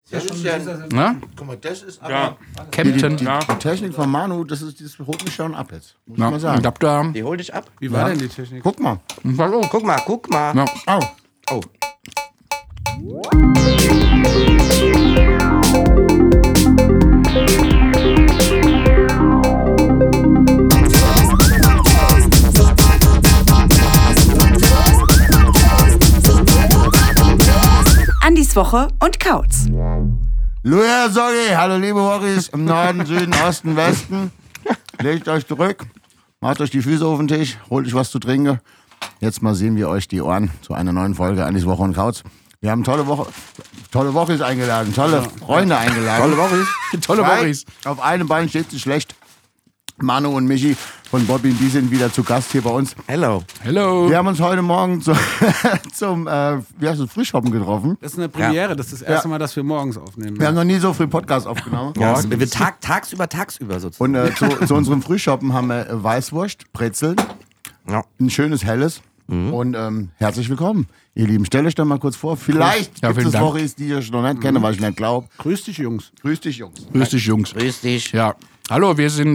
Das ist ja, guck mal, das ist aber... Captain. Die Technik von Manu, das holt mich schon ab jetzt. Muss ich mal sagen. Die hol dich ab. Wie war denn die Technik? Guck mal. Guck mal. Ja. Oh. Andis Woche und Kauz. Luja Soggi, hallo liebe Horis im Norden, Süden, Osten, Westen. Legt euch zurück, macht euch die Füße auf den Tisch, holt euch was zu trinken. Jetzt mal sehen wir euch die Ohren zu einer neuen Folge Andis Woche und Kauz. Wir haben tolle Wochis eingeladen, tolle Freunde eingeladen. Tolle Wochis. Auf einem Bein steht sie schlecht. Manu und Michi von Bobby, die sind wieder zu Gast hier bei uns. Hello. Wir haben uns heute Morgen zum Frühschoppen getroffen. Das ist eine Premiere, das ist das erste Mal, dass wir morgens aufnehmen. Wir haben noch nie so früh Podcast aufgenommen. Ja, wir tagsüber sozusagen. Und zu unserem Frühschoppen haben wir Weißwurst, Brezeln, ein schönes Helles. Und herzlich willkommen, ihr Lieben. Stellt euch doch mal kurz vor. Vielleicht gibt es Wochis, die ich noch nicht kenne, weil ich nicht glaube. Grüß dich, Jungs. Grüß dich, Jungs. Grüß dich. Ja. Hallo, wir sind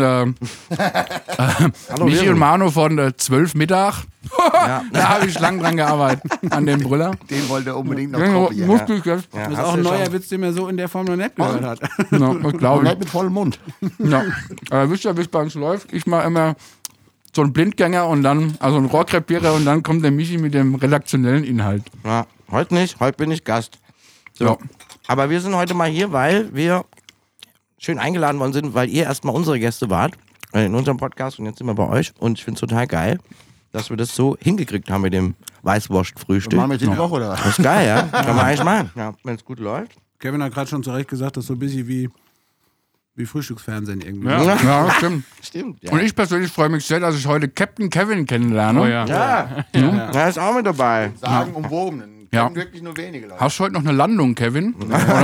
Michi und Manu von 12 Mittag. Da habe ich lang dran gearbeitet, an dem Brüller. Den wollte er unbedingt noch kopieren. Das ist auch ein neuer Witz, den man so in der Form noch nicht gehört hat. Ja, glaube nicht mit vollem Mund. Ja. Wisst ihr, wie es bei uns läuft? Ich mache immer so einen Blindgänger und dann, also einen Rohrkrepierer und dann kommt der Michi mit dem redaktionellen Inhalt. Ja, heute nicht, heute bin ich Gast. So. Ja. Aber wir sind heute mal hier, weil wir schön eingeladen worden sind, weil ihr erstmal unsere Gäste wart in unserem Podcast und jetzt sind wir bei euch und ich finde es total geil, dass wir das so hingekriegt haben mit dem Weißwurst-Frühstück. Machen wir jetzt die Woche, oder? Das ist geil, ja? Kann man eigentlich machen, ja, wenn es gut läuft. Kevin hat gerade schon zu Recht gesagt, das ist so ein bisschen wie Frühstücksfernsehen irgendwie. Ja, stimmt. Stimmt, ja. Und ich persönlich freue mich sehr, dass ich heute Captain Kevin kennenlerne. Oh ja. Ja, ist auch mit dabei. Sagen umwogen. Ja. Kennen wirklich nur wenige Leute. Hast du heute noch eine Landung, Kevin?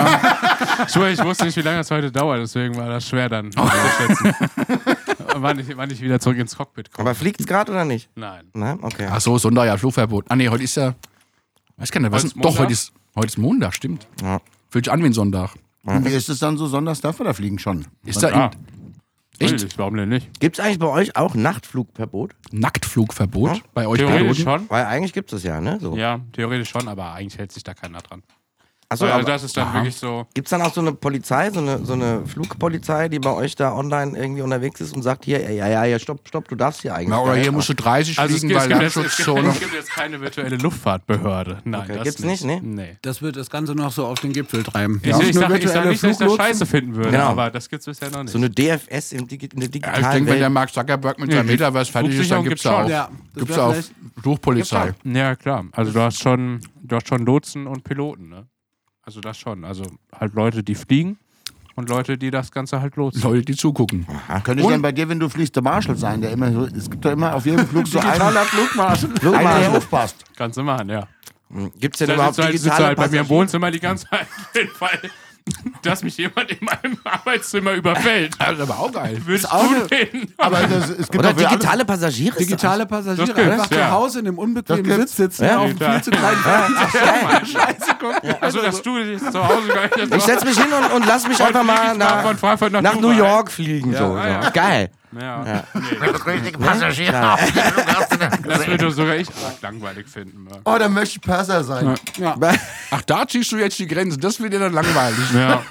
Ich wusste nicht, wie lange es heute dauert, deswegen war das schwer dann einzuschätzen. wann ich wieder zurück ins Cockpit komme. Aber fliegt es gerade oder nicht? Nein. Nein? Okay. Ach so, Sonntag, ja, Flugverbot. Ah nee, heute ist ja... Weiß gar nicht, was Heute ist Doch, Montag? heute ist Montag, stimmt. Ja. Fühlt sich an wie ein Sonntag. Und wie ist es dann so? Sonntags darf er da fliegen schon? Ist da Echt? Warum denn nicht? Gibt es eigentlich bei euch auch Nachtflugverbot? Nacktflugverbot bei euch Theoretisch Piloten? schon. Weil eigentlich gibt es das ja, ne? So. Ja, theoretisch schon, aber eigentlich hält sich da keiner dran. Achso, Also aber das ist dann wirklich so... gibt es dann auch so eine Polizei, so eine Flugpolizei, die bei euch da online irgendwie unterwegs ist und sagt, hier, ja, stopp, du darfst hier eigentlich. Na, oder gar hier nicht. musst du 30 Also fliegen, weil es Lärmschutzzone... gibt jetzt keine virtuelle Luftfahrtbehörde. Nein, Okay, das gibt's nicht, ne? Nee. Das wird das Ganze noch so auf den Gipfel treiben. Ich sag nicht, dass ich das scheiße finden würde, Genau. aber das gibt's bisher noch nicht. So eine DFS in der Ja, digitalen ich denke, wenn der Welt. Mark Zuckerberg mit seinem Metaverse fertig ist, dann gibt's da auch, Ja, das gibt's wär auch vielleicht- Fluchpolizei. Ja, klar. Also du hast schon Lotsen und Piloten, ne? Also das schon. Also halt Leute, die fliegen und Leute, die das Ganze halt lotsen. Leute, die zugucken. Könnte ich denn bei dir, wenn du fliegst, der Marshall sein, der immer so, es gibt doch immer auf jedem Flug so einen, Flugmarsch. einer, der aufpasst. Kannst du machen, ja. Gibt es denn Da überhaupt sitzt du digitale halt bei mir im Passagiere? Wohnzimmer die ganze Zeit, weil dass mich jemand in meinem Arbeitszimmer überfällt. Das ist aber auch geil. Würdest du den? Aber es gibt Oder doch für alles- digitale Passagiere? Digitale Passagiere Das gibt's, einfach ja. zu Hause in einem unbequemen Das Sitz sitzen, Ja, auf einem klar. viel zu kleinen Scheiße gucken. Also, dass du dich zu Hause gar nicht... Ich setze mich hin und lass mich einfach mal von Frankfurt nach New Dubai. York fliegen. So. ja. Geil. Ja. richtige Passagiere. Das würde sogar ich arg langweilig finden. Ja. Oh, da möchte ich Perser sein. Ach, da ziehst du jetzt die Grenze. Das wird dir dann langweilig. Ja.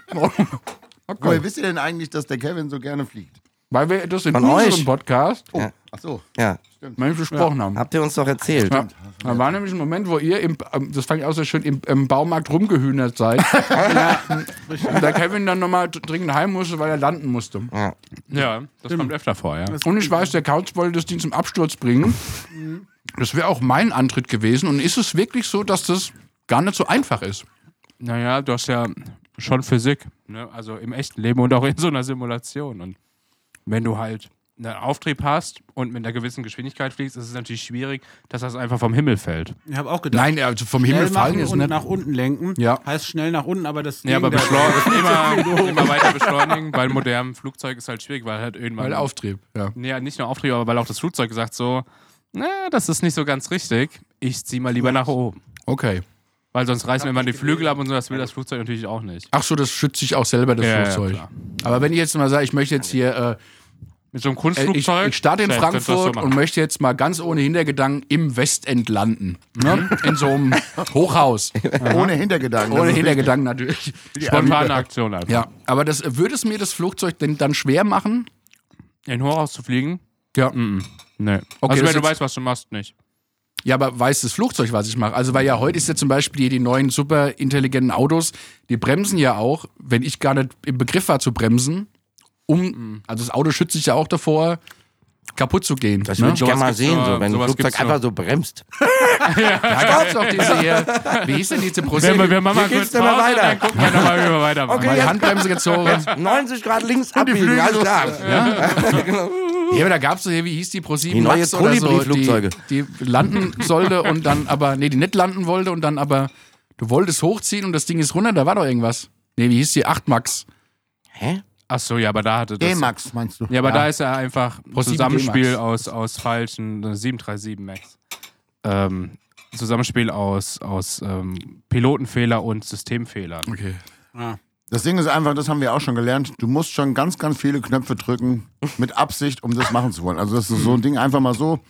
Woher wisst ihr denn eigentlich, dass der Kevin so gerne fliegt? Weil wir das in Von unserem euch? Podcast Ach so. Ja. mal besprochen haben. Habt ihr uns doch erzählt. Ja. Da war nämlich ein Moment, wo ihr, das fand ich auch so schön, im Baumarkt rumgehühnert seid. Und der Kevin dann nochmal dringend heim musste, weil er landen musste. Ja, das kommt öfter vor, ja. Und ich weiß, der Kauz wollte das Ding zum Absturz bringen. Das wäre auch mein Antritt gewesen. Und ist es wirklich so, dass das gar nicht so einfach ist? Naja, du hast ja schon Physik, ne? Also im echten Leben und auch in so einer Simulation. Und wenn du halt einen Auftrieb hast und mit einer gewissen Geschwindigkeit fliegst, ist es natürlich schwierig, dass das einfach vom Himmel fällt. Ich habe auch gedacht. Nein, also vom Himmel Schnell fallen machen ist und nicht. nach unten lenken. Ja. Heißt schnell nach unten, aber das Ja, aber Ding, immer weiter beschleunigen. Bei modernem Flugzeug ist halt schwierig, weil halt irgendwann... Weil Auftrieb, ja. Ja, nicht nur Auftrieb, aber weil auch das Flugzeug gesagt so, na, das ist nicht so ganz richtig. Ich zieh mal lieber nach oben. Okay. Weil sonst reißen wir immer die Flügel ab und so, das will das Flugzeug natürlich auch nicht. Ach so, das schützt sich auch selber, das Flugzeug. klar. Aber wenn ich jetzt mal sage, ich möchte jetzt hier, Mit so einem Kunstflugzeug. ich starte in safe, könntest du das Frankfurt so und machen. möchte jetzt mal ganz ohne Hintergedanken im Westend landen. Ne? In so einem Hochhaus. Ohne Hintergedanken. das Ohne ist Hintergedanken natürlich. Spontane Aktion einfach. Ja, aber würde es mir das Flugzeug denn dann schwer machen? In Hochhaus zu fliegen? Ja. Nee. Okay, Also das wenn du jetzt- weißt, was du machst, nicht. Ja, aber weiß das Flugzeug, was ich mache? Also, weil ja heute ist ja zum Beispiel die neuen super intelligenten Autos, die bremsen ja auch, wenn ich gar nicht im Begriff war zu bremsen, also das Auto schützt sich ja auch davor, kaputt zu gehen. Das ne? würde ich gerne mal gibt's sehen, nur- so, wenn ein sowas Flugzeug gibt's einfach nur. so bremst. Da gab's doch diese hier, wie hieß denn diese ProSieben? Wir machen mal geht's kurz denn mal Pause, weiter? dann gucken wir nochmal, wie wir weitermachen. Okay. Mal die Handbremse gezogen. 90 Grad links abbiegen, alles klar. Ja, aber da gab's so hier, wie hieß die ProSieben Die neue Max oder so, Kolibri-Flugzeuge. die landen sollte und dann aber, nee, die nicht landen wollte und dann aber, du wolltest hochziehen und das Ding ist runter, da war doch irgendwas. Nee, wie hieß die? 8 Max. Hä? Ach so, ja, aber da hatte das... D-Max, meinst du? Ja, aber da ist ja einfach ein Pro 7 Zusammenspiel D-Max. aus falschen 737 Max. Zusammenspiel aus Pilotenfehler und Systemfehlern. Okay. Das Ding ist einfach, das haben wir auch schon gelernt, du musst schon ganz, ganz viele Knöpfe drücken mit Absicht, um das machen zu wollen. Also das ist so ein Ding einfach mal so,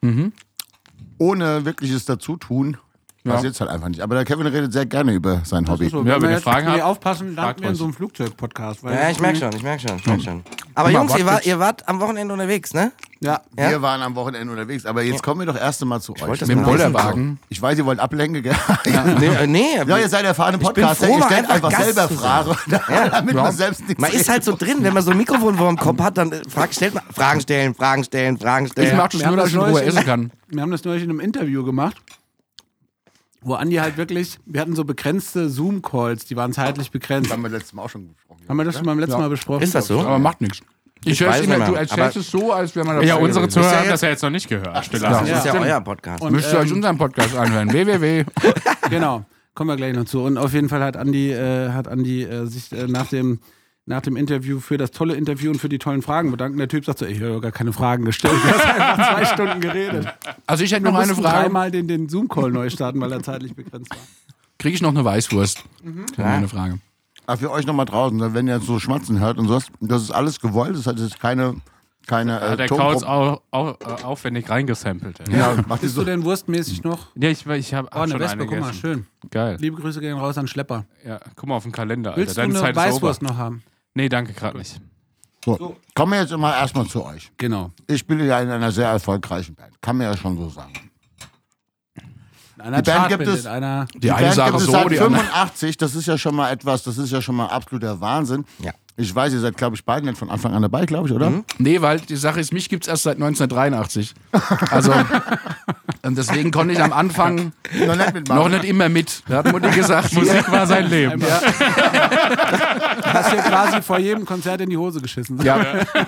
ohne wirkliches Dazutun, passiert halt einfach nicht. Aber der Kevin redet sehr gerne über sein Hobby. So, Ja, wenn wenn wir ihr jetzt Fragen habt, aufpassen, landen fragt wir in ruhig. so einem Flugzeug-Podcast. weil- Ja, ich merke schon. Aber Jungs, ihr wart am Wochenende unterwegs, ne? Ja. Ja. Wir waren am Wochenende unterwegs, aber jetzt kommen wir doch erst einmal zu euch. wollte das Mit dem mal wissen. Bollerwagen. Ich weiß, ihr wollt ablenken, gell? Nee. Ja, ihr seid erfahrene bin Podcaster, froh, ihr mal stellt einfach Gast selber zu sein. Fragen, damit man selbst nichts Man ist halt so drin, wenn man so ein Mikrofon vor dem Kopf hat, dann stellt man Fragen stellen. Ich mach das Wir nur, haben dass ich in das Ruhe neulich essen kann. Wir haben das neulich in einem Interview gemacht, wo Andi halt wirklich, wir hatten so begrenzte Zoom-Calls, die waren zeitlich begrenzt. haben wir letztes Mal auch schon gesprochen. Haben wir das schon beim letzten Mal besprochen? Ist das so? Aber macht nichts. Ich weiß höre immer, nicht du mehr, erzählst aber- es so, als wäre man dabei Ja, unsere gewesen. Zuhörer ja haben jetzt- das ja jetzt noch nicht gehört. Still ja. Das ist ja stimmt. euer Podcast. Und, Müsst ihr euch unseren Podcast anhören. www. Genau, kommen wir gleich noch zu. Und auf jeden Fall hat Andi sich nach dem Interview für das tolle Interview und für die tollen Fragen bedankt. Und der Typ sagt so, ich habe gar keine Fragen gestellt. Du hast einfach 2 Stunden geredet. Also ich hätte Wir noch eine mussten Frage. dreimal den Zoom-Call neu starten, weil er zeitlich begrenzt war. Kriege ich noch eine Weißwurst? Eine Frage. Aber für euch nochmal draußen, wenn ihr jetzt so Schmatzen hört und sowas, das ist alles gewollt, das hat jetzt keine Hat der Kauz auch aufwendig reingesampelt. Ey. Ja, macht die Bist so. du denn wurstmäßig noch? Ja, ich habe Oh, eine schon Wespe, eine guck mal, gegessen. schön. Geil. Liebe Grüße gehen raus an Schlepper. Ja, guck mal auf den Kalender, Alter. Willst du Deine eine Zeit ist Weißwurst over. noch haben? Nee, danke, gerade nicht. So. Kommen wir jetzt immer erstmal zu euch. Genau. Ich spiele ja in einer sehr erfolgreichen Band, kann man ja schon so sagen. In einer Die Band Chartband, gibt es- in einer Die eine Band Sache gibt es so, seit die andere. 85, das ist ja schon mal etwas, das ist ja schon mal absoluter Wahnsinn. Ja. Ich weiß, ihr seid, glaube ich, beide nicht von Anfang an dabei, glaube ich, oder? Nee, weil die Sache ist, mich gibt's erst seit 1983. Also, und deswegen konnte ich am Anfang Noch nicht mitmachen. noch nicht immer mit. Da hat Mutti gesagt, Musik war sein Leben. Du hast hier quasi vor jedem Konzert in die Hose geschissen. ja.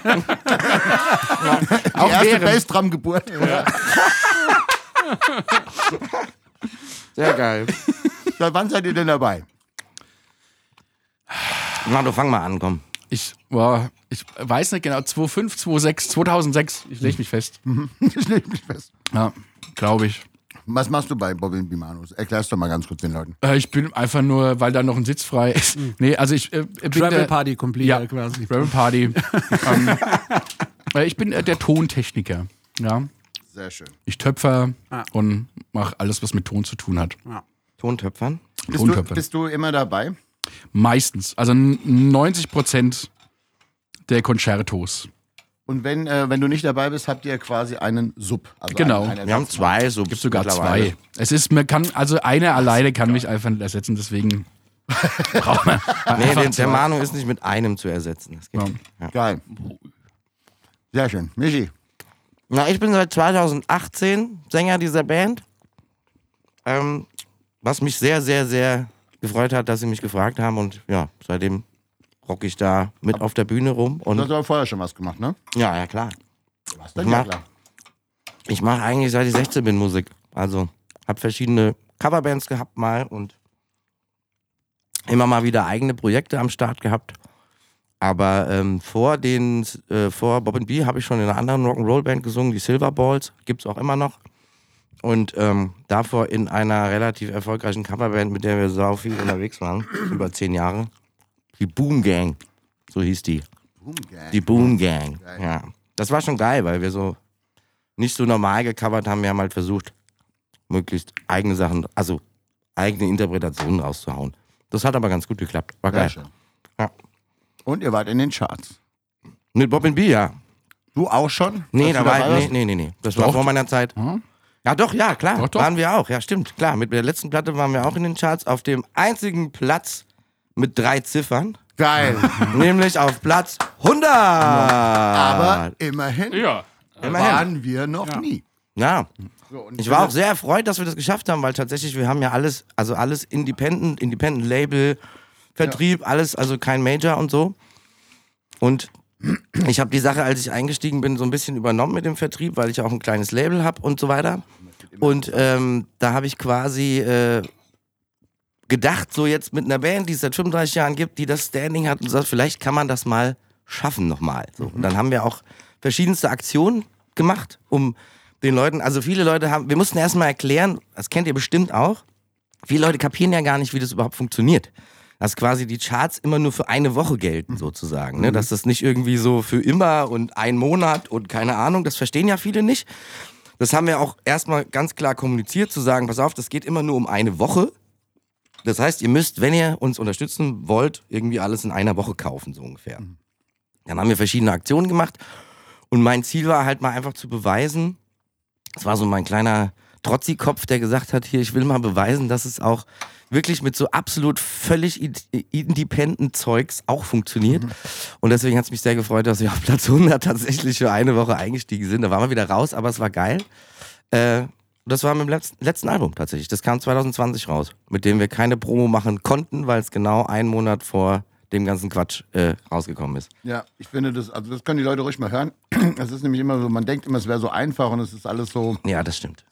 Die Auch erste während. Bassdrum-Geburt. Sehr geil. Seit wann seid ihr denn dabei? Na, du fang mal an, komm. Ich weiß nicht genau, 2005, 2006. Ich lege mich fest. Ich leg mich fest. Ja, glaube ich. Was machst du bei Bobby Bimanos? Erklär's doch mal ganz kurz den Leuten. Ich bin einfach nur, weil da noch ein Sitz frei ist. Nee, also ich bin Travel der Party Complete Ja. quasi. Travel Party. Ich bin der Tontechniker. Ja. Sehr schön. Ich töpfer Ah. und mache alles, was mit Ton zu tun hat. Tontöpfern? Bist du immer dabei? Meistens. Also 90% der Concertos. Und wenn du nicht dabei bist, habt ihr quasi einen Sub. Also Genau. einen Wir haben 2 Subs. Gibt sogar mittlerweile. 2. Es ist, man kann, also einer alleine kann mich einfach nicht ersetzen, deswegen braucht man Nee, einfach der zwei. Manu ist nicht mit einem zu ersetzen. Das geht nicht. Geil. Sehr schön. Michi. Na, ich bin seit 2018 Sänger dieser Band. Was mich sehr, sehr, sehr gefreut hat, dass sie mich gefragt haben. Und ja, seitdem rocke ich da mit auf der Bühne rum. Du Und hast aber vorher schon was gemacht, ne? ja, klar. Was denn? Ja, klar. Ich mache eigentlich seit ich 16 bin Musik. Also habe verschiedene Coverbands gehabt mal und immer mal wieder eigene Projekte am Start gehabt. Aber vor Bob &B habe ich schon in einer anderen Rock'n'Roll-Band gesungen, die Silver Balls. Gibt's auch immer noch. und davor in einer relativ erfolgreichen Coverband, mit der wir sau viel unterwegs waren, über 10 Jahre. Die Boom Gang, so hieß die. Boom Gang. Die Boom Gang, Geil. ja. Das war schon geil, weil wir so nicht so normal gecovert haben. Wir haben halt versucht, möglichst eigene Sachen, also eigene Interpretationen rauszuhauen. Das hat aber ganz gut geklappt. War Sehr geil. schön. Ja. Und ihr wart in den Charts. Mit Bob and B, ja. Du auch schon? Nee, Als da du war dabei warst? nee. Das war Doch. vor meiner Zeit. Hm? Ja, doch, ja, klar. Doch, doch. Waren wir auch. Ja, stimmt, klar. Mit der letzten Platte waren wir auch in den Charts auf dem einzigen Platz mit 3 Ziffern. Geil. Nämlich auf Platz 100. Aber immerhin Ja. waren wir noch nie. Ja. So, und Ich war auch sehr erfreut, dass wir das geschafft haben, weil tatsächlich, wir haben ja alles Independent Label, Vertrieb, alles, also kein Major und so. Und ich habe die Sache, als ich eingestiegen bin, so ein bisschen übernommen mit dem Vertrieb, weil ich auch ein kleines Label habe und so weiter. Und da habe ich quasi gedacht, so jetzt mit einer Band, die es seit 35 Jahren gibt, die das Standing hat und sagt, vielleicht kann man das mal schaffen nochmal. So. Und dann haben wir auch verschiedenste Aktionen gemacht, um den Leuten, also viele Leute haben, wir mussten erstmal erklären, das kennt ihr bestimmt auch, viele Leute kapieren ja gar nicht, wie das überhaupt funktioniert. Dass quasi die Charts immer nur für eine Woche gelten, sozusagen. Ne? Dass das nicht irgendwie so für immer und ein Monat und keine Ahnung, das verstehen ja viele nicht. Das haben wir auch erstmal ganz klar kommuniziert, zu sagen, pass auf, das geht immer nur um eine Woche. Das heißt, ihr müsst, wenn ihr uns unterstützen wollt, irgendwie alles in einer Woche kaufen, so ungefähr. Dann haben wir verschiedene Aktionen gemacht und mein Ziel war halt mal einfach zu beweisen, das war so mein kleiner Trotzi-Kopf, der gesagt hat, hier, ich will mal beweisen, dass es auch wirklich mit so absolut völlig independent Zeugs auch funktioniert. Und deswegen hat es mich sehr gefreut, dass wir auf Platz 100 tatsächlich für eine Woche eingestiegen sind. Da waren wir wieder raus, aber es war geil. Das war mit dem letzten Album tatsächlich. Das kam 2020 raus, mit dem wir keine Promo machen konnten, weil es genau einen Monat vor dem ganzen Quatsch rausgekommen ist. Ja, ich finde das, also das können die Leute ruhig mal hören. Es ist nämlich immer so, man denkt immer, es wäre so einfach und es ist alles so, Ja, das stimmt.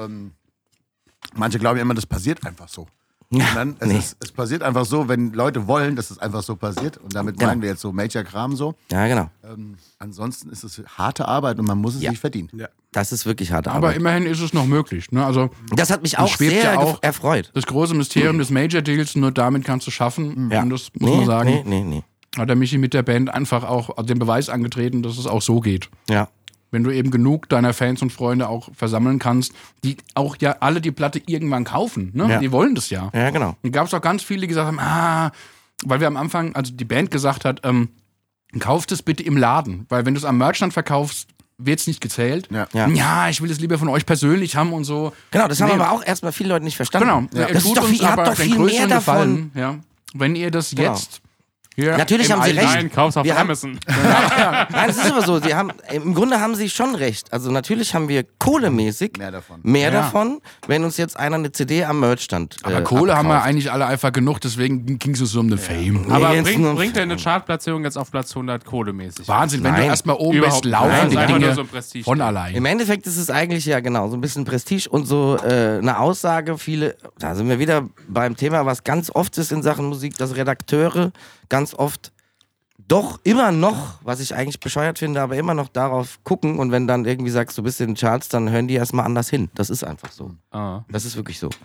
manche glauben ja immer, das passiert einfach so. Und dann, es passiert einfach so, wenn Leute wollen, dass es einfach so passiert. Und damit meinen wir jetzt so Major-Kram so. Ja, genau. Ansonsten ist es harte Arbeit und man muss es sich verdienen. Das ist wirklich harte Aber Arbeit. immerhin ist es noch möglich. Ne? Also Das hat mich auch schwebt sehr ja auch- erfreut. das große Mysterium des Major-Deals, nur damit kannst du schaffen. Ja. Und das muss man sagen, Nee. hat der Michi mit der Band einfach auch den Beweis angetreten, dass es auch so geht. Ja. Wenn du eben genug deiner Fans und Freunde auch versammeln kannst, die auch ja alle die Platte irgendwann kaufen. Ne? Ja. Die wollen das ja. Ja, genau. Und gab es auch ganz viele, die gesagt haben, weil wir am Anfang, also die Band gesagt hat, kauft es bitte im Laden, weil wenn du es am Merchstand verkaufst, wird es nicht gezählt. Ja. Ich will es lieber von euch persönlich haben und so. Genau, das haben Nee. aber auch erstmal viele Leute nicht verstanden. Genau. Das ist doch viel, ihr habt doch viel mehr davon. Ja. Wenn ihr das Genau. jetzt hier Natürlich im haben sie Alten- recht. Nein, kauf's auf Wir haben- Amazon. Nein, es ist aber so. Im Grunde haben sie schon recht. Also natürlich haben wir kohlemäßig Mehr davon. davon, wenn uns jetzt einer eine CD am Merchstand Aber Kohle haben wir abkauft. eigentlich alle einfach genug, deswegen ging es so um den Fame. Aber jetzt nur- bringt denn eine Chartplatzierung jetzt auf Platz 100 kohlemäßig? Wahnsinn, wenn Nein. du erstmal oben Überhaupt bist, laufen nicht. die Nein, einfach Dinge nur so ein Prestige. von allein. Im Endeffekt ist es eigentlich ja genau so ein bisschen Prestige und so eine Aussage. Da sind wir wieder beim Thema, was ganz oft ist in Sachen Musik, dass Redakteure ganz oft doch immer noch, was ich eigentlich bescheuert finde, aber immer noch darauf gucken und wenn dann irgendwie sagst, du bist in den Charts, dann hören die erstmal anders hin. Das ist einfach so. Ah. Das ist wirklich so.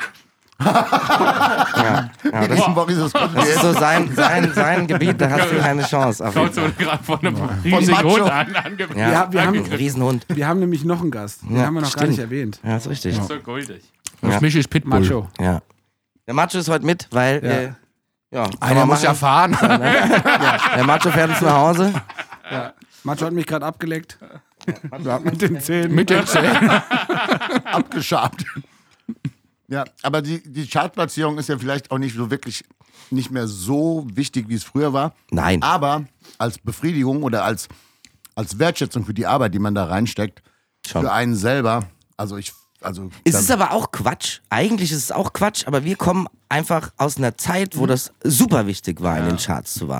ja, das Das ist so sein Gebiet, da hast du keine Chance. Auf jeden Schaut so Fall. gerade von einem riesigen Macho. Hund angebracht. Ja, wir haben- einen Riesenhund. Wir haben nämlich noch einen Gast. Den Ja, haben wir noch gar stimmt. nicht erwähnt. Ja, ist richtig. So goldig. Das Michi ist Pitbull. Macho. Ja. Der Macho ist heute mit, weil kann Einer man muss ja machen. fahren. Der Macho fährt uns nach Hause. Macho hat mich gerade abgeleckt. Mit den Zähnen. Mit den Zähnen. abgeschabt. Ja, aber die Chartplatzierung ist ja vielleicht auch nicht so wirklich nicht mehr so wichtig, wie es früher war. Nein. Aber als Befriedigung oder als Wertschätzung für die Arbeit, die man da reinsteckt, Schon. für einen selber, Es ist aber auch Quatsch. Eigentlich ist es auch Quatsch, aber wir kommen einfach aus einer Zeit, wo das super wichtig war, in den Charts zu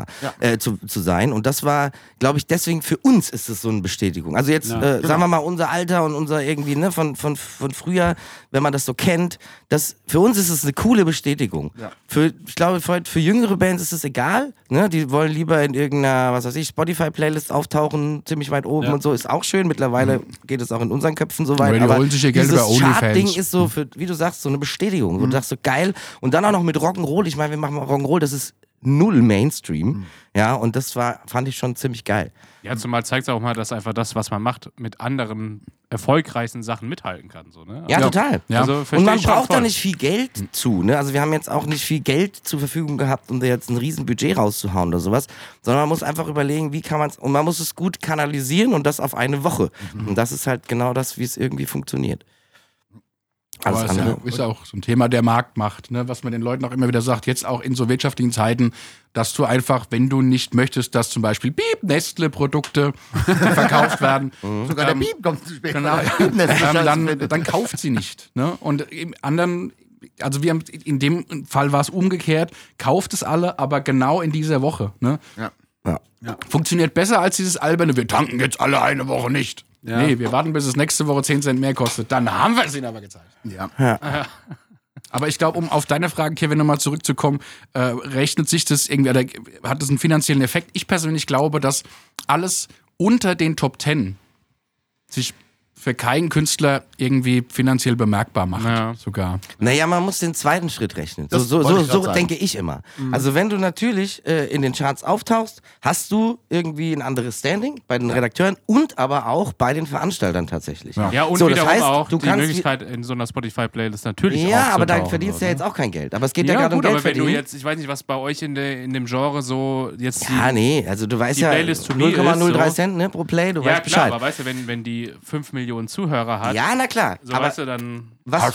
sein. Und das war, glaube ich, deswegen für uns ist es so eine Bestätigung. Also jetzt, sagen wir mal, unser Alter und unser irgendwie, ne, von früher, wenn man das so kennt, für uns ist es eine coole Bestätigung. Ja. Ich glaube, für jüngere Bands ist es egal, ne? Die wollen lieber in irgendeiner, was weiß ich, Spotify-Playlist auftauchen, ziemlich weit oben und so, ist auch schön. Mittlerweile geht es auch in unseren Köpfen so weit. Aber holen sich ihr Geld dieses über OnlyFans. Chart-Ding ist so, wie du sagst, so eine Bestätigung. Du sagst so, geil. Und dann auch noch mit Rock'n'Roll. Ich meine, wir machen Rock'n'Roll, das ist null Mainstream. Ja, und das fand ich schon ziemlich geil. Ja, zumal zeigt es auch mal, dass einfach das, was man macht, mit anderen erfolgreichen Sachen mithalten kann. So, ne? Ja, total. Ja. Also, und man braucht da nicht viel Geld zu. Ne? Also wir haben jetzt auch nicht viel Geld zur Verfügung gehabt, um da jetzt ein riesen Budget rauszuhauen oder sowas, sondern man muss einfach überlegen, wie kann man es, und man muss es gut kanalisieren und das auf eine Woche. Und das ist halt genau das, wie es irgendwie funktioniert. Aber es ist ja auch so ein Thema der Marktmacht, ne? Was man den Leuten auch immer wieder sagt, jetzt auch in so wirtschaftlichen Zeiten, dass du einfach, wenn du nicht möchtest, dass zum Beispiel Nestle-Produkte verkauft werden, sogar der Piep kommt zu spät. Genau, dann kauft sie nicht. Ne? Und im anderen, also in dem Fall war es umgekehrt, kauft es alle, aber genau in dieser Woche. Ne? Ja. Funktioniert besser als dieses alberne, wir tanken jetzt alle eine Woche nicht. Ja. Nee, wir warten, bis es nächste Woche 10 Cent mehr kostet. Dann haben wir es ihnen aber gezeigt. Ja. Aber ich glaube, um auf deine Frage, Kevin, nochmal zurückzukommen, rechnet sich das irgendwie, oder hat das einen finanziellen Effekt? Ich persönlich glaube, dass alles unter den Top 10 sich für keinen Künstler irgendwie finanziell bemerkbar macht, sogar. Naja, man muss den zweiten Schritt rechnen. So denke ich immer. Also wenn du natürlich in den Charts auftauchst, hast du irgendwie ein anderes Standing bei den Redakteuren und aber auch bei den Veranstaltern tatsächlich. Ja, und so, wiederum das heißt, auch du die kannst Möglichkeit in so einer Spotify-Playlist natürlich ja, aber da aufzutauchen, verdienst du ja jetzt auch kein Geld. Aber es geht ja ja gerade um gut, Geld aber wenn verdienen. du jetzt, ich weiß nicht, was bei euch in dem Genre so jetzt also du weißt die ja, Playlist to me 0,03 ist, Cent, ne, pro Play, du weißt klar, Bescheid. aber weißt du, wenn die 5 Millionen Zuhörer hat, Ja, na klar. so aber weißt du, dann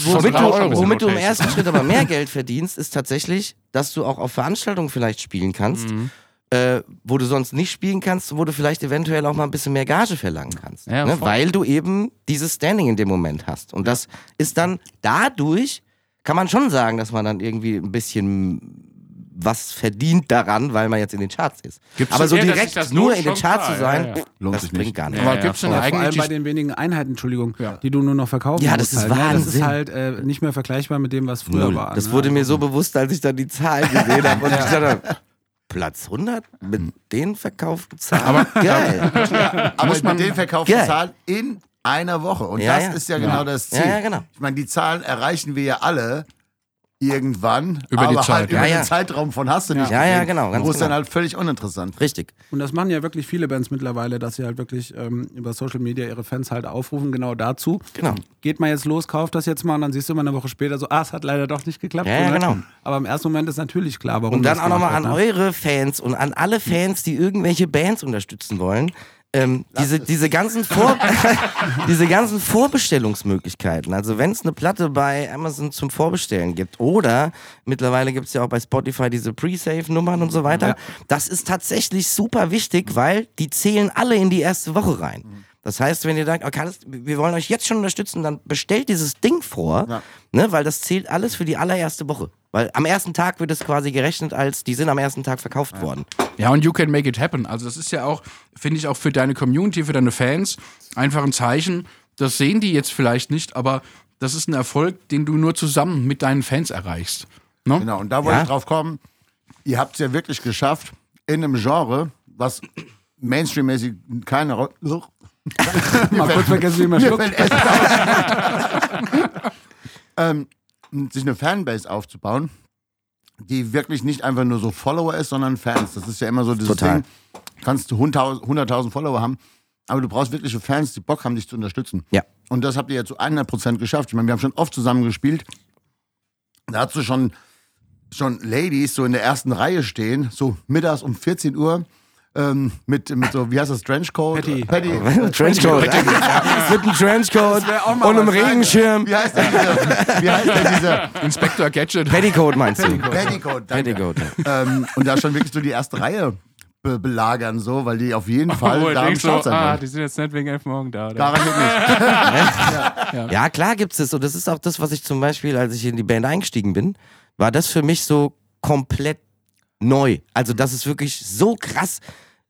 womit du im ersten Schritt aber mehr Geld verdienst, ist tatsächlich, dass du auch auf Veranstaltungen vielleicht spielen kannst, wo du sonst nicht spielen kannst, wo du vielleicht eventuell auch mal ein bisschen mehr Gage verlangen kannst. Ja, ne? Weil du eben dieses Standing in dem Moment hast. Und das ist dann dadurch, kann man schon sagen, dass man dann irgendwie ein bisschen was verdient daran, weil man jetzt in den Charts ist. Aber so direkt nur in den Charts zu sein, das bringt gar nichts. Aber gibt's denn Vor allem eigentlich bei den wenigen Einheiten, die du nur noch verkaufen musst. Ja, das ist halt, Wahnsinn. Das ist halt nicht mehr vergleichbar mit dem, was früher war. Das wurde mir so bewusst, als ich dann die Zahlen gesehen habe und ich dachte, Platz 100 mit den verkauften Zahlen. Aber geil. Aber mit den verkauften Zahlen in einer Woche. Und das ist ja genau das Ziel. Ja, genau. Ich meine, die Zahlen erreichen wir ja alle irgendwann, über die aber Zeit, halt über den Zeitraum von hast du nicht. Ja, genau. Ganz Wo es genau. dann halt völlig uninteressant. Richtig. Und das machen ja wirklich viele Bands mittlerweile, dass sie halt wirklich über Social Media ihre Fans halt aufrufen, genau dazu. Genau. Geht mal jetzt los, kauft das jetzt mal und dann siehst du immer eine Woche später so, es hat leider doch nicht geklappt. Ja, genau. Aber im ersten Moment ist natürlich klar, warum Und dann das auch nochmal an gemacht wird, eure Fans und an alle Fans, die irgendwelche Bands unterstützen wollen. Diese ganzen Vorbestellungsmöglichkeiten, also wenn es eine Platte bei Amazon zum Vorbestellen gibt oder mittlerweile gibt es ja auch bei Spotify diese Pre-Save-Nummern und so weiter, das ist tatsächlich super wichtig, weil die zählen alle in die erste Woche rein. Das heißt, wenn ihr sagt, okay, wir wollen euch jetzt schon unterstützen, dann bestellt dieses Ding vor, ne, weil das zählt alles für die allererste Woche. Weil am ersten Tag wird es quasi gerechnet als, die sind am ersten Tag verkauft worden. Ja, und you can make it happen. Also das ist ja auch, finde ich, auch für deine Community, für deine Fans einfach ein Zeichen. Das sehen die jetzt vielleicht nicht, aber das ist ein Erfolg, den du nur zusammen mit deinen Fans erreichst. No? Genau, und da wollte ich drauf kommen, ihr habt es ja wirklich geschafft, in einem Genre, was Mainstream-mäßig keine Rolle... Mal kurz vergessen, wie man schluckt. Sich eine Fanbase aufzubauen, die wirklich nicht einfach nur so Follower ist, sondern Fans. Das ist ja immer so dieses Ding, kannst du 100.000 Follower haben, aber du brauchst wirkliche Fans, die Bock haben, dich zu unterstützen. Ja. Und das habt ihr ja zu 100% geschafft. Ich meine, wir haben schon oft zusammen gespielt. Da hast du schon Ladies so in der ersten Reihe stehen, so mittags um 14 Uhr, mit so, wie heißt das, Trenchcoat? Patty. Trenchcoat. Mit einem Trenchcoat und einem Regenschirm. Wie heißt denn dieser Inspector Gadget. Petticoat meinst du? Petticoat, danke. Petticoat. Und da schon wirklich so die erste Reihe belagern, so, weil die auf jeden Fall Wo da am denkst Start sein wollen. die sind jetzt nicht wegen 11 Morgen da, oder? Garantiert nicht. Ja, klar gibt's es. Und das ist auch das, was ich zum Beispiel, als ich in die Band eingestiegen bin, war das für mich so komplett neu. Also, dass es wirklich so krasse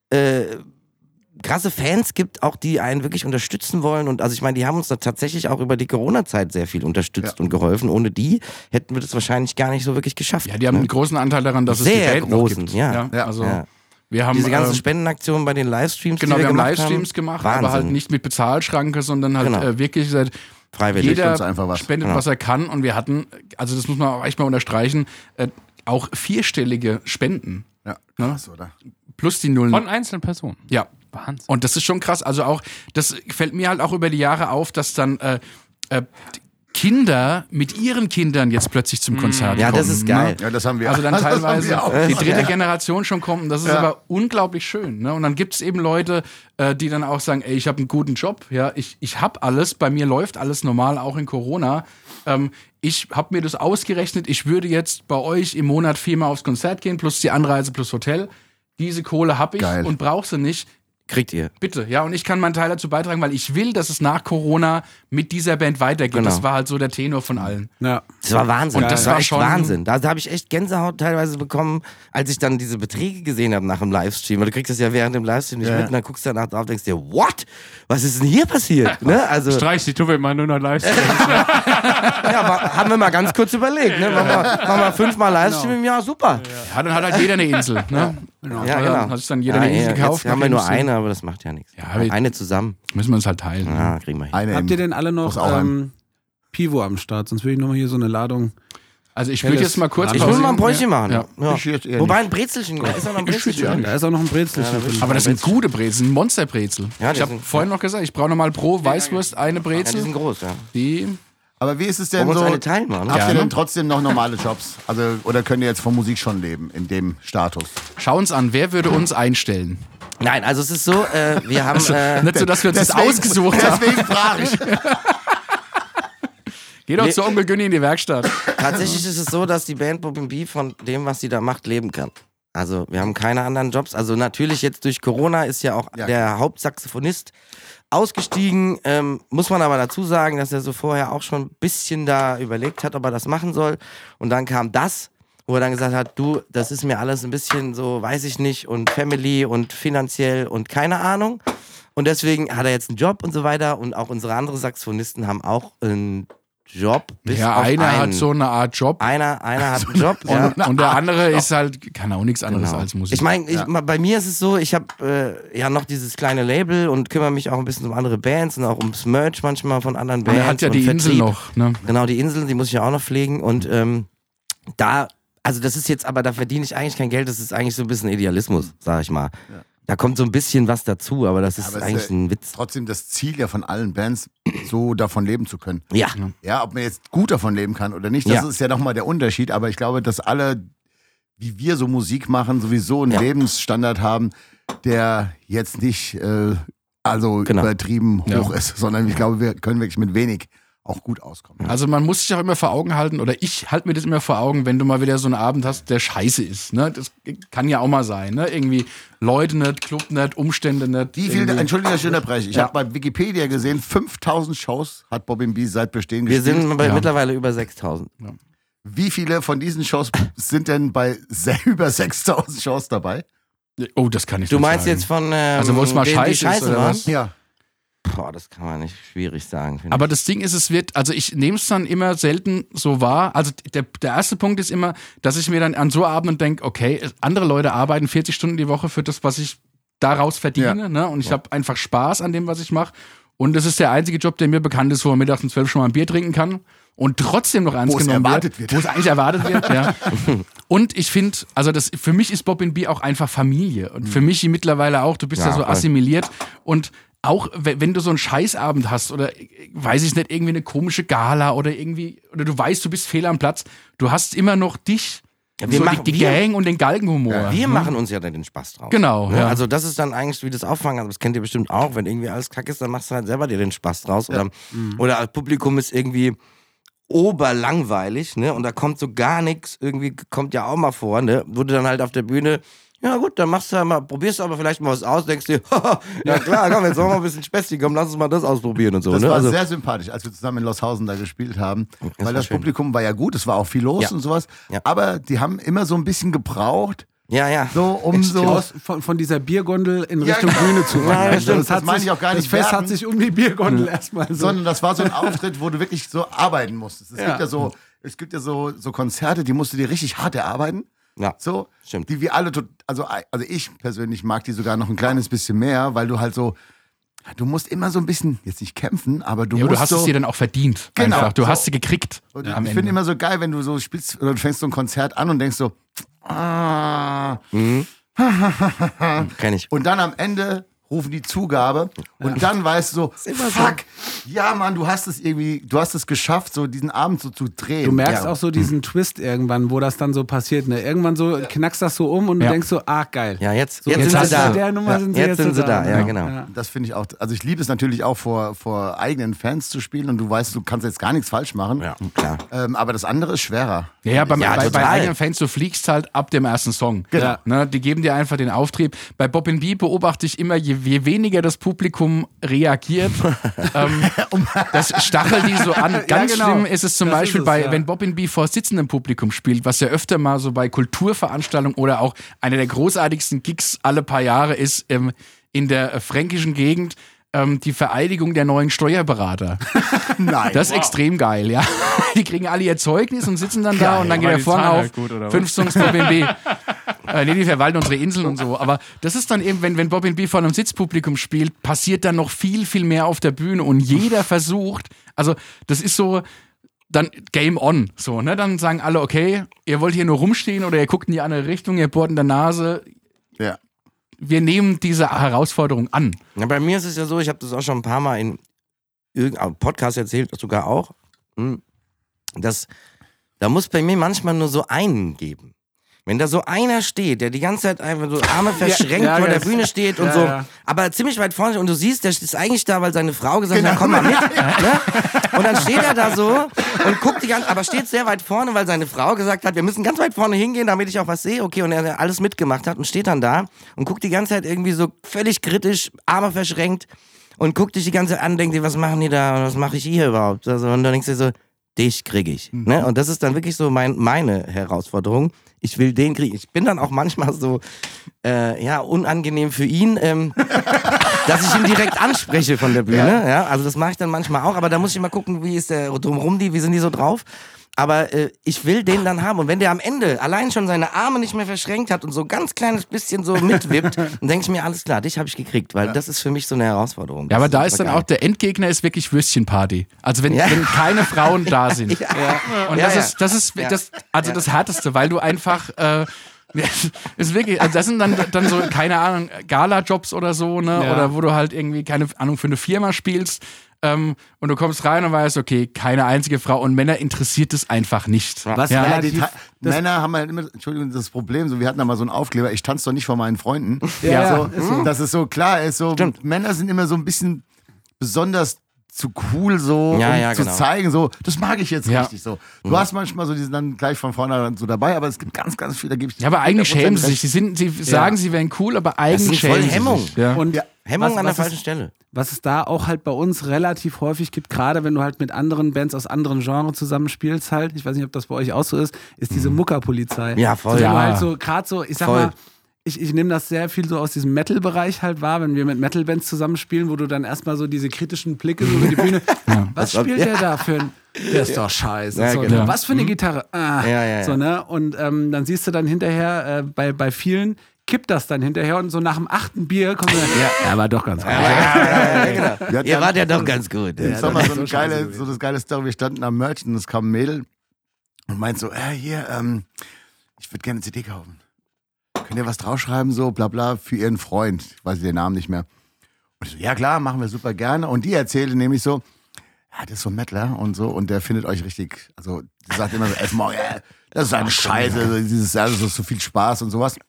Fans gibt, auch die einen wirklich unterstützen wollen. Und also ich meine, die haben uns da tatsächlich auch über die Corona-Zeit sehr viel unterstützt und geholfen. Ohne die hätten wir das wahrscheinlich gar nicht so wirklich geschafft. Ja, die haben einen großen Anteil daran, dass es die Sehr Band noch großen, gibt. ja. Also Ja. wir haben Diese ganzen Spendenaktionen bei den Livestreams, genau, die wir haben gemacht Livestreams gemacht, Wahnsinn. aber halt nicht mit Bezahlschranke, sondern halt Genau. wirklich gesagt, Freiwillig. jeder uns einfach was. spendet, Genau. was er kann. Und wir hatten, also das muss man auch echt mal unterstreichen, auch 4-stellige Spenden. Ja, krass, oder? Plus die Nullen. Von einzelnen Personen. Ja. Wahnsinn. Und das ist schon krass. Also auch, das fällt mir halt auch über die Jahre auf, dass dann Kinder mit ihren Kindern jetzt plötzlich zum Konzert Ja, kommen. das ist geil. Ja, das haben wir Also dann das haben teilweise wir auch. die dritte Generation schon kommt. Und das ist Ja. aber unglaublich schön. Ne? Und dann gibt es eben Leute, die dann auch sagen, ey, ich habe einen guten Job. Ja, ich habe alles. Bei mir läuft alles normal, auch in Corona. Ich habe mir das ausgerechnet. Ich würde jetzt bei euch im Monat 4-mal aufs Konzert gehen, plus die Anreise, plus Hotel. Diese Kohle habe ich Geil. und brauche sie nicht. Kriegt ihr. Bitte, ja, und ich kann meinen Teil dazu beitragen, weil ich will, dass es nach Corona mit dieser Band weitergeht. Genau. Das war halt so der Tenor von allen. Ja. Das war Wahnsinn. Und das war war echt schon- Wahnsinn. Da habe ich echt Gänsehaut teilweise bekommen, als ich dann diese Beträge gesehen habe nach dem Livestream. Weil du kriegst das ja während dem Livestream nicht mit und dann guckst du danach drauf und denkst dir, what? Was ist denn hier passiert? Ne? Also, Streich die Tuve mal nur noch Livestream. ja, aber haben wir mal ganz kurz überlegt. Ne? Machen wir 5-mal Livestream im Jahr, super. Ja, dann hat halt jeder eine Insel. Ne? Ja, genau. Hat sich dann jeder eine Insel gekauft. Jetzt haben wir nur nachdem es- eine, aber das macht ja nichts. Ja, aber- eine zusammen. Müssen wir uns halt teilen. Ja, kriegen wir hin. Eine Habt ihr denn alle noch Aus Auheim. Pivo am Start? Sonst will ich nochmal hier so eine Ladung. Also ich würde jetzt mal kurz Ich will mal ein pausieren. Bräuchchen machen. Ja. Ja. Ich jetzt eher Wobei ein Brezelchen, da ist auch noch ein Brezelchen. Da ist auch noch ein Brezelchen drin. Aber das sind gute Brezeln, Monsterbrezel. Ja, die ich habe sind- vorhin noch gesagt, ich brauche nochmal pro Weißwurst eine Ja, die Brezel. sind groß, ja. Die Aber wie ist es denn Wollen wir so? uns eine teilen, Mann? Habt ihr Gerne. denn trotzdem noch normale Jobs? Also, oder könnt ihr jetzt von Musik schon leben, in dem Status? schau uns an, wer würde uns einstellen? Nein, also es ist so, wir haben... Nicht so, dass wir uns das ausgesucht haben. Deswegen frage ich. Geh doch zu Onkel Günni in die Werkstatt. Tatsächlich ist es so, dass die Band Bobby B von dem, was sie da macht, leben kann. Also wir haben keine anderen Jobs. Also natürlich jetzt durch Corona ist ja auch Ja. der Hauptsaxophonist ausgestiegen. Muss man aber dazu sagen, dass er so vorher auch schon ein bisschen da überlegt hat, ob er das machen soll. Und dann kam das, wo er dann gesagt hat, du, das ist mir alles ein bisschen so, weiß ich nicht, und Family und finanziell und keine Ahnung. Und deswegen hat er jetzt einen Job und so weiter. Und auch unsere anderen Saxophonisten haben auch einen Job. Bis Ja, auf einer einen. hat so eine Art Job Einer hat einen Job. ja. und der andere ist halt, kann auch nichts anderes Genau. als Musik. Ich meine, bei mir ist es so, ich habe ja noch dieses kleine Label und kümmere mich auch ein bisschen um andere Bands und auch ums Merch manchmal von anderen und Bands. er hat ja und die Insel Vertrieb. noch. Ne? Genau, die Insel, die muss ich ja auch noch pflegen und also das ist jetzt, aber da verdiene ich eigentlich kein Geld, das ist eigentlich so ein bisschen Idealismus, sag ich mal. Da kommt so ein bisschen was dazu, aber das ist Aber es eigentlich ist ein Witz. trotzdem das Ziel ja von allen Bands, so davon leben zu können. Ja, Ja, ob man jetzt gut davon leben kann oder nicht, das Ja. ist ja nochmal der Unterschied. Aber ich glaube, dass alle, wie wir so Musik machen, sowieso einen Ja. Lebensstandard haben, der jetzt nicht Genau. übertrieben Ja. hoch ist, sondern ich glaube, wir können wirklich mit wenig auch gut auskommen. Also man muss sich auch immer vor Augen halten, oder ich halte mir das immer vor Augen, wenn du mal wieder so einen Abend hast, der scheiße ist. Ne? Das kann ja auch mal sein. Ne? Irgendwie Leute nicht, Club nicht, Umstände nicht. Wie viel, irgendwie- Entschuldigung, dass ich unterbreche. Ich Ja. habe bei Wikipedia gesehen, 5000 Shows hat Bobby B seit Bestehen wir gespielt. sind mittlerweile über 6000. Wie viele von diesen Shows sind denn bei über 6000 Shows dabei? Oh, das kann ich Du nicht meinst sagen. jetzt von Also wo es mal denen, die scheiße ist, oder waren? was? Ja. Boah, das kann man nicht schwierig sagen, finde Aber das Ding ist, also ich nehme es dann immer selten so wahr. Also der erste Punkt ist immer, dass ich mir dann an so Abenden denke, okay, andere Leute arbeiten 40 Stunden die Woche für das, was ich daraus verdiene. Ja. Ne? Und ich habe einfach Spaß an dem, was ich mache. Und das ist der einzige Job, der mir bekannt ist, wo man mittags um 12 schon mal ein Bier trinken kann und trotzdem noch ernst Wo es genommen erwartet wird. Wo es eigentlich erwartet wird, ja. Und ich finde, also für mich ist Bob B auch einfach Familie. Und für mich mittlerweile auch, du bist ja, Ja, so voll. assimiliert. Und auch wenn du so einen Scheißabend hast oder weiß ich nicht, irgendwie eine komische Gala oder irgendwie, oder du weißt, du bist fehl am Platz, du hast immer noch dich, Ja, wir so machen- die wir- Gang und den Galgenhumor. Ja. Wir machen uns ja dann den Spaß draus. Genau, Ne? ja. Also das ist dann eigentlich wie das Auffangen, also das kennt ihr bestimmt auch, wenn irgendwie alles kacke ist, dann machst du halt selber dir den Spaß draus. Oder das Publikum ist irgendwie oberlangweilig, ne? Und da kommt so gar nichts, irgendwie kommt ja auch mal vor, ne? Wo du dann halt auf der Bühne, ja gut, dann machst du mal, probierst aber vielleicht mal was aus, denkst dir, ja klar, komm, jetzt wollen wir mal ein bisschen Späßchen, komm, lass uns mal das ausprobieren und so. Das ne? war sehr sympathisch, als wir zusammen in Loshausen da gespielt haben, weil war das schön. Publikum war ja gut, es war auch viel los Ja. und sowas, Ja. aber die haben immer so ein bisschen gebraucht, Ja. so um so... Von dieser Biergondel in Ja, Richtung genau. Bühne zu Ja, wandern. das stimmt. Das meine ich auch gar nicht Das Fest werten. hat sich um die Biergondel erstmal so. Sondern das war so ein Auftritt, wo du wirklich so arbeiten musstest. Es gibt ja so Konzerte, die musst du dir richtig hart erarbeiten. Ja, So, stimmt. die wir alle, also ich persönlich mag die sogar noch ein kleines bisschen mehr, weil du halt so, du musst immer so ein bisschen, jetzt nicht kämpfen, aber du Ja, musst du hast so, es dir dann auch verdient. Genau, Einfach. Du so. hast sie gekriegt. Und am ich Ende. finde immer so geil, wenn du so spielst oder du fängst so ein Konzert an und denkst so, Kenn ich. und dann am Ende rufen die Zugabe und dann weißt du so, fuck, ja Mann, du hast es geschafft, so diesen Abend so zu drehen. Du merkst ja. auch so diesen Twist irgendwann, wo das dann so passiert. Ne? Irgendwann so knackst das so um und du Ja. denkst so, geil. Ja, jetzt So, sind jetzt sie hast du da. Bei der Nummer sind sie Jetzt sind sie da, ja, genau. Ja. Das finde ich auch, also ich liebe es natürlich auch vor eigenen Fans zu spielen und du weißt, du kannst jetzt gar nichts falsch machen. Ja, klar. Aber das andere ist schwerer. Ja, bei total. eigenen Fans, du fliegst halt ab dem ersten Song. Genau. Ne, die geben dir einfach den Auftrieb. Bei Bob &B beobachte ich immer, je weniger das Publikum reagiert, das stachelt die so an. Ganz genau. schlimm ist es zum Das Beispiel, ist es, ja. wenn Bob &B vor sitzendem Publikum spielt, was ja öfter mal so bei Kulturveranstaltungen oder auch einer der großartigsten Gigs alle paar Jahre ist, in der fränkischen Gegend, die Vereidigung der neuen Steuerberater. Nein. Das ist extrem geil, ja. Die kriegen alle ihr Zeugnis und sitzen dann da und dann geht Weil der die Vorhang Zahlen auf. halt gut, oder was? 5 Songs Bob &B. Nee, die verwalten unsere Inseln und so. Aber das ist dann eben, wenn Bob &B vor einem Sitzpublikum spielt, passiert dann noch viel, viel mehr auf der Bühne und jeder versucht, also das ist so, dann Game on, so, ne? Dann sagen alle, okay, ihr wollt hier nur rumstehen oder ihr guckt in die andere Richtung, ihr bohrt in der Nase. Ja. Wir nehmen diese Herausforderung an. Na, bei mir ist es ja so, ich habe das auch schon ein paar Mal in irgendeinem Podcast erzählt, sogar auch, dass da muss bei mir manchmal nur so einen geben. Wenn da so einer steht, der die ganze Zeit einfach so Arme verschränkt ja, vor der das- Bühne steht und ja, so, ja. aber ziemlich weit vorne und du siehst, der ist eigentlich da, weil seine Frau gesagt hat, komm mal mit. Ne? Und dann steht er da so und guckt die ganze, aber steht sehr weit vorne, weil seine Frau gesagt hat, wir müssen ganz weit vorne hingehen, damit ich auch was sehe. Okay, und er alles mitgemacht hat und steht dann da und guckt die ganze Zeit irgendwie so völlig kritisch, Arme verschränkt und guckt dich die ganze Zeit an und denkt dir, was machen die da und was mache ich hier überhaupt? Also, und dann denkst du dir so, dich kriege ich. Ne? Und das ist dann wirklich so meine Herausforderung. Ich will den kriegen. Ich bin dann auch manchmal so unangenehm für ihn, dass ich ihn direkt anspreche von der Bühne. Ja. Also das mache ich dann manchmal auch, aber da muss ich mal gucken, wie ist der drumherum, wie sind die so drauf. Aber ich will den dann haben. Und wenn der am Ende allein schon seine Arme nicht mehr verschränkt hat und so ein ganz kleines bisschen so mitwippt, dann denke ich mir, alles klar, dich habe ich gekriegt. Weil das ist für mich so eine Herausforderung. Ja, aber da Das ist dann geil. auch der Endgegner ist wirklich Würstchenparty. Also wenn Ja. keine Frauen da sind. Und Ja, das ist das Härteste, weil du einfach ist wirklich, also das sind dann so, keine Ahnung, Gala-Jobs oder so, ne? Ja. Oder wo du halt irgendwie, keine Ahnung, für eine Firma spielst. Und du kommst rein und weißt, okay, keine einzige Frau und Männer interessiert es einfach nicht. Was Ja, relativ, Männer haben halt immer, Entschuldigung, das Problem, so, wir hatten da mal so einen Aufkleber, ich tanze doch nicht vor meinen Freunden. Ja, so, ist so. Das ist so klar, ist so, Stimmt. Männer sind immer so ein bisschen besonders zu cool so, Ja, um ja, zu genau. zeigen, so, das mag ich jetzt Ja. richtig so. Du hast manchmal so, die sind dann gleich von vornherein so dabei, aber es gibt ganz, ganz viel, da gebe ich Ja, aber eigentlich 100% schämen sie recht. sich. Sie sagen, sie wären cool, aber eigentlich sind voll schämen Hemmung. sie sich. Ja. und Ja. Hemmung an der was falschen ist- Stelle. Was es da auch halt bei uns relativ häufig gibt, gerade wenn du halt mit anderen Bands aus anderen Genres zusammenspielst halt, ich weiß nicht, ob das bei euch auch so ist diese Muckerpolizei. Ja, voll. So, wenn du Ja. halt so, gerade so, ich sag Voll. mal, ich nehme das sehr viel so aus diesem Metal-Bereich halt wahr, wenn wir mit Metal-Bands zusammenspielen, wo du dann erstmal so diese kritischen Blicke so über die Bühne, was spielt der da für ein, der ist doch scheiße. Ja, so, genau. Was für eine Gitarre. Ja. So, ne? Und dann siehst du dann hinterher bei vielen, kippt das dann hinterher und so nach dem 8. Bier kommt dann, ja, war doch ganz gut. Ja, genau. Wir hatten Ihr wart ja doch ganz gut. Im Ja, Sommer das so, ist eine so scheiße geile, so das geile Story. Wir standen am Merch und es kam ein Mädel und meint so, hier, ich würde gerne eine CD kaufen. Könnt ihr was draufschreiben, so bla bla, für ihren Freund? Ich weiß den Namen nicht mehr. Und ich so, ja klar, machen wir super gerne. Und die erzählte nämlich so, ja, das ist so ein Mettler und so und der findet euch richtig, also die sagt immer so, das ist eine Scheiße, also dieses, also so viel Spaß und sowas.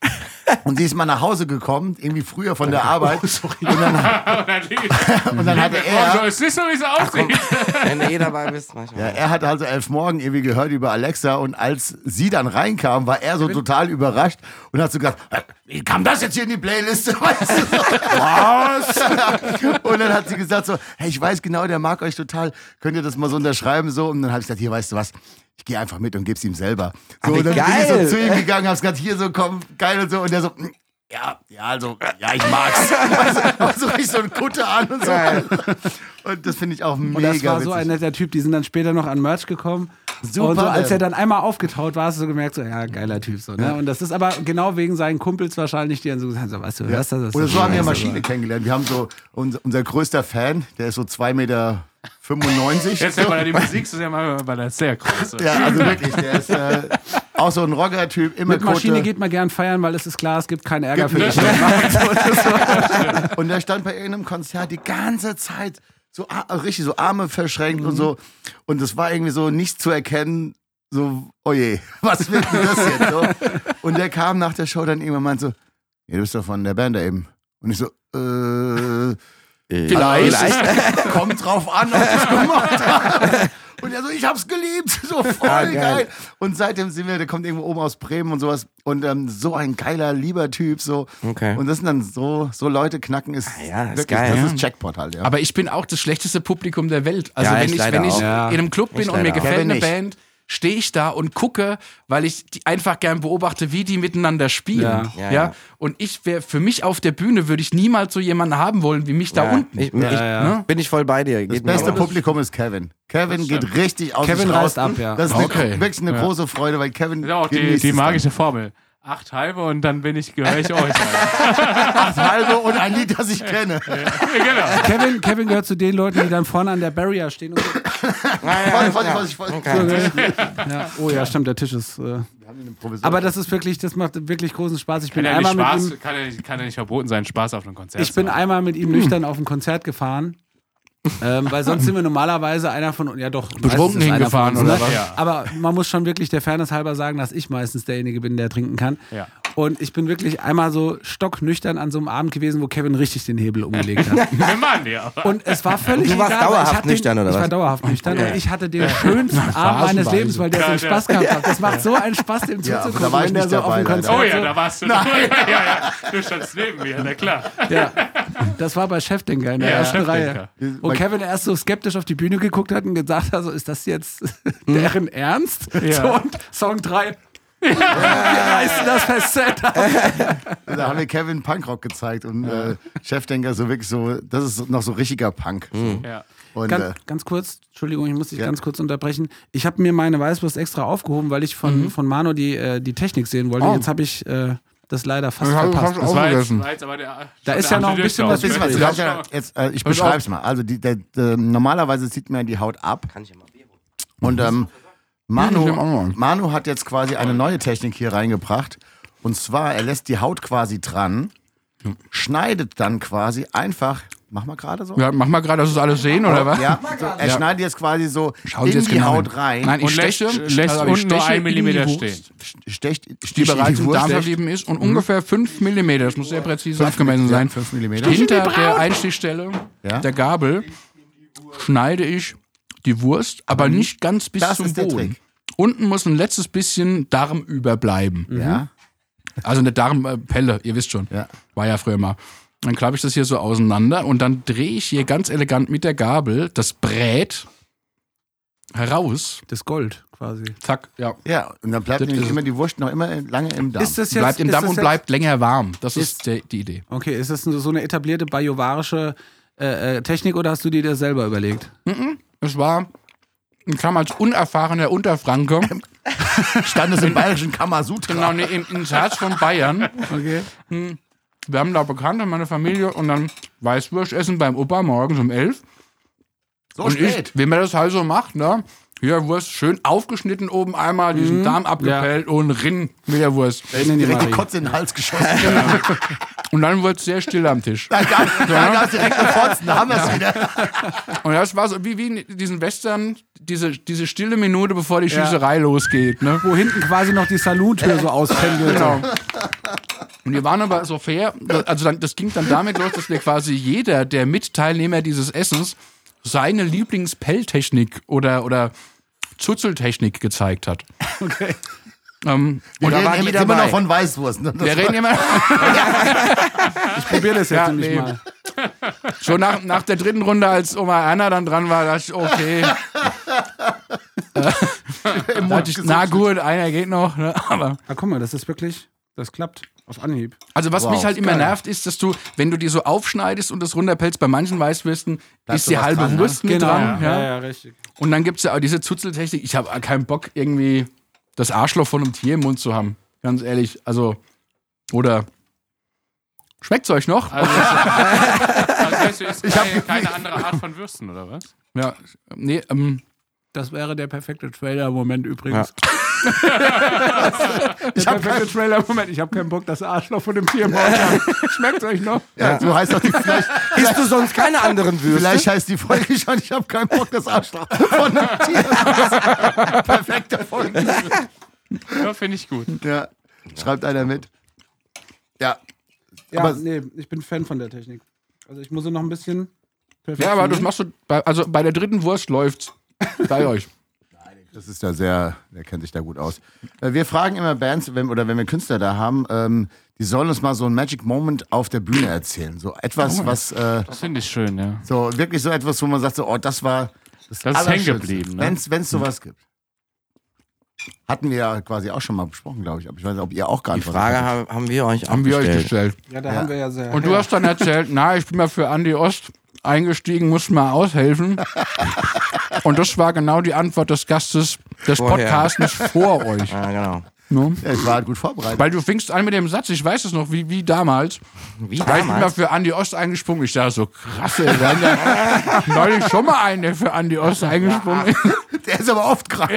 Und sie ist mal nach Hause gekommen, irgendwie früher von der Arbeit. Und dann hatte er... Es ist so, wie es aussieht. Wenn du dabei bist, manchmal. Ja, er hat also 11 Morgen irgendwie gehört über Alexa und als sie dann reinkam, war er so total überrascht und hat so gesagt, wie kam das jetzt hier in die Playliste? Weißt du, so, was? Und dann hat sie gesagt so, hey, ich weiß genau, der mag euch total, könnt ihr das mal so unterschreiben? So? Und dann habe ich gesagt, hier, weißt du was, ich gehe einfach mit und geb's ihm selber. So, und dann bin ich so zu ihm gegangen, hab's gesagt, hier so, komm, geil und so. Und der so, ja, ich mag's. Also richtig so ein Kutter an und so. Und das finde ich auch mega Und das war witzig. so ein netter Typ, die sind dann später noch an Merch gekommen. Super, Und so, als ey. er dann einmal aufgetaut war, hast du so gemerkt, so, ja, geiler Typ. So, ne? Ja. Und das ist aber genau wegen seinen Kumpels wahrscheinlich, die dann so gesagt haben, weißt du, hörst du das? Oder so haben wir scheiße, Maschine kennengelernt. Wir haben so, unser größter Fan, der ist so 2,95 Meter. Jetzt ja mal die Musik, so ja mal bei der sehr groß. Ja, also wirklich, der ist auch so ein Rocker-Typ, immer Mit Maschine Kutte. geht man gern feiern, weil es ist klar, es gibt keinen Ärger für dich. Und der stand bei irgendeinem Konzert die ganze Zeit so richtig so Arme verschränkt und so. Und es war irgendwie so nicht zu erkennen, so, oh je, was wird denn das jetzt? So. Und der kam nach der Show dann irgendwann und meinte so, ja, du bist doch von der Band da eben. Und ich so, vielleicht. Kommt drauf an, ob das gemacht hat. Und er so, ich hab's geliebt. So voll geil. Und seitdem sind wir, der kommt irgendwo oben aus Bremen und sowas. Und so ein geiler, lieber Typ. So. Okay. Und das sind dann so Leute knacken ist, ja, ist wirklich, geil, das ja. ist Jackpot halt, ja. Aber ich bin auch das schlechteste Publikum der Welt. Also Ja, wenn ich ich leider auch. in einem Club bin Ich und mir leider auch. gefällt Kevin eine nicht. Band, stehe ich da und gucke, weil ich die einfach gern beobachte, wie die miteinander spielen. Ja. Ja. Und ich wäre für mich auf der Bühne würde ich niemals so jemanden haben wollen wie mich da unten. Bin ich voll bei dir. Das beste Publikum ist Kevin. Kevin geht richtig aus Kevin sich reißt raus. ab, ja. Das ist wirklich eine große Freude, weil Kevin Ja, auch genießt die es magische Formel. 8 halbe und dann gehöre ich euch. Alter. dann. 8 halbe und ein Lied, das ich kenne. Genau. Kevin gehört zu den Leuten, die dann vorne an der Barrier stehen und so. Ja. Oh ja, stimmt, der Tisch ist. Aber das ist wirklich, das macht wirklich großen Spaß. Ich bin Kann ja einmal nicht mit ihm. kann ja nicht verboten sein, Spaß auf einem Konzert Ich bin zu haben. einmal mit ihm nüchtern auf ein Konzert gefahren. Weil sonst sind wir normalerweise einer von uns, ja doch, Betrunken meistens ist einer hingefahren von uns, oder was? Ja. Aber man muss schon wirklich der Fairness halber sagen, dass ich meistens derjenige bin, der trinken kann. Ja. Und ich bin wirklich einmal so stocknüchtern an so einem Abend gewesen, wo Kevin richtig den Hebel umgelegt hat. Wir machen die aber. Und es war völlig Du warst egal, weil dauerhaft ich hatte nüchtern, oder Ich was? war dauerhaft nüchtern und ich hatte den schönsten Abend meines Lebens, weil der so einen Spaß gehabt hat. Das macht so einen Spaß, dem Ja, aber zuzugucken, da war ich wenn der nicht so auf dem dabei, Konzert Oh ja, so, da warst du. Ja. Du standst neben mir, na klar. ja, das war bei Chefdenker in der ersten Reihe. Chefdenker. Wo Kevin erst so skeptisch auf die Bühne geguckt hat und gesagt hat, so, ist das jetzt deren Ernst? Ja. So, und Song 3. Wir reißen das Fest Da haben wir Kevin Punkrock gezeigt und Chefdenker so wirklich so, das ist noch so richtiger Punk. So. Ja. Und, Ganz kurz, Entschuldigung, ich muss dich ganz kurz unterbrechen. Ich habe mir meine Weißwurst extra aufgehoben, weil ich von Mano die Technik sehen wollte. Jetzt habe ich das leider fast verpasst. Das war jetzt aber der. Da ist ja noch ein bisschen was Wissen wir, übrig. du hast ja jetzt, ich beschreib's mal. Also normalerweise zieht man die Haut ab. Kann ich ja mal Bier Und holen. Manu hat jetzt quasi eine neue Technik hier reingebracht. Und zwar, er lässt die Haut quasi dran, schneidet dann quasi einfach, mach mal gerade so. Ja, mach mal gerade, dass es alles sehen, oder was? Ja, so, er schneidet jetzt quasi so Schauen Sie in jetzt die genau Haut hin. rein. Nein, ich Und lässt steche, unten ich nur steche 1 in die Millimeter Wurst, stehen. Sticht die bereits im Darm verblieben ist und ungefähr 5 Millimeter, das muss sehr präzise abgemessen sein, 5 Millimeter. hinter der Einstichstelle der Gabel schneide ich die Wurst, aber nicht ganz bis Das zum ist der Boden. Trick. Unten muss ein letztes bisschen Darm überbleiben. Ja. Also eine Darmpelle, ihr wisst schon. Ja. War ja früher mal. Dann klappe ich das hier so auseinander und dann drehe ich hier ganz elegant mit der Gabel das Brät heraus. Das Gold quasi. Zack, ja. Ja, und dann bleibt Das nämlich ist- immer die Wurst noch immer lange im Darm. Ist das jetzt, Bleibt im ist Darm das und jetzt- bleibt länger warm. Das ist die Idee. Okay, ist das so eine etablierte bajovarische Technik oder hast du dir das selber überlegt? Es war, ich kam als unerfahrener Unterfranke Stand es im bayerischen Kamasutra. genau ins Herz von Bayern. Okay. Wir haben da Bekannte, meine Familie, und dann Weißwurst essen beim Opa morgens um 11. So Und spät. wie man das halt so macht, ne? Hier Wurst schön aufgeschnitten oben einmal, diesen Darm abgepellt und rinn mit der Wurst. In die Direkt die Marie. Kotze in den Hals geschossen. Und dann wurde es sehr still am Tisch. Da gab direkt eine Fotzen, da haben wir es wieder. Und das war so wie in diesen Western, diese stille Minute, bevor die Schießerei losgeht, ne? Wo hinten quasi noch die Salontür so auspendelt. Genau. Und wir waren aber so fair, also das ging dann damit los, dass wir quasi jeder der Mitteilnehmer dieses Essens seine Lieblingspelltechnik oder Zuzeltechnik gezeigt hat. Okay. Und Wir da war reden die immer dabei. noch von Weißwurst. Ne? Wir reden immer Ich probiere das jetzt Ja, nämlich nee. mal. schon nach der dritten Runde, als Oma Erna dann dran war, dachte ich, okay. Dachte ich, na gut, einer geht noch. Ne? Aber Ah, guck mal, das klappt auf Anhieb. also was Wow. mich halt immer Geil. nervt, ist, dass du, wenn du die so aufschneidest und das runterpellst, bei manchen Weißwürsten Bleibt ist die sowas halbe dran, ne? Wurst mit dran. Ja. ja, richtig. Und dann gibt es ja auch diese Zuzeltechnik. Ich habe keinen Bock, irgendwie das Arschloch von einem Tier im Mund zu haben. Ganz ehrlich. Also, oder schmeckt's euch noch? Also weißt du, ist keine andere Art von Würsten, oder was? Ja, nee, Das wäre der perfekte Trailer-Moment übrigens. Ich Der hab perfekte Trailer-Moment. Ich habe keinen Bock, das Arschloch von dem Tier im Mund zu haben. Schmeckt euch noch? Ja, so heißt doch die Isst du sonst keine anderen Würste? Vielleicht heißt die Folge schon, ich habe keinen Bock, das Arschloch von einem Tier. Perfekte Folge. Ja, finde ich gut. Ja, schreibt einer mit. Ja, Ja, Aber- nee, ich bin Fan von der Technik. Also ich muss sie noch ein bisschen ja, aber das machst du, bei der dritten Wurst läuft's. Bei euch. das ist ja sehr, der kennt sich da gut aus. Wir fragen immer Bands, wenn wir Künstler da haben, die sollen uns mal so ein Magic Moment auf der Bühne erzählen. So etwas, was, Das finde ich schön, ja. so wirklich so etwas, wo man sagt, so, oh, das war Das ist hängen Allerschönste. geblieben, ne? Wenn es sowas gibt. Hatten wir ja quasi auch schon mal besprochen, glaube ich. Aber ich weiß nicht, ob ihr auch Die geantwortet Frage habt. haben wir euch Haben wir euch gestellt. gestellt. Ja, da haben wir ja sehr. Und du hast dann erzählt, na, ich bin mal für Andi Ost eingestiegen, musste mal aushelfen. Und das war genau die Antwort des Gastes des Vorher. Podcastes vor euch. Ja, genau. Ne? Ja, ich war halt gut vorbereitet. Weil du fingst an mit dem Satz, ich weiß es noch, wie damals. Wie Da ich bin mal damals? für Andi Ost eingesprungen. Ich dachte so, krass, ey, wir hatten ja neulich schon mal einen, der für Andi Ost eingesprungen ist. Der ist aber oft krank.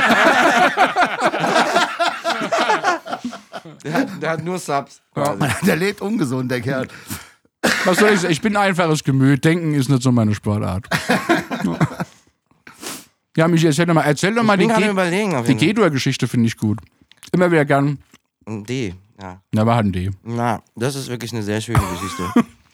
Der hat nur Subs. Der lebt ungesund, der Kerl. Was soll ich sagen? Ich bin ein einfaches Gemüt. Denken ist nicht so meine Sportart. Ja, Michi, erzähl doch mal Ich bin gerade die überlegen. Auf Die jeden G-Dur-Geschichte finde ich gut. Immer wieder gern. Fall. D, ja. Na, war halt ein D. Na, das ist wirklich eine sehr schöne Geschichte.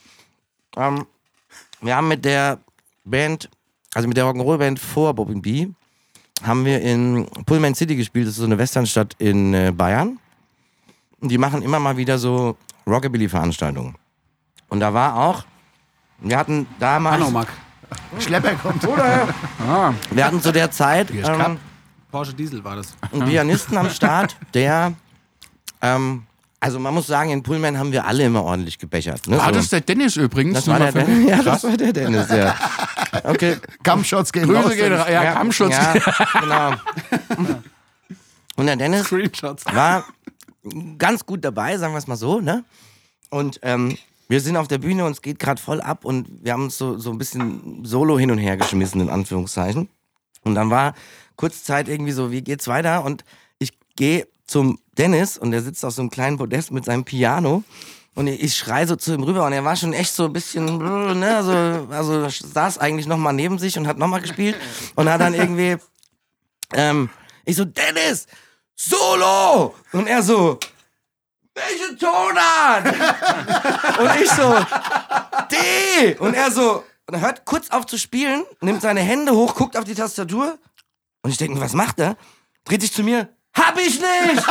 Wir haben mit der Band, also mit der Rock'n'Roll-Band vor Bobbing B, haben wir in Pullman City gespielt. Das ist so eine Westernstadt in Bayern. Und die machen immer mal wieder so Rockabilly-Veranstaltungen. Und da war auch, wir hatten damals, Hanomag. Schlepper kommt. wir hatten zu der Zeit Cup. Porsche Diesel war das. einen Pianisten am Start, der, also man muss sagen, in Pullman haben wir alle immer ordentlich gebechert. Ne? War So. das der Dennis übrigens? Das war der Nochmal für- Dennis. Ja, das war der Dennis, ja. Okay. Kampfshots gehen Grüße raus. gehen raus. Ja, Kampfschutz. Ja, genau. Und der Dennis Screenshots. war ganz gut dabei, sagen wir es mal so, ne? Und wir sind auf der Bühne und es geht gerade voll ab und wir haben uns so ein bisschen solo hin und her geschmissen, in Anführungszeichen. Und dann war kurz Zeit irgendwie so, wie geht's weiter? Und ich gehe zum Dennis und der sitzt auf so einem kleinen Podest mit seinem Piano und ich schreie so zu ihm rüber und er war schon echt so ein bisschen, ne, also saß eigentlich nochmal neben sich und hat nochmal gespielt und hat dann irgendwie, ich so, Dennis, Solo! Und er so, welche Tonart? Und ich so, D! Und er so, und er hört kurz auf zu spielen, nimmt seine Hände hoch, guckt auf die Tastatur und ich denke, was macht er? Dreht sich zu mir, hab ich nicht!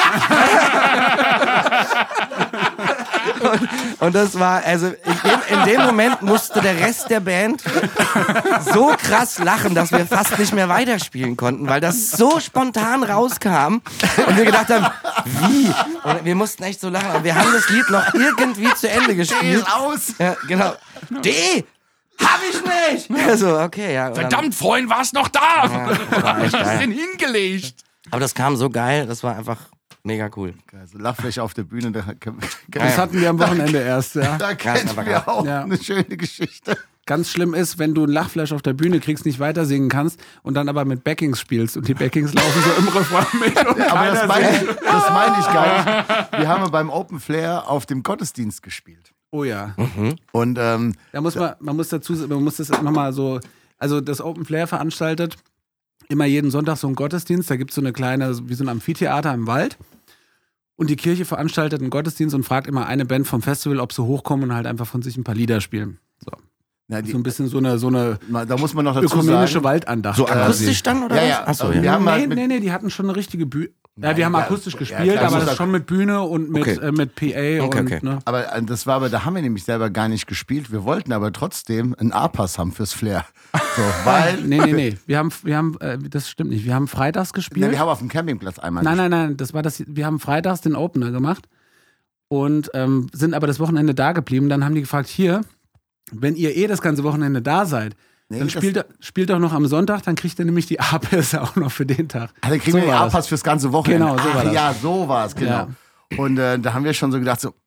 und das war, also in dem Moment musste der Rest der Band so krass lachen, dass wir fast nicht mehr weiterspielen konnten, weil das so spontan rauskam und wir gedacht haben, wie? Und wir mussten echt so lachen, aber wir haben das Lied noch irgendwie zu Ende gespielt. Aus. Ja, genau. D! Hab ich nicht! Also, okay, ja. und dann- Verdammt, vorhin war es noch da. das war echt Was ist geil. denn hingelegt? Aber das kam so geil, das war einfach mega cool. Also Lachfläche auf der Bühne, Das hatten wir am Wochenende erst, ja. da kennen aber wir auch Ja. eine schöne Geschichte. Ganz schlimm ist, wenn du ein Lachflash auf der Bühne kriegst, nicht weiter singen kannst und dann aber mit Backings spielst und die Backings laufen so im Refrain mit. Und Aber das keiner meine singt. ich gar nicht. Wir haben beim Open Flair auf dem Gottesdienst gespielt. Oh ja. Und Da muss man muss das nochmal so, also das Open Flair veranstaltet immer jeden Sonntag so einen Gottesdienst, da gibt es so eine kleine, wie so ein Amphitheater im Wald Und die Kirche veranstaltet einen Gottesdienst und fragt immer eine Band vom Festival, ob sie hochkommen und halt einfach von sich ein paar Lieder spielen. So. Na, So ein bisschen so eine da muss man noch dazu ökumenische sagen. Waldandacht. So quasi. akustisch dann oder Ja, was? ja. Achso, ja. Wir haben halt mit, Nee, die hatten schon eine richtige Bühne. Ja, wir haben akustisch gespielt, klar, aber muss das das- schon mit Bühne und mit, Okay. mit PA und okay. ne? aber da haben wir nämlich selber gar nicht gespielt. Wir wollten aber trotzdem einen A-Pass haben fürs Flair. So, weil Nee. Wir haben, das stimmt nicht. Wir haben freitags gespielt. wir haben auf dem Campingplatz einmal Nein, wir haben freitags den Opener gemacht und sind aber das Wochenende da geblieben. Dann haben die gefragt, hier, wenn ihr das ganze Wochenende da seid, dann spielt doch noch am Sonntag, dann kriegt ihr nämlich die A-Pässe auch noch für den Tag. Dann kriegen So wir den war das. A-Pass fürs ganze Wochenende. Genau, so war das. Ja, so war es, genau. Ja. Und da haben wir schon so gedacht, so,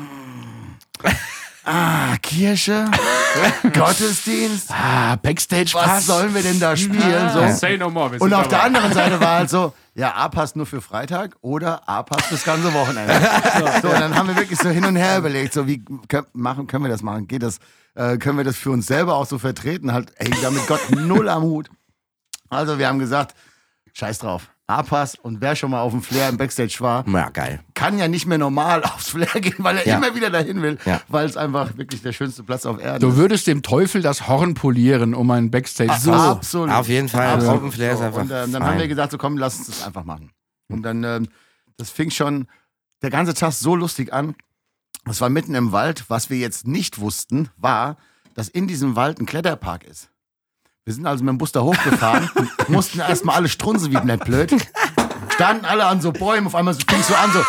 Kirche, Gottesdienst, Backstage was sollen wir denn da spielen? So. Say no more. wir Und sind auf der dabei. anderen Seite war halt so, ja, A-Pass nur für Freitag oder A-Pass fürs ganze Wochenende. So, und dann haben wir wirklich so hin und her überlegt, so wie können wir das machen? Geht das? Können wir das für uns selber auch so vertreten? Halt, ey, damit Gott null am Hut. Also wir haben gesagt, scheiß drauf. A-Pass und wer schon mal auf dem Flair im Backstage war, Ja, geil. kann ja nicht mehr normal aufs Flair gehen, weil er Ja. immer wieder dahin will, Ja. weil es einfach wirklich der schönste Platz auf Erden Du ist. würdest dem Teufel das Horn polieren, um einen Backstage zu Absolut. Auf jeden Fall. Absolut. Open Flair ist einfach Und dann fein. haben wir gesagt, so komm, lass uns das einfach machen. Und dann, das fing schon der ganze Tag so lustig an. Es war mitten im Wald. Was wir jetzt nicht wussten, war, dass in diesem Wald ein Kletterpark ist. Wir sind also mit dem Bus da hochgefahren, mussten erstmal alle strunzen wie nicht blöd. Standen alle an so Bäumen, auf einmal fing so an, so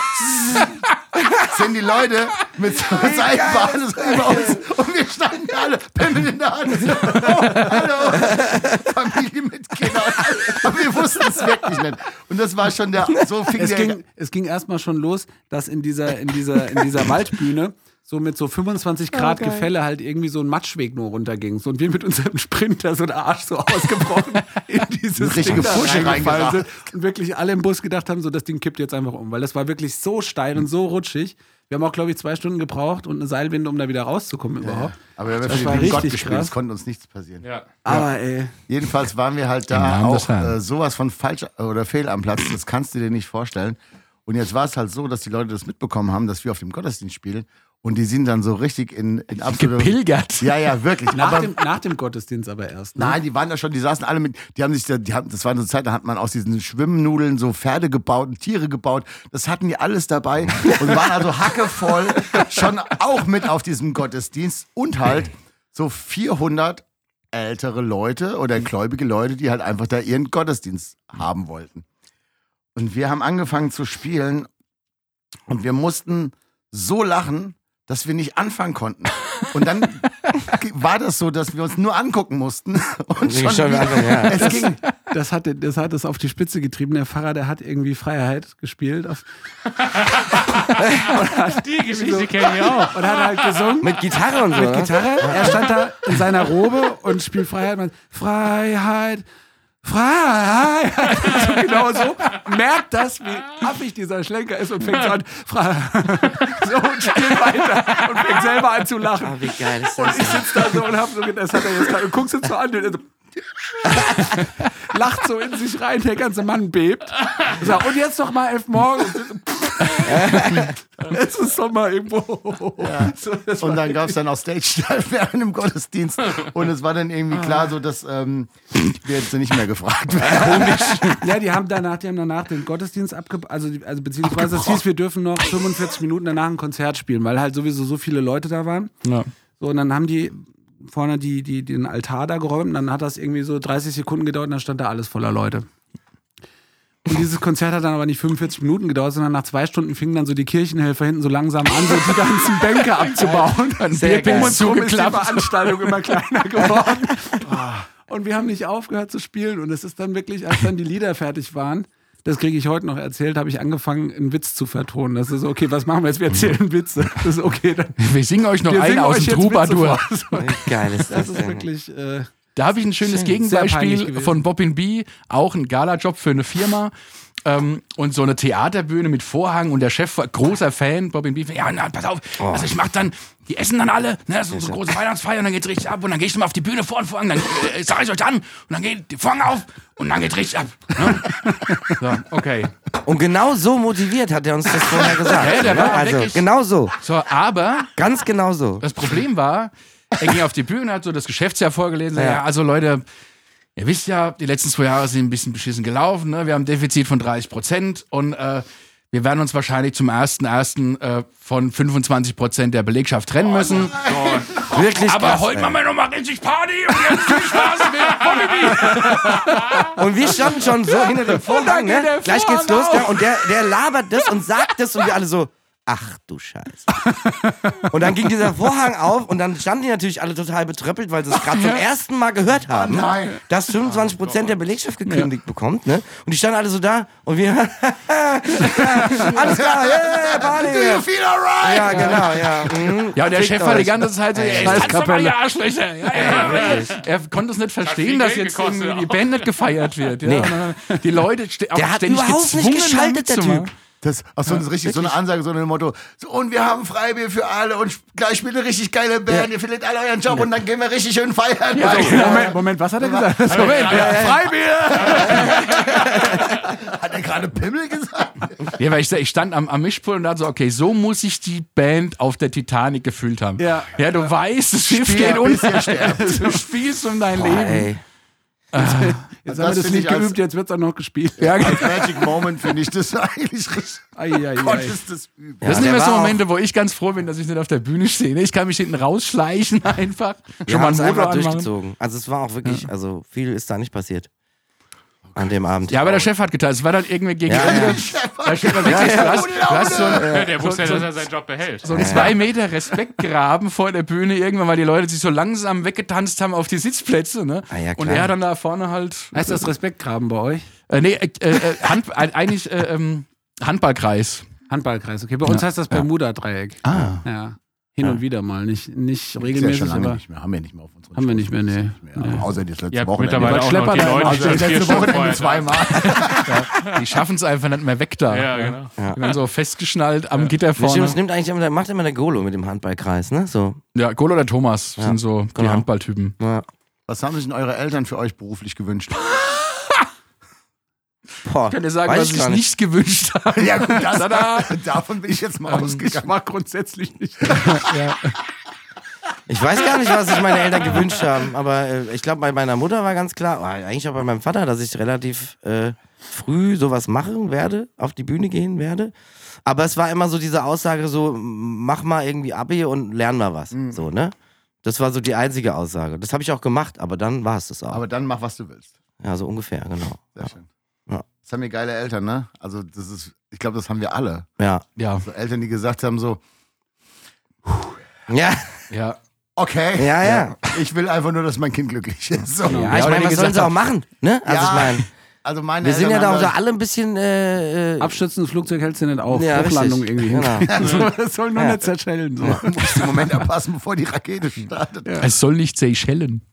sind die Leute mit so Seilbahnen so über uns und wir standen alle Pimmel in der Hand. So, oh, hallo, Familie mit Kindern. Aber wir wussten es wirklich nicht. Und das war schon so fing Es ging erstmal schon los, dass in dieser Waldbühne so mit so 25 Grad Gefälle halt irgendwie so ein Matschweg nur runterging. So, und wir mit unserem Sprinter so der Arsch so ausgebrochen in dieses Eine richtige Ding da Fusche reingefallen reingebracht. sind. Und wirklich alle im Bus gedacht haben, so das Ding kippt jetzt einfach um. Weil das war wirklich so steil und so rutschig. Wir haben auch, glaube ich, 2 Stunden gebraucht und eine Seilwinde, um da wieder rauszukommen überhaupt. Aber wir haben Das für war den Gott richtig gespielt, krass. es konnte uns nichts passieren. Ja. Aber ey, Jedenfalls waren wir halt Im da Namen des auch Herrn. sowas von falsch oder fehl am Platz, das kannst du dir nicht vorstellen. Und jetzt war es halt so, dass die Leute das mitbekommen haben, dass wir auf dem Gottesdienst spielen und die sind dann so richtig in absolute... gepilgert. Ja, wirklich. nach dem Gottesdienst aber erst. Ne? Nein, die waren da schon, die saßen alle mit, das war eine Zeit, da hat man aus diesen Schwimmnudeln so Pferde gebaut und Tiere gebaut. Das hatten die alles dabei und waren also hackevoll schon auch mit auf diesem Gottesdienst und halt so 400 ältere Leute oder gläubige Leute, die halt einfach da ihren Gottesdienst haben wollten. Und wir haben angefangen zu spielen und wir mussten so lachen, dass wir nicht anfangen konnten. Und dann war das so, dass wir uns nur angucken mussten. Und schon wieder, es ging. Das hat es auf die Spitze getrieben. Der Pfarrer, der hat irgendwie Freiheit gespielt. Die Geschichte kenne ich auch. Und hat halt gesungen. Mit Gitarre und so. Mit ne? Gitarre. Er stand da in seiner Robe und spielt Freiheit. Man, Freiheit. So genau so. Merkt das, wie affig dieser Schlenker ist und fängt so an. So und spielt weiter und fängt selber an zu lachen. Ah, wie geil ist Und das? ich sitze da so und hab so gedacht, das hat er jetzt gerade. Und guckst jetzt so an und er so lacht so in sich rein, der ganze Mann bebt. Sagt, und jetzt noch mal 11 morgens. Es ist Sommer irgendwo. So, das Und war dann gab es dann auch Stage-Dive während dem Gottesdienst. Und es war dann irgendwie klar, so dass wir jetzt nicht mehr gefragt werden. Ja, die haben danach den Gottesdienst also beziehungsweise es hieß, wir dürfen noch 45 Minuten danach ein Konzert spielen, weil halt sowieso so viele Leute da waren. Ja. So, und dann haben die vorne den Altar da geräumt und dann hat das irgendwie so 30 Sekunden gedauert und dann stand da alles voller Leute. Und dieses Konzert hat dann aber nicht 45 Minuten gedauert, sondern nach 2 Stunden fingen dann so die Kirchenhelfer hinten so langsam an, so die ganzen Bänke abzubauen. Ein Sehr Bierpong geil. ist Drum ist die zugeklappt. Veranstaltung immer kleiner geworden. Und wir haben nicht aufgehört zu spielen. Und es ist dann wirklich, als dann die Lieder fertig waren, das kriege ich heute noch erzählt, habe ich angefangen, einen Witz zu vertonen. Das ist so, okay, was machen wir jetzt? Wir erzählen Witze. Das ist okay. Dann, Wir singen euch noch wir einen singen aus euch dem jetzt Witze Troubadour. vor. So, Wie geil ist das das ist denn? wirklich... Da habe ich ein schönes Sehr peinlich Gegenbeispiel gewesen. von Bobbin B. Auch ein Galajob für eine Firma. und so eine Theaterbühne mit Vorhang und der Chef war großer Fan, Bobbin Beef. Ja, na, pass auf, also ich mach dann, die essen dann alle, ne, so große Weihnachtsfeier und dann geht's richtig ab und dann gehe ich mal auf die Bühne vor den Vorhang, dann sag ich euch an und dann geht der Vorhang auf und dann geht's richtig ab. Ne? So, okay. Und genau so motiviert hat er uns das vorher gesagt. Ja, der war also wirklich- genau so. So, aber Ganz genau so. das Problem war, er ging auf die Bühne, hat so das Geschäftsjahr vorgelesen. Ja. Ja, also Leute, ihr wisst ja, die letzten 2 Jahre sind ein bisschen beschissen gelaufen. Ne? Wir haben ein Defizit von 30% und wir werden uns wahrscheinlich zum 1.1. Von 25% der Belegschaft trennen müssen. Wirklich Aber krass, heute ey. machen wir nochmal richtig Party und jetzt viel Spaß mit Bobby. Und wir standen schon so hinter dem Vorhang, geht ne? der Gleich geht's Vorhang los, ne? Und der labert das und sagt das und wir alle so, ach du Scheiße. Und dann ging dieser Vorhang auf und dann standen die natürlich alle total betröppelt, weil sie es gerade zum ersten Mal gehört haben, nein. dass 25% der Belegschaft gekündigt bekommt, ne? Und die standen alle so da und wir, alles klar, yeah, Party. Do you feel alright? Ja, genau, ja. Mhm. Ja, und der Fickt Chef war die euch. ganze Zeit so, ey, tanzt doch mal, ihr Arschlöcher. Ja, er konnte es nicht verstehen, viel dass Geld jetzt gekostet irgendwie die auch. Band nicht gefeiert wird. Ja, Nee. und dann die Leute auch Der hat ständig überhaupt nicht gezwungen, geschaltet, der mitzumachen. Typ. Das ist richtig so eine Ansage, so ein Motto. So, und wir haben Freibier für alle und gleich spielt eine richtig geile Band. Ihr findet alle euren Job und dann gehen wir richtig schön feiern. Ja, So. Moment, was hat er gesagt? Moment, Freibier! Hat er gerade Pimmel gesagt? Ja, weil ich stand am Mischpult und dachte so, okay, so muss sich die Band auf der Titanic gefühlt haben. Ja. Ja, du weißt, das Schiff Stirb, geht unter. bis ihr sterbt. Du spielst um dein Boah, Leben. ey. Jetzt haben wir das finde Lied ich als- geübt, jetzt wird es auch noch gespielt. Ja, Als Magic Moment finde ich das eigentlich richtig. Ai. Konntest das üben. das sind der immer so war Momente, wo ich ganz froh bin, dass ich nicht auf der Bühne stehe. Ich kann mich hinten rausschleichen einfach. Wir haben es einen einfach Motor anmachen. durchgezogen. Also es war auch wirklich, also viel ist da nicht passiert. An dem Abend. Ja, aber der Chef hat geteilt. Es war dann irgendwie gegen Ja, Ende. ja. Der Chef war wirklich, du hast so ein, Ja, der wusste ja, dass er seinen Job behält. so einen 2 Meter Respektgraben vor der Bühne irgendwann, weil die Leute sich so langsam weggetanzt haben auf die Sitzplätze. Ne? Ah, ja, und klar. er dann da vorne halt. Heißt das Respektgraben bei euch? Eigentlich Handballkreis. Handballkreis, okay. Bei uns heißt das Bermuda-Dreieck. Ah. Ja. Hin und wieder mal. Nicht Ist ja regelmäßig, schon lange aber. nicht mehr. Haben wir nicht mehr auf unserer Haben wir nicht mehr, nee. Aber außer das letzte Ja, Wochenende. mittlerweile Weil auch Schlepper noch die da Leute, immer die Also das das 4 letzte Stunden Wochenende vorher zweimal. Die schaffen es einfach nicht mehr weg da. Ja, genau. Die werden so festgeschnallt am Gitter vorne. Das nimmt eigentlich immer, macht immer der Golo mit dem Handballkreis, ne? So. Ja, Golo oder Thomas sind so die genau. Handballtypen. Ja. Was haben sich denn eure Eltern für euch beruflich gewünscht? Boah, Ich kann dir sagen, weiß was ich gar nicht gewünscht habe. Ja gut, Tada! davon bin ich jetzt mal ausgegangen. War grundsätzlich nicht. Ich weiß gar nicht, was sich meine Eltern gewünscht haben, aber ich glaube, bei meiner Mutter war ganz klar, eigentlich auch bei meinem Vater, dass ich relativ früh sowas machen werde, auf die Bühne gehen werde. Aber es war immer so diese Aussage so, mach mal irgendwie Abi und lern mal was. So, ne? Das war so die einzige Aussage. Das habe ich auch gemacht, aber dann war es das auch. Aber dann mach, was du willst. Ja, so ungefähr, genau. Sehr schön. Ja. Das haben wir geile Eltern, ne? Also das ist, ich glaube, das haben wir alle. Ja. Ja, So Eltern, die gesagt haben so, Ja, ja. okay, ja. ich will einfach nur, dass mein Kind glücklich ist. So. Ja, ich oder meine, die was sollen gesagt sie auch haben- machen? Ne? Also Ja, ich meine, Also meine wir sind ja Eltern da haben unter alle ein bisschen Abstürzendes Flugzeug hältst du nicht auf. Ja, Hochlandung richtig. irgendwie hin. Genau. So, das soll nur Ja. nicht zerschellen. So. Du musst den Moment abpassen, bevor die Rakete startet. Es soll nicht Seychellen.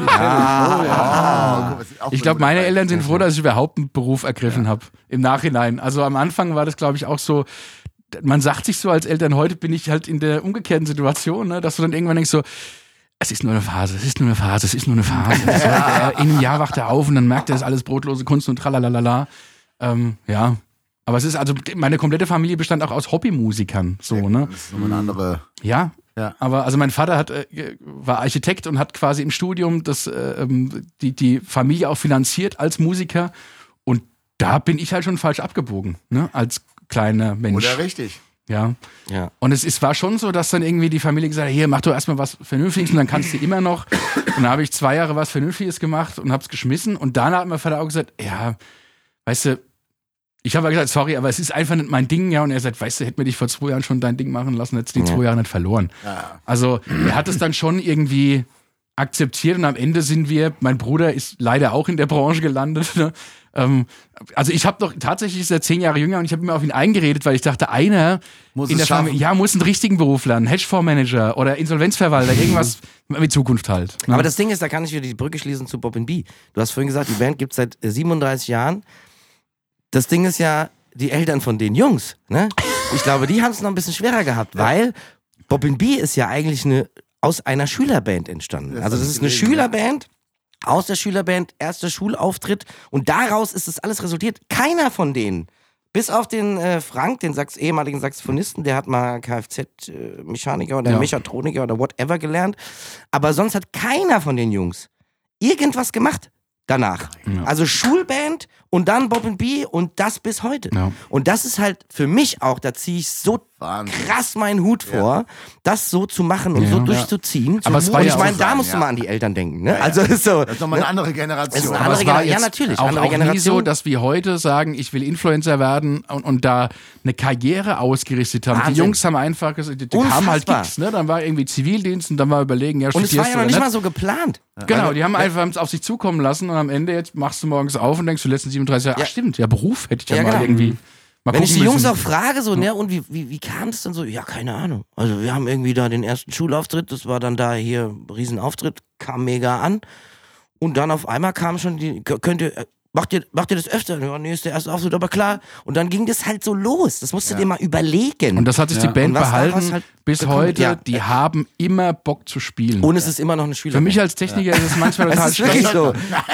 Ich glaube, meine Eltern sind froh, dass ich überhaupt einen Beruf ergriffen habe. Im Nachhinein. Also am Anfang war das, glaube ich, auch so. Man sagt sich so als Eltern, heute bin ich halt in der umgekehrten Situation, ne, dass du dann irgendwann denkst so, es ist nur eine Phase, es ist nur eine Phase, es ist nur eine Phase. In einem Jahr wacht er auf und dann merkt er, das ist alles brotlose Kunst und tralalala. Ja. Aber es ist also, meine komplette Familie bestand auch aus Hobbymusikern. So, ne? Das ist nochmal eine andere. Ja. Ja. Aber also mein Vater war Architekt und hat quasi im Studium die Familie auch finanziert als Musiker. Und da bin ich halt schon falsch abgebogen, ne? Als kleiner Mensch. Oder richtig. Ja. Ja. Und es war schon so, dass dann irgendwie die Familie gesagt hat, hier, mach doch erstmal was Vernünftiges und dann kannst du immer noch. Und dann habe ich 2 Jahre was Vernünftiges gemacht und hab's geschmissen. Und danach hat mein Vater auch gesagt, ja, weißt du, ich habe gesagt, sorry, aber es ist einfach nicht mein Ding, ja. Und er sagt, weißt du, hätte mir dich vor 2 Jahren schon dein Ding machen lassen, hättest du die 2 Jahre nicht verloren. Ja. Also er hat es dann schon irgendwie akzeptiert und am Ende sind wir, mein Bruder ist leider auch in der Branche gelandet. Ne? Also ich habe doch, tatsächlich ist er 10 Jahre jünger und ich habe immer auf ihn eingeredet, weil ich dachte, einer Muss in es der schaffen. Familie, ja, muss einen richtigen Beruf lernen, Hedgefondsmanager oder Insolvenzverwalter, irgendwas mit Zukunft halt. Ne? Aber das Ding ist, da kann ich wieder die Brücke schließen zu Bob &B. Du hast vorhin gesagt, die Band gibt es seit 37 Jahren. das Ding ist ja, die Eltern von den Jungs, ne? Ich glaube, die haben es noch ein bisschen schwerer gehabt, weil Bobbin B ist ja eigentlich aus einer Schülerband entstanden. Also das ist eine Schülerband, aus der Schülerband, erster Schulauftritt und daraus ist das alles resultiert. Keiner von denen, bis auf den Frank, den ehemaligen Saxophonisten, der hat mal Kfz-Mechaniker oder Mechatroniker oder whatever gelernt, aber sonst hat keiner von den Jungs irgendwas gemacht danach. Ja. Also Schulband und dann Bobbin B und das bis heute. Ja. Und das ist halt für mich auch, da ziehe ich so krass meinen Hut vor, das so zu machen und so durchzuziehen. Aber es war und ich meine, da musst du mal an die Eltern denken. Ne? Also ist so, das ist nochmal eine andere Generation. Ist eine andere Generation. Ja, natürlich. Auch, andere Generation. Nie so, dass wir heute sagen, ich will Influencer werden und da eine Karriere ausgerichtet haben. Wahnsinn. Die Jungs haben einfach gesagt, die kamen halt Gigs, ne? Dann war irgendwie Zivildienst und dann war überlegen, und es war ja noch nicht mal so geplant. Genau, die haben einfach auf sich zukommen lassen und am Ende jetzt machst du morgens auf und denkst, du letzten 37 Jahre, ach stimmt, Beruf hätte ich ja mal irgendwie. Wenn ich die Jungs auch frage, so, ne, und wie kam das dann so? Ja, keine Ahnung. Also wir haben irgendwie da den ersten Schulauftritt, das war dann da hier Riesenauftritt, kam mega an. Und dann auf einmal kam schon macht ihr das öfter? Ja, nee, ist der erste Auftritt, aber klar. Und dann ging das halt so los. Das musst du dir mal überlegen. Und das hat sich die Band behalten halt bis heute. Ja. Die haben immer Bock zu spielen. Und es ist immer noch eine Schülerband. Für mich als Techniker ist es manchmal total schwer. Das ist wirklich so.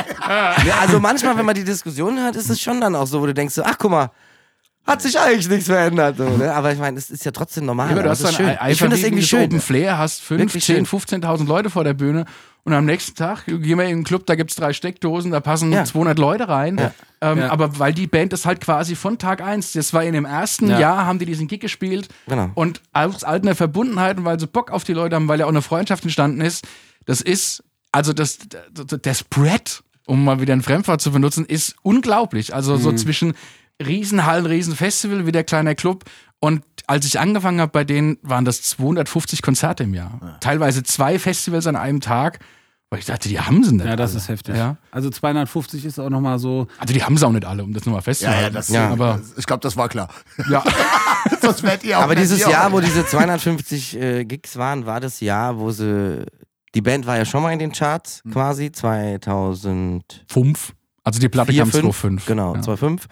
Ja, also manchmal, wenn man die Diskussion hört, ist es schon dann auch so, wo du denkst so, ach guck mal, hat sich eigentlich nichts verändert. So, ne? Aber ich meine, es ist ja trotzdem normal. Ja, aber du hast dann schön. Ich finde das irgendwie schön. Open Flair, hast 10.000, 15.000 Leute vor der Bühne und am nächsten Tag gehen wir in den Club, da gibt es 3 Steckdosen, da passen 200 Leute rein. Ja. Aber weil die Band ist halt quasi von Tag 1, das war in dem ersten Jahr, haben die diesen Gig gespielt. Genau. Und aus alter Verbundenheit und weil sie Bock auf die Leute haben, weil ja auch eine Freundschaft entstanden ist, das ist, also der Spread, um mal wieder ein Fremdwort zu benutzen, ist unglaublich. Also so zwischen Riesenhallen, Riesenfestival, wie der kleine Club. Und als ich angefangen habe bei denen, waren das 250 Konzerte im Jahr. Ja. Teilweise 2 Festivals an einem Tag. Weil ich dachte, die haben sie nicht. Ja, das ist heftig. Ja. Also 250 ist auch nochmal so. Also die haben sie auch nicht alle, um das nochmal festzuhalten. Aber ich glaube, das war klar. Ja. Sonst wärt ihr auch. Aber dieses Jahr, wo diese 250 Gigs waren, war das Jahr, wo die Band war ja schon mal in den Charts, quasi, 2005. Also die Platte kam 2005. Genau, 2005.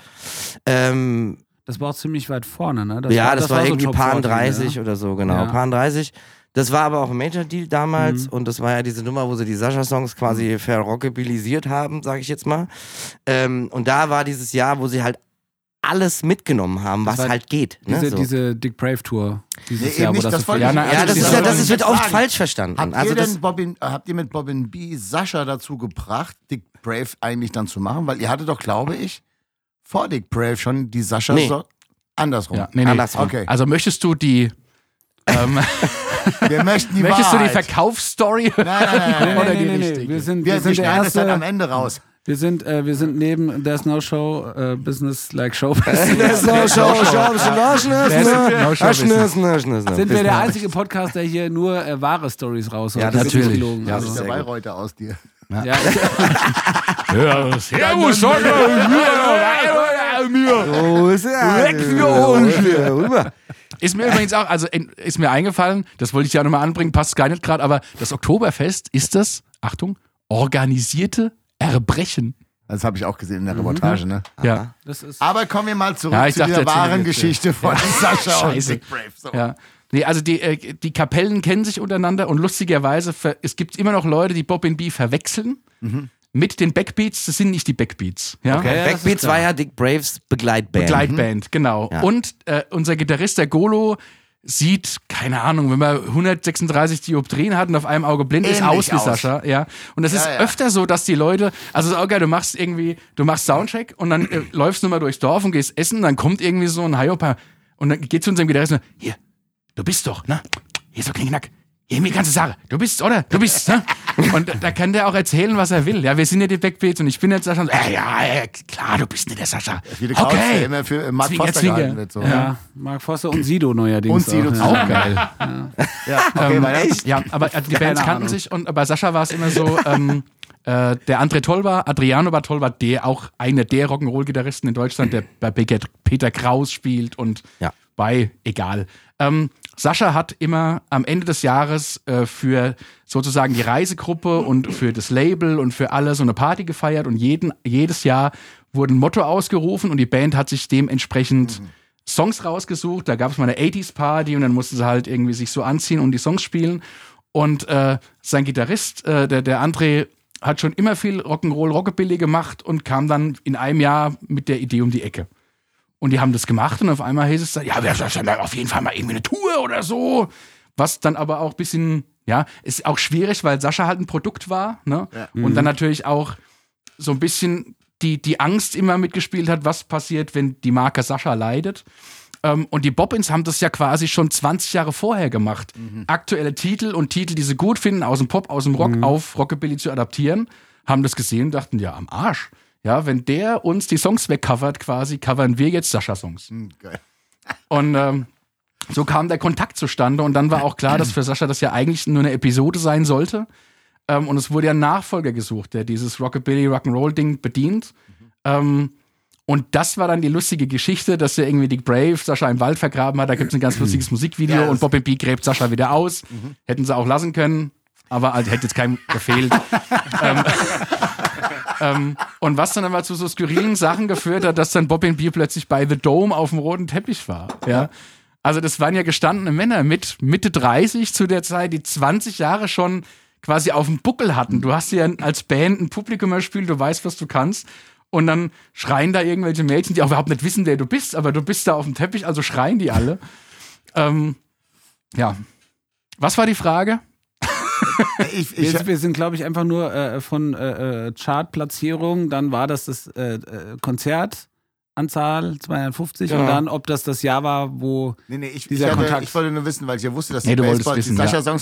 Das war auch ziemlich weit vorne, ne? Das war irgendwie so Paar 30 oder so, genau. Ja. Paar 30. Das war aber auch ein Major-Deal damals und das war ja diese Nummer, wo sie die Sascha-Songs quasi verrockabilisiert haben, sage ich jetzt mal. Und da war dieses Jahr, wo sie halt alles mitgenommen haben, was halt geht. Ne? Diese Dick Brave Tour. Dieses Jahr, wo das wird oft falsch verstanden. Habt ihr mit Bobbin B Sascha dazu gebracht, Dick Brave eigentlich dann zu machen? Weil ihr hattet doch, glaube ich, vor Dick Brave schon die Sascha andersrum. Ja, andersrum. Okay. Also möchtest du die wir möchten die Möchtest Wahrheit. Du die Verkaufsstory? Nein. Oder die richtige? Wir schneiden es dann am Ende raus. Wir sind neben There's No Show, Business like Show Business. There's No Show, Sind wir der einzige Podcast, der hier nur wahre Stories raushaut? Ja, natürlich. Ja, das ist der Bayreuther aus dir. Ja. Servus, Ist mir übrigens auch, also ist mir eingefallen, das wollte ich ja nochmal anbringen, passt gar nicht gerade, aber das Oktoberfest ist das, Achtung, organisierte Erbrechen. Das habe ich auch gesehen in der Reportage, ne? Ja. Aber kommen wir mal zurück zu der wahren Geschichte von Sascha und Dick Brave. So. Ja. Nee, also die Kapellen kennen sich untereinander und lustigerweise, es gibt immer noch Leute, die Bobbin B verwechseln mit den Backbeats. Das sind nicht die Backbeats. Ja? Okay, Backbeats war ja Dick Braves Begleitband. Genau. Ja. Und unser Gitarrist, der Golo, sieht, keine Ahnung, wenn man 136 Dioptrien hat und auf einem Auge blind ist, aus wie Sascha. Ja. Und das ist öfter so, dass die Leute, also auch geil, du machst Soundcheck und dann läufst du mal durchs Dorf und gehst essen, dann kommt irgendwie so ein Hiopa und dann geht zu unserem Gitarristen, hier, du bist doch, ne? Hier so Knickknack. Hier, mir kannst du sagen, du bist, oder? Du bist, ne? Und da kann der auch erzählen, was er will. Ja, wir sind ja die Backbeats und ich bin jetzt Sascha. Ja, klar, du bist nicht der Sascha. Okay. Der immer für Mark Foster gehalten wird. So. Ja, Mark Foster und Sido neuerdings. Und Sido auch geil. Ja, okay, echt? Ja, aber die Bands kannten sich und bei Sascha war es immer so, der André Tolba, Adriano Bartolba, der auch einer der Rock'n'Roll-Gitarristen in Deutschland, der bei Peter Kraus spielt und bei, egal. Sascha hat immer am Ende des Jahres für sozusagen die Reisegruppe und für das Label und für alle so eine Party gefeiert und jedes Jahr wurde ein Motto ausgerufen und die Band hat sich dementsprechend Songs rausgesucht. Da gab es mal eine 80s-Party und dann mussten sie halt irgendwie sich so anziehen und die Songs spielen. Und sein Gitarrist, der André, hat schon immer viel Rock'n'Roll, Rockabilly gemacht und kam dann in einem Jahr mit der Idee um die Ecke. Und die haben das gemacht und auf einmal hieß es dann, ja, wir sollen auf jeden Fall mal irgendwie eine Tour oder so. Was dann aber auch ein bisschen, ja, ist auch schwierig, weil Sascha halt ein Produkt war, ne? Ja. Und dann natürlich auch so ein bisschen die Angst immer mitgespielt hat, was passiert, wenn die Marke Sascha leidet. Und die Bobbins haben das ja quasi schon 20 Jahre vorher gemacht. Aktuelle Titel und Titel, die sie gut finden, aus dem Pop, aus dem Rock auf Rockabilly zu adaptieren, haben das gesehen und dachten, ja, am Arsch. Ja, wenn der uns die Songs wegcovert quasi, covern wir jetzt Sascha-Songs. Geil. Und so kam der Kontakt zustande und dann war auch klar, dass für Sascha das ja eigentlich nur eine Episode sein sollte. Und es wurde ja ein Nachfolger gesucht, der dieses Rockabilly, Rock'n'Roll-Ding bedient. Und das war dann die lustige Geschichte, dass der irgendwie Dick Brave Sascha im Wald vergraben hat. Da gibt es ein ganz lustiges Musikvideo und Bob B. gräbt Sascha wieder aus. Hätten sie auch lassen können, aber also, hätte jetzt keinem gefehlt. Und was dann aber zu so skurrilen Sachen geführt hat, dass dann Bob B. plötzlich bei The Dome auf dem roten Teppich war. Ja? Also das waren ja gestandene Männer mit Mitte 30 zu der Zeit, die 20 Jahre schon quasi auf dem Buckel hatten. Du hast ja als Band ein Publikum gespielt, du weißt, was du kannst. Und dann schreien da irgendwelche Mädchen, die auch überhaupt nicht wissen, wer du bist, aber du bist da auf dem Teppich, also schreien die alle. Ja. Was war die Frage? Wir sind, glaube ich, einfach nur von Chartplatzierung, dann war das Konzertanzahl 250 und dann, ob das Jahr war, wo ich wollte nur wissen, weil ich ja wusste, dass die Sascha-Songs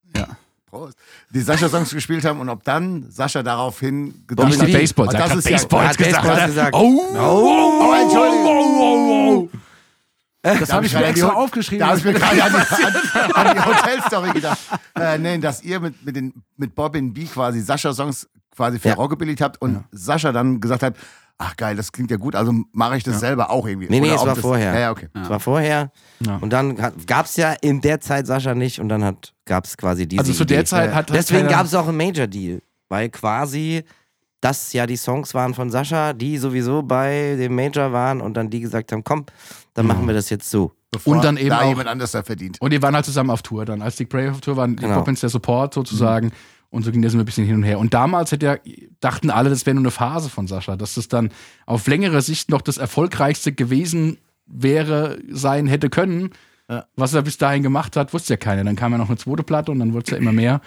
die Sascha-Songs gespielt haben und ob dann Sascha daraufhin gedacht hat. Nicht die Baseball, das hat ist Baseball gesagt. Oh, Entschuldigung. Das habe ich mir extra aufgeschrieben. Da habe ich mir gerade an die Hotelstory gedacht. Dass ihr mit Bobbin B quasi Sascha-Songs quasi verrockabillyt habt und Sascha dann gesagt hat, ach geil, das klingt ja gut, also mache ich das selber auch irgendwie. Nee, es war vorher. Ja, okay. Es war vorher. Ja. Und dann gab es ja in der Zeit Sascha nicht und dann gab es quasi diese Also zu der Zeit hat deswegen gab es auch einen Major-Deal, weil quasi das ja die Songs waren von Sascha, die sowieso bei dem Major waren und dann die gesagt haben, komm, dann machen wir das jetzt so. Bevor und dann eben auch jemand anders da verdient. Und die waren halt zusammen auf Tour dann. Als Dick Brave auf Tour waren, die Bobbins der Support sozusagen. Und so ging das immer ein bisschen hin und her. Und damals dachten alle, das wäre nur eine Phase von Sascha, dass das dann auf längere Sicht noch das Erfolgreichste gewesen sein hätte können. Ja. Was er bis dahin gemacht hat, wusste ja keiner. Dann kam ja noch eine zweite Platte und dann wurde es ja immer mehr.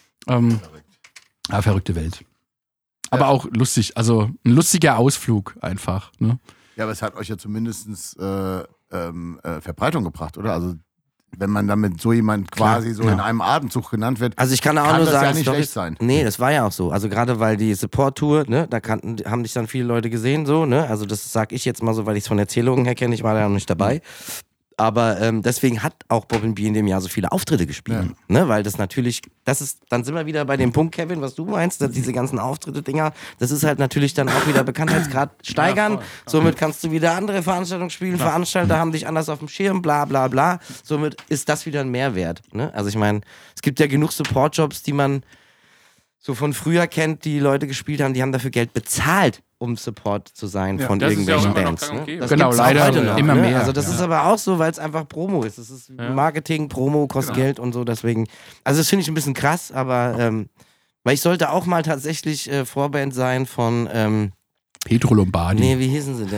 Verrückte Welt. Aber auch lustig, also ein lustiger Ausflug einfach. Ne? Ja, aber es hat euch ja zumindest Verbreitung gebracht, oder? Also wenn man damit so jemand quasi in einem Atemzug genannt wird, also ich kann auch nur das sagen, ja nicht schlecht sein. Nee, das war ja auch so. Also gerade weil die Support-Tour, ne, da haben dich dann viele Leute gesehen, so, ne? Also das sag ich jetzt mal so, weil ich es von Erzählungen her kenne, ich war da noch nicht dabei. Aber deswegen hat auch Bobbin B in dem Jahr so viele Auftritte gespielt. Ne? Weil das natürlich, dann sind wir wieder bei dem Punkt, Kevin, was du meinst, dass diese ganzen Auftritte-Dinger, das ist halt natürlich dann auch wieder Bekanntheitsgrad steigern. Ja, somit kannst du wieder andere Veranstaltungen spielen, Veranstalter haben dich anders auf dem Schirm, bla bla bla. Somit ist das wieder ein Mehrwert. Ne? Also ich meine, es gibt ja genug Support-Jobs, die man so von früher kennt, die Leute gespielt haben, die haben dafür Geld bezahlt, um Support zu sein von irgendwelchen Bands. Ne? Das genau, leider heute noch, immer mehr. Also das ist aber auch so, weil es einfach Promo ist. Das ist Marketing, Promo, kostet Geld und so, deswegen. Also das finde ich ein bisschen krass, aber weil ich sollte auch mal tatsächlich Vorband sein von Petro Lombardi. Nee, wie hießen sie denn?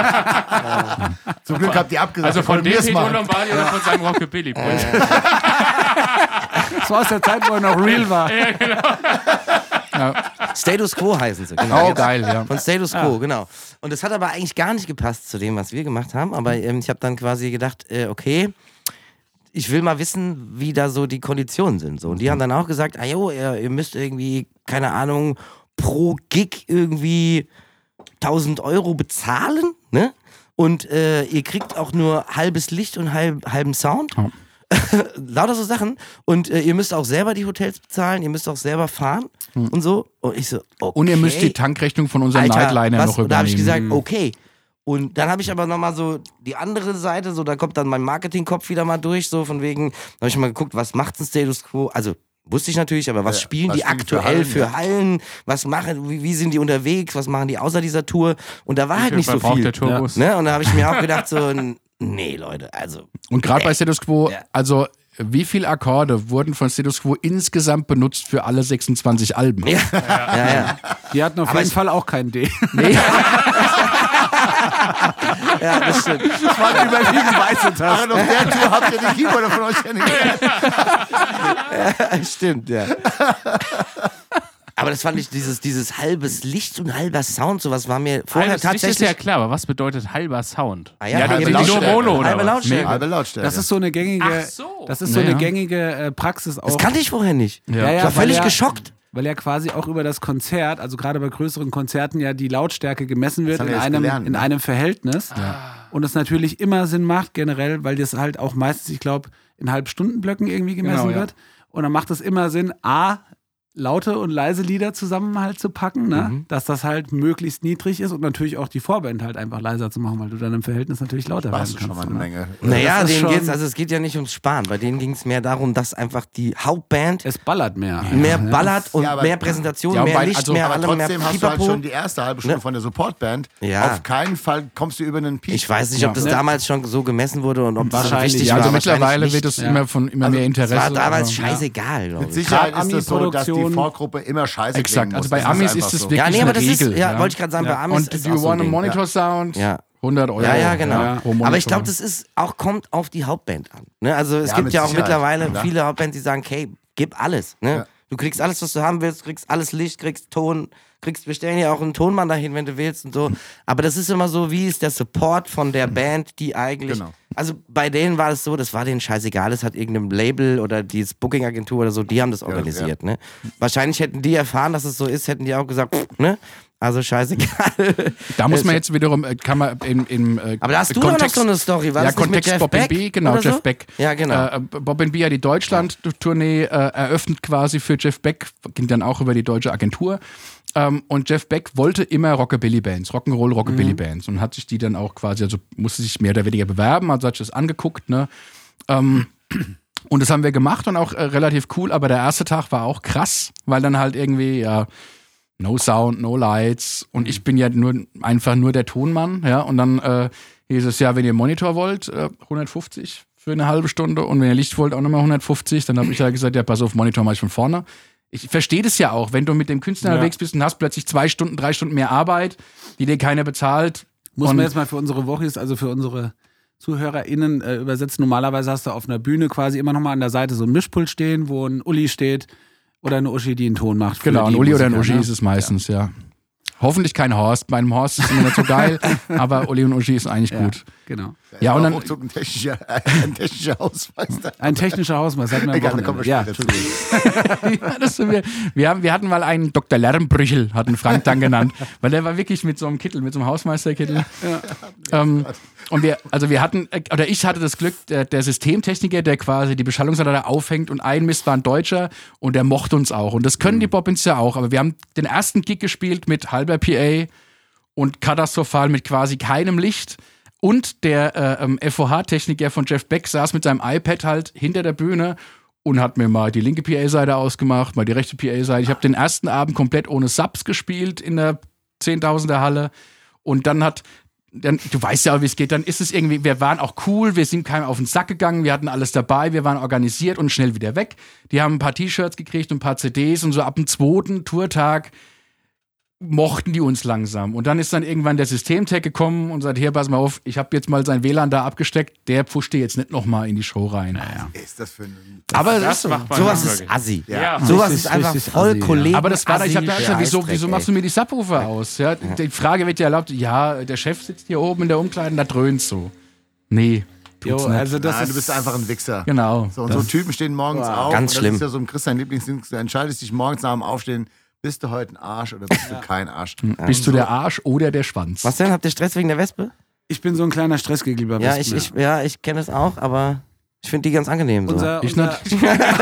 Zum Glück habt ihr abgesagt. Also von dem Petro Lombardi oder von seinem Rockabilly-Projekt? Das war aus der Zeit, wo er noch real war. Ja, genau. Status Quo heißen sie. Genau. Oh, geil, ja. Von Status Quo, genau. Und das hat aber eigentlich gar nicht gepasst zu dem, was wir gemacht haben. Aber ich habe dann quasi gedacht, okay, ich will mal wissen, wie da so die Konditionen sind. So. Und die haben dann auch gesagt, ihr müsst irgendwie, keine Ahnung, pro Gig irgendwie 1.000 Euro bezahlen, ne? Und ihr kriegt auch nur halbes Licht und halben Sound. Oh. Lauter so Sachen. Und ihr müsst auch selber die Hotels bezahlen, ihr müsst auch selber fahren und so. Und ich so, okay. Und ihr müsst die Tankrechnung von unserem Nightliner noch übernehmen. Da habe ich gesagt, okay. Und dann habe ich aber nochmal so die andere Seite, so da kommt dann mein Marketingkopf wieder mal durch, so von wegen, da habe ich mal geguckt, was macht ein Status Quo, also Wusste ich natürlich, aber was spielen was die spielen für aktuell Hallen, für ja. Hallen? Was machen, wie sind die unterwegs? Was machen die außer dieser Tour? Und da war halt nicht so Braucht viel. der Tourbus. Ne? Und da habe ich mir auch gedacht, so, nee, Leute, also. Und gerade bei Status Quo, Ja. also wie viele Akkorde wurden von Status Quo insgesamt benutzt für alle 26 Alben? Ja. Die hatten auf jeden Fall auch kein D. Nee. Ja, das stimmt. Das waren überwiegend weiße Aber Tasten. auf der Tour habt ihr die Keyboarder von euch kennengelernt. Stimmt, ja. Aber das fand ich, dieses halbes Licht und halber Sound, sowas war mir vorher Halbes Licht ist tatsächlich. ja klar, aber was bedeutet halber Sound? Ah ja, ja, halbe die nur Lautstärke. Mono oder halbe was? Lautstärke. Halbe Lautstärke. Das ist so eine gängige, Ach so. das ist so Naja. eine gängige Praxis auch. Das kannte ich vorher nicht. Ja. Ich war völlig weil geschockt. Weil ja quasi auch über das Konzert, also gerade bei größeren Konzerten, ja die Lautstärke gemessen wird haben in wir jetzt einem, gelernt, in ne? einem Verhältnis. Und es natürlich immer Sinn macht, generell, weil das halt auch meistens, ich glaube, in Halbstundenblöcken irgendwie gemessen Genau, ja. wird. Und dann macht es immer Sinn, A, laute und leise Lieder zusammen halt zu packen, ne? Dass das halt möglichst niedrig ist und natürlich auch die Vorband halt einfach leiser zu machen, weil du dann im Verhältnis natürlich lauter Warst werden du kannst. schon mal eine ne? Menge. Naja, das ist denen schon- geht's, also es geht ja nicht ums Sparen, bei denen ging es mehr darum, dass einfach die Hauptband Es ballert mehr. mehr Ja. ballert und Ja, aber- mehr Präsentation, Ja, mehr weil- Licht, also- mehr Aber allem, mehr trotzdem hast du halt Pipapo. schon die erste halbe Stunde Ne? von der Supportband. Ja. Auf keinen Fall kommst du über einen Peak. Ich weiß nicht, ob das Ja. damals schon so gemessen wurde und ob das so Wahrscheinlich, wichtig Ja, war. also Wahrscheinlich mittlerweile nicht. wird es Ja. immer von immer mehr Interesse. Es war damals aber- scheißegal, glaube Mit ich. Sicherheit Gerade ist es so, dass die Ami-Produktion- Vorgruppe immer scheiße Exakt, klingen also muss. bei Das Amis einfach ist es so. wirklich Ja, nee, eine aber das Regel. ist, ja, wollte ich gerade sagen, bei Amis Und ist do auch you so want a ein Ding. monitor sound? Ja. 100 Euro. Ja, genau. pro Monitor. Aber ich glaube, das ist auch, kommt auf die Hauptband an. Ne? Also es Ja, gibt mit ja auch Sicherheit. mittlerweile Klar. viele Hauptbands, die sagen, okay, gib alles. Ne? Ja. Du kriegst alles, was du haben willst, kriegst alles Licht, kriegst Ton, wir stellen ja auch einen Tonmann dahin, wenn du willst und so. Aber das ist immer so, wie ist der Support von der Band, die eigentlich. Genau. Also bei denen war es so, das war denen scheißegal, es hat irgendeinem Label oder die Booking-Agentur oder so, die haben das organisiert. Ne? Wahrscheinlich hätten die erfahren, dass es so ist, hätten die auch gesagt, ne? Also scheißegal. Da muss man jetzt wiederum, kann man im Aber da hast du doch noch so eine Story, war ja, das nicht mit Kontext Jeff Bob Beck? B, genau, oder Jeff so? Beck. Ja, genau. Bob B hat die Deutschland-Tournee eröffnet quasi für Jeff Beck, ging dann auch über die deutsche Agentur. Und Jeff Beck wollte immer Rockabilly-Bands, Rock'n'Roll-Rockabilly-Bands und hat sich die dann auch quasi, also musste sich mehr oder weniger bewerben, also hat sich das angeguckt, ne? Und das haben wir gemacht und auch relativ cool, aber der erste Tag war auch krass, weil dann halt irgendwie, ja, no Sound, no Lights und ich bin ja einfach nur der Tonmann, ja, und dann hieß es ja, wenn ihr Monitor wollt, 150 für eine halbe Stunde und wenn ihr Licht wollt, auch nochmal 150, dann habe ich ja gesagt, ja, pass auf, Monitor mach ich von vorne. Ich verstehe das ja auch, wenn du mit dem Künstler unterwegs bist und hast plötzlich 2 Stunden, 3 Stunden mehr Arbeit, die dir keiner bezahlt. Muss Und- man jetzt mal für unsere Wochis, also für unsere ZuhörerInnen übersetzen. Normalerweise hast du auf einer Bühne quasi immer noch mal an der Seite so ein Mischpult stehen, wo ein Uli steht oder eine Uschi, die einen Ton macht. für Genau, die ein Uli oder ein Musiker, Uschi ne? ist es meistens, ja. Hoffentlich kein Horst. Bei einem Horst ist es immer nicht so geil, aber Uli und Uschi ist eigentlich gut. Genau. Ja, und dann, Ruckzuck ein technischer Ausweis. Ein technischer Hausmeister. Hat mir am Egal, da kommen wir Wochenende. später zu. ja, das sind wir hatten mal einen Dr. Lärmbrüchel, hat ihn Frank dann genannt, weil der war wirklich mit so einem Kittel, mit so einem Hausmeisterkittel. Und wir hatten, oder ich hatte das Glück, der Systemtechniker, der quasi die Beschallungsanlage aufhängt und einmisst, war ein Deutscher und der mochte uns auch. Und das können die Bobbins ja auch, aber wir haben den ersten Gig gespielt mit halber PA und katastrophal mit quasi keinem Licht. Und der FOH-Techniker von Jeff Beck saß mit seinem iPad halt hinter der Bühne und hat mir mal die linke PA-Seite ausgemacht, mal die rechte PA-Seite. Ich habe den ersten Abend komplett ohne Subs gespielt in der 10.000er Halle. Und dann du weißt ja, wie es geht, dann ist es irgendwie, wir waren auch cool, wir sind keinem auf den Sack gegangen, wir hatten alles dabei, wir waren organisiert und schnell wieder weg. Die haben ein paar T-Shirts gekriegt und ein paar CDs und so ab dem 2. Tourtag mochten die uns langsam. Und dann ist dann irgendwann der Systemtech gekommen und sagt, hier, pass mal auf, ich habe jetzt mal sein WLAN da abgesteckt, der pfuschte jetzt nicht nochmal in die Show rein. Naja. Ist das für ein. Aber das das ist macht man sowas nicht ist wirklich. assi. Ja. Sowas Richtig, ist einfach richtig voll assi, ja. Kollegen. Aber das war da, ich habe da assi, gesagt, wieso Scheißdreck, machst du ey. mir die Subwoofer aus? Ja, die Frage wird ja erlaubt, ja, der Chef sitzt hier oben in der Umkleide, da dröhnt so. Nee, tut's Jo, nicht. also das Nein, ist, du bist einfach ein Wichser. Genau. So, und so Typen stehen morgens auf. Ganz und schlimm. Das ist ja so ein Christian Lieblingsding. Du entscheidest dich morgens nach dem Aufstehen, bist du heute ein Arsch oder bist du kein Arsch? Bist du der Arsch oder der Schwanz? Was denn? Habt ihr Stress wegen der Wespe? ich bin so ein kleiner Stressgegel bei Ja, Wespen, ich kenne es auch, aber Ich finde die ganz angenehm so. Ich nicht. die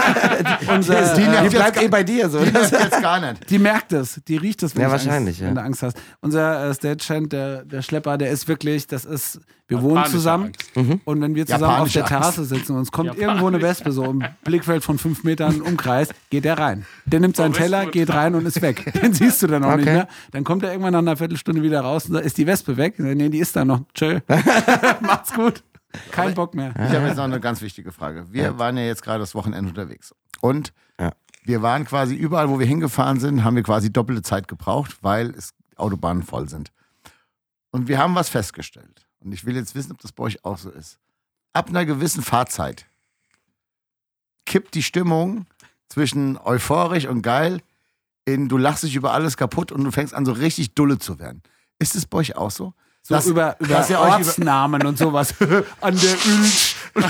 bleibt bei dir so. Die nervt jetzt gar nicht. Die merkt es, die riecht es, wenn, Ja, du wahrscheinlich, Angst, ja. wenn du Angst hast. Unser Stagehand, der Schlepper, der ist wirklich, wir wohnen Japanische zusammen Angst. und wenn wir zusammen auf Japanische der Terrasse sitzen und uns kommt irgendwo eine Wespe so im Blickfeld von 5 Metern Umkreis, geht der rein. Der nimmt seinen Teller, geht rein und ist weg. Den siehst du dann auch nicht mehr. Dann kommt er irgendwann nach einer Viertelstunde wieder raus und sagt, ist die Wespe weg? Nee, die ist da noch. Tschö. Macht's gut. Kein Bock mehr. Ich habe jetzt noch eine ganz wichtige Frage. Wir waren ja jetzt gerade das Wochenende unterwegs. Und wir waren quasi überall, wo wir hingefahren sind, haben wir quasi doppelte Zeit gebraucht, weil Autobahnen voll sind. Und wir haben was festgestellt. Und ich will jetzt wissen, ob das bei euch auch so ist. Ab einer gewissen Fahrzeit kippt die Stimmung zwischen euphorisch und geil in du lachst dich über alles kaputt und du fängst an so richtig dulle zu werden. Ist es bei euch auch so? So über Ortsnamen und sowas. An der Ülsch. Und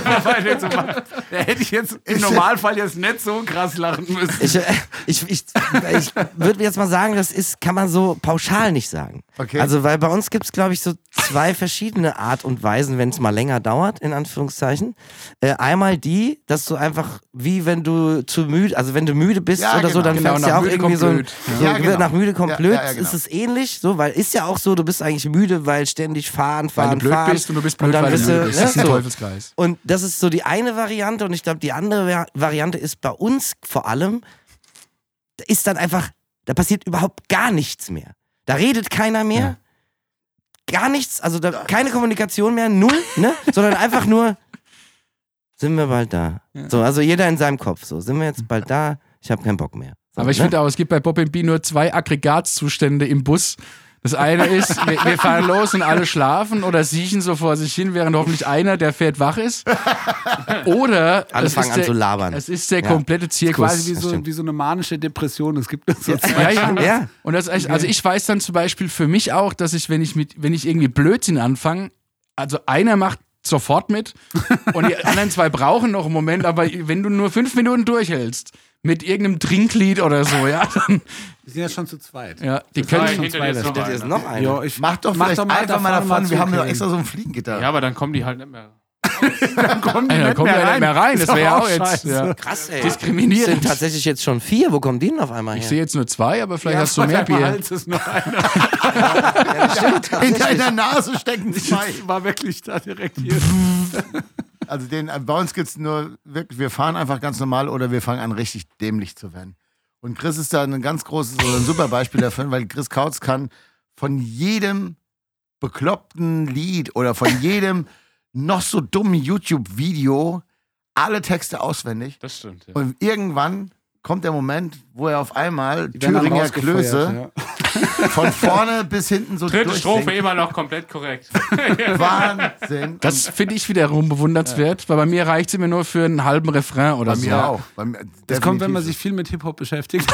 da hätte ich jetzt im Normalfall jetzt nicht so krass lachen müssen. Ich würde jetzt mal sagen, kann man so pauschal nicht sagen. Okay. Also, weil bei uns gibt es, glaube ich, so 2 verschiedene Art und Weisen, wenn es mal länger dauert, in Anführungszeichen. Einmal die, dass du einfach, wie wenn du zu müde, also wenn du müde bist Ja, oder so, dann Genau, fängst du nach ja auch müde irgendwie kommt so ein, blöd. nach müde kommt blöd, Ja, genau. ist es ähnlich, so, weil ist ja auch so, du bist eigentlich müde, weil ständig fahren. Weil du blöd bist und du bist blöd, dann weil du bist müde bist. Das ist ein so. Teufelskreis. Und das ist so die eine Variante und ich glaube, die andere Variante ist bei uns vor allem, da ist dann einfach, da passiert überhaupt gar nichts mehr. Da redet keiner mehr, gar nichts, also keine Kommunikation mehr, null, ne? Sondern einfach nur, sind wir bald da. So, also jeder in seinem Kopf, so, sind wir jetzt bald da, ich habe keinen Bock mehr. So, Aber ich finde auch, es gibt bei Bob &B nur 2 Aggregatzustände im Bus. Das eine ist, wir fahren los und alle schlafen oder siechen so vor sich hin, während hoffentlich einer, der fährt, wach ist. Oder alle fangen an zu labern. Es ist der komplette Zirkus. Quasi wie so eine manische Depression. Es gibt so Ja. Und das ist, also ich weiß dann zum Beispiel für mich auch, dass ich, wenn ich irgendwie Blödsinn anfange, also einer macht sofort mit und die anderen 2 brauchen noch einen Moment, aber wenn du nur 5 Minuten durchhältst, mit irgendeinem Trinklied oder so, ja, dann... Wir sind ja schon zu zweit. Ja, die können schon hinter dir ist noch Das ist einer. noch einer. Ja, Mach doch vielleicht einfach mal davon, wir haben ja ja extra so ein Fliegengitter. Ja, aber dann kommen die halt nicht mehr. Dann kommen die da nicht kommt mehr ja nicht mehr rein. Das Ist wäre ja doch auch jetzt scheiße. ja, Krass, ey. diskriminierend. Sind tatsächlich jetzt schon 4, wo kommen die denn auf einmal her? Ich sehe jetzt nur 2, aber vielleicht Ja, hast du mehr sag mal, Bier. Hals ist noch einer. In deiner Nase stecken 2. War wirklich da direkt hier. Also bei uns gibt es nur wirklich, wir fahren einfach ganz normal oder wir fangen an richtig dämlich zu werden. Und Chris ist da ein ganz großes oder ein super Beispiel dafür, weil Chris Kautz kann von jedem bekloppten Lied oder von jedem noch so dummen YouTube-Video alle Texte auswendig. Das stimmt, ja. Und irgendwann kommt der Moment, wo er auf einmal Die werden dann Thüringer rausgefeuert, Klöße von vorne bis hinten so Dritte Strophe durchsingt. immer noch komplett korrekt. Wahnsinn. Das finde ich wiederum bewundernswert, weil bei mir reicht es immer nur für einen halben Refrain oder bei so. mir auch. Das kommt, wenn man sich viel mit Hip-Hop beschäftigt.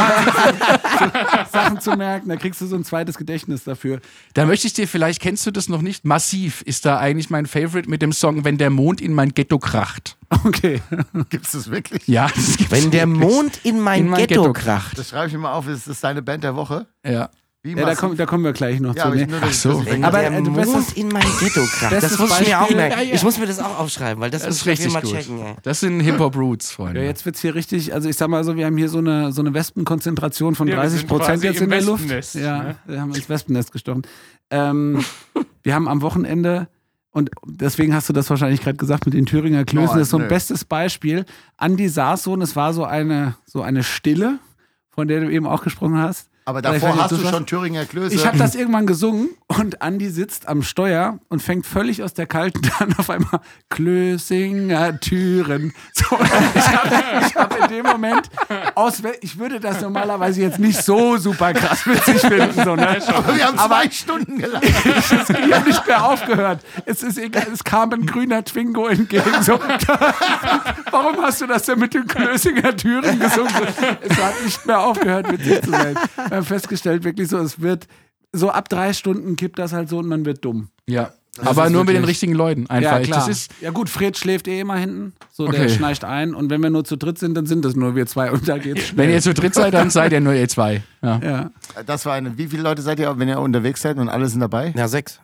so Sachen zu merken, da kriegst du so ein zweites Gedächtnis dafür. Da möchte ich dir, vielleicht kennst du das noch nicht, Massiv ist da eigentlich mein Favorite mit dem Song Wenn der Mond in mein Ghetto kracht. Okay. Gibt es das wirklich? Ja, das gibt's Wenn der wirklich. Mond in mein Ghetto kracht. Das schreibe ich mir mal auf, das ist deine Band der Woche. Ja. Wie Ja, da kommen wir gleich noch Ja, zu. aber ich Nee. nur, Ach so. Wenn Aber, der du bist Mond das- in mein Ghetto kracht. Das Bestes muss ich mir auch Beispiel. merken. Ja, ja. Ich muss mir das auch aufschreiben, weil das, Das muss ist ich auf jeden richtig Mal gut. checken. Ey. Das sind Hip-Hop-Roots, Freunde. Ja, jetzt wird's hier richtig, also ich sag mal so, wir haben hier so eine Wespenkonzentration von Ja, wir sind 30% quasi jetzt im in der Luft. Wespennest, Ja, ne? wir haben ins Wespennest gestochen. Wir haben am Wochenende, und deswegen hast du das wahrscheinlich gerade gesagt mit den Thüringer Klößen, Oh, das ist so ein nö. bestes Beispiel. Andi saß so und es war so eine Stille, von der du eben auch gesprochen hast. Aber Ich weiß davor nicht, hast ob du das schon Thüringer Klöße. Ich habe das irgendwann gesungen und Andi sitzt am Steuer und fängt völlig aus der kalten dann auf einmal Klößinger Türen. So, ich hab in dem Moment, ich würde das normalerweise jetzt nicht so super krass witzig finden. So, ne? Aber wir haben 2 Stunden gelacht. Ich habe nicht mehr aufgehört. Es ist egal, es kam ein grüner Twingo entgegen. So, warum hast du das denn mit den Klößinger Türen gesungen? Es hat nicht mehr aufgehört, witzig zu sein. Wir haben festgestellt, wirklich so, es wird so ab 3 Stunden kippt das halt so und man wird dumm. Ja. Aber ist nur mit den wirklich- richtigen Leuten. Einfach. Ja, klar. Das ist, Ja gut, Fred schläft immer hinten. So, der Okay. schnarcht ein. Und wenn wir nur zu dritt sind, dann sind es nur wir 2 und da geht's schnell. wenn ihr zu dritt seid, dann seid ihr nur ihr 2. Ja. Ja. Das war wie viele Leute seid ihr, wenn ihr unterwegs seid und alle sind dabei? Ja, 6.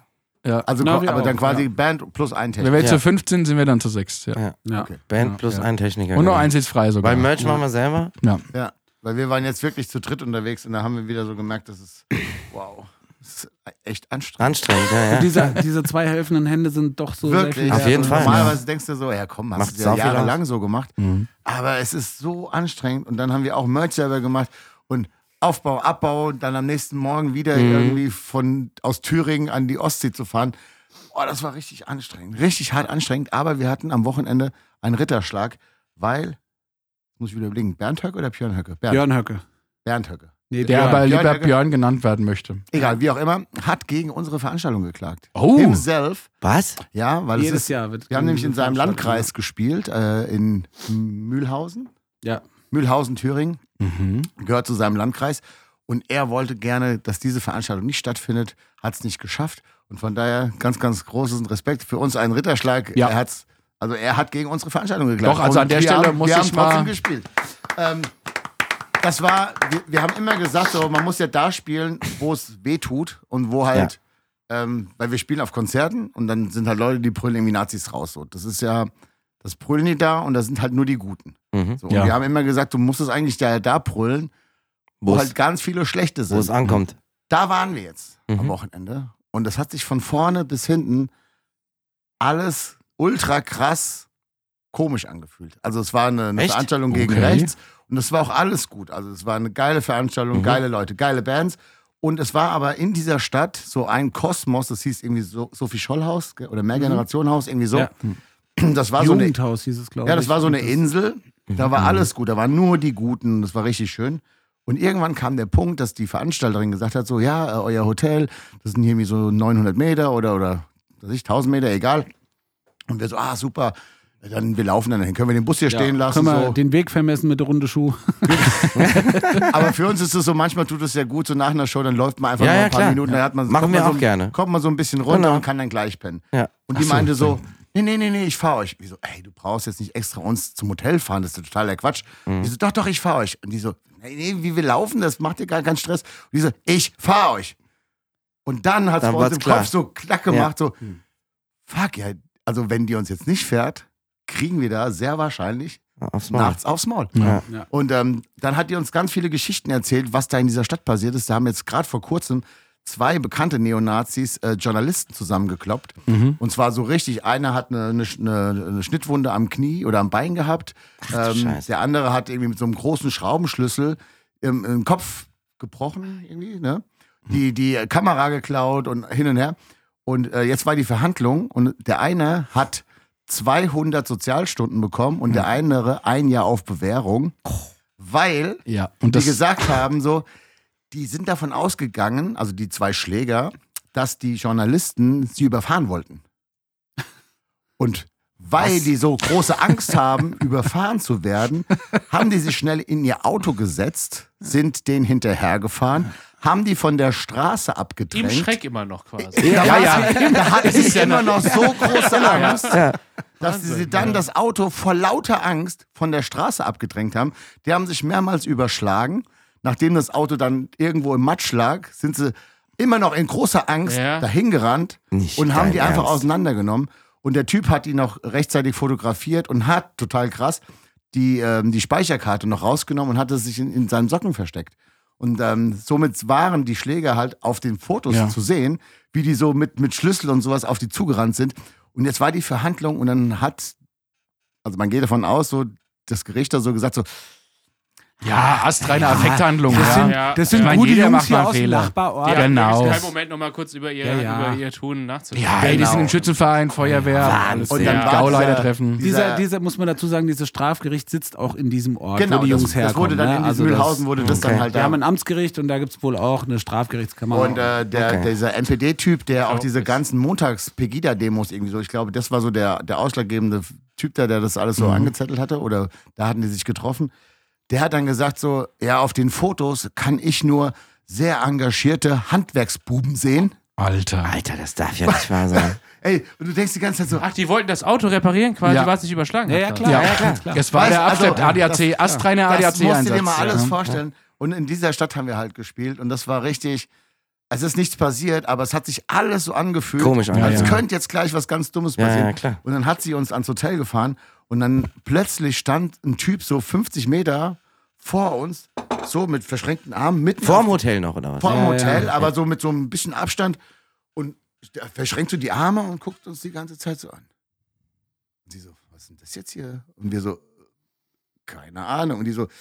Ja. Also, Na, wir aber dann auch, quasi ja. Band plus ein Wenn Techniker. wir zu 15 sind wir dann zu 6. Ja. Ja. Okay. Band plus ein Techniker. Und noch genau. eins ist frei sogar. Weil Merch machen wir selber. Ja. Ja, weil wir waren jetzt wirklich zu dritt unterwegs und da haben wir wieder so gemerkt, das ist echt anstrengend. Anstrengend, ja. Und diese 2 helfenden Hände sind doch so Wirklich. sehr viel Auf wert. jeden Fall. Normalerweise denkst du so, ja komm, Macht hast du sau ja viel jahrelang so gemacht. Mhm. Aber es ist so anstrengend und dann haben wir auch Merch selber gemacht und Aufbau, Abbau und dann am nächsten Morgen wieder irgendwie aus Thüringen an die Ostsee zu fahren. Oh, das war richtig anstrengend, richtig hart anstrengend, aber wir hatten am Wochenende einen Ritterschlag, weil, muss ich wieder überlegen, Bernd Höcke oder Björn Höcke? Björn Höcke. Bernd Höcke. Nee, Der Björn. aber lieber Björn Höcke. Björn genannt werden möchte. Egal, wie auch immer, hat gegen unsere Veranstaltung geklagt. Oh. Himself, Was? ja, weil Jedes es ist, Jahr wird. wir haben nämlich in seinem Veranstaltung Landkreis gespielt, in Mühlhausen. Ja. Mühlhausen, Thüringen, gehört zu seinem Landkreis. Und er wollte gerne, dass diese Veranstaltung nicht stattfindet, hat es nicht geschafft. Und von daher ganz, ganz großen Respekt für uns einen Ritterschlag. Ja. Er hat gegen unsere Veranstaltung geklagt. Doch, also Und an der wir Stelle haben, muss wir ich haben trotzdem mal- gespielt. Wir haben immer gesagt, so, man muss ja da spielen, wo es weh tut und wo halt, weil wir spielen auf Konzerten und dann sind halt Leute, die brüllen irgendwie Nazis raus. So. Das ist ja, das brüllen die da und da sind halt nur die Guten. So, und Ja. wir haben immer gesagt, du musst es eigentlich da brüllen, wo Wo halt ganz viele schlechte Wo es sind. ankommt. Da waren wir jetzt am Wochenende und das hat sich von vorne bis hinten alles ultra krass komisch angefühlt. Also es war eine Echt? Veranstaltung gegen Okay. rechts und es war auch alles gut. Also es war eine geile Veranstaltung, geile Leute, geile Bands. Und es war aber in dieser Stadt so ein Kosmos, das hieß irgendwie Sophie Schollhaus oder Mehrgenerationenhaus, irgendwie so. Ja. Das war so eine, Jugendhaus hieß es, glaube ich. ja, das war so eine Und Insel. Da war alles gut, da waren nur die Guten, das war richtig schön. Und irgendwann kam der Punkt, dass die Veranstalterin gesagt hat, so, ja, euer Hotel, das sind hier irgendwie so 900 Meter oder weiß ich, 1000 Meter, egal. Und wir so, super, dann wir laufen dann dahin, können wir den Bus hier stehen lassen. Können wir So. den Weg vermessen mit der runde Schuh? Aber für uns ist es so, manchmal tut es ja gut, so nach einer Show, dann läuft man einfach Ja, noch ja, ein paar klar. Minuten, dann hat man, Machen kommt wir man auch so, gerne. Kommt man so ein bisschen runter Genau. und kann dann gleich pennen. Ja. Und die meinte so, nee, ich fahr euch. Wie so, ey, du brauchst jetzt nicht extra uns zum Hotel fahren, das ist totaler Quatsch. Die so, doch, ich fahr euch. Und die so, nee, wie wir laufen, das macht dir gar keinen Stress. Und die so, ich fahr euch. Und dann hat es Dann bei uns war's im klar. Kopf so klack gemacht, so, fuck, ja, also wenn die uns jetzt nicht fährt, kriegen wir da sehr wahrscheinlich Aufs Maul. nachts aufs Maul. Ja. Und dann hat die uns ganz viele Geschichten erzählt, was da in dieser Stadt passiert ist. Da haben jetzt gerade vor kurzem 2 bekannte Neonazis Journalisten zusammengekloppt. Und zwar so richtig. Einer hat eine Schnittwunde am Knie oder am Bein gehabt. Scheiße. Der andere hat irgendwie mit so einem großen Schraubenschlüssel im Kopf gebrochen irgendwie, ne? Die Kamera geklaut und hin und her. Und jetzt war die Verhandlung und der eine hat 200 Sozialstunden bekommen und der andere 1 Jahr auf Bewährung, weil Ja. Und die das, gesagt haben, so, die sind davon ausgegangen, also die 2 Schläger, dass die Journalisten sie überfahren wollten. Und weil die so große Angst haben, überfahren zu werden, haben die sich schnell in ihr Auto gesetzt, sind denen hinterhergefahren, haben die von der Straße Im abgedrängt. Schreck immer noch quasi. Da hatten sie immer noch so große Angst, dass sie dann das Auto vor lauter Angst von der Straße abgedrängt haben. Die haben sich mehrmals überschlagen. Nachdem das Auto dann irgendwo im Matsch lag, sind sie immer noch in großer Angst dahin gerannt Nicht und haben dein die einfach Ernst. auseinandergenommen. Und der Typ hat ihn noch rechtzeitig fotografiert und hat, total krass, die Speicherkarte noch rausgenommen und hat es sich in seinem Socken versteckt. Und somit waren die Schläger halt auf den Fotos zu sehen, wie die so mit Schlüssel und sowas auf die zugerannt sind. Und jetzt war die Verhandlung und dann also man geht davon aus, so das Gericht da so gesagt, so, ja, astreine Affekthandlung. Ja. Das sind Ich meine, gute jeder Jungs macht hier mal aus dem Fehler. Nachbarort. Die hatten Genau. wirklich keinen Moment noch mal kurz über ihr, Ja. über ihr Tun nachzudenken. Ja, ey, die sind im Schützenverein, Feuerwehr, alles. Und dann war Gauleitertreffen. Dieser, muss man dazu sagen, dieses Strafgericht sitzt auch in diesem Ort, genau, wo die Jungs das herkommen. wurde dann ne? in Also diesem Mühlhausen, wurde das dann halt Wir da. haben ein Amtsgericht und da gibt es wohl auch eine Strafgerichtskammer. Und dieser NPD-Typ, der auch diese ist- ganzen Montags-Pegida-Demos irgendwie so, ich glaube, das war so der ausschlaggebende Typ da, der das alles so angezettelt hatte, oder da hatten die sich getroffen. Der hat dann gesagt so, ja, auf den Fotos kann ich nur sehr engagierte Handwerksbuben sehen. Alter. Alter, das darf ja nicht wahr sein. Ey, und du denkst die ganze Zeit so, Ach, die wollten das Auto reparieren quasi, Ja. was sich überschlagen Ja, hat. ja, klar. Ja, Ja, klar. Es war Weißt, der also, ADAC, astreine das musst du dir ADAC-Einsatz. mal alles vorstellen. Und in dieser Stadt haben wir halt gespielt und das war richtig, es ist nichts passiert, aber es hat sich alles so angefühlt. Komisch an. Es könnte jetzt gleich was ganz Dummes passieren. Ja, klar. Und dann hat sie uns ans Hotel gefahren und dann plötzlich stand ein Typ so 50 Meter vor uns, so mit verschränkten Armen, mitten Vorm Hotel noch, oder was? vorm Hotel, aber so mit so ein bisschen Abstand und der verschränkt so die Arme und guckt uns die ganze Zeit so an. Und sie so, was ist denn das jetzt hier? Und wir so, keine Ahnung. Und die so,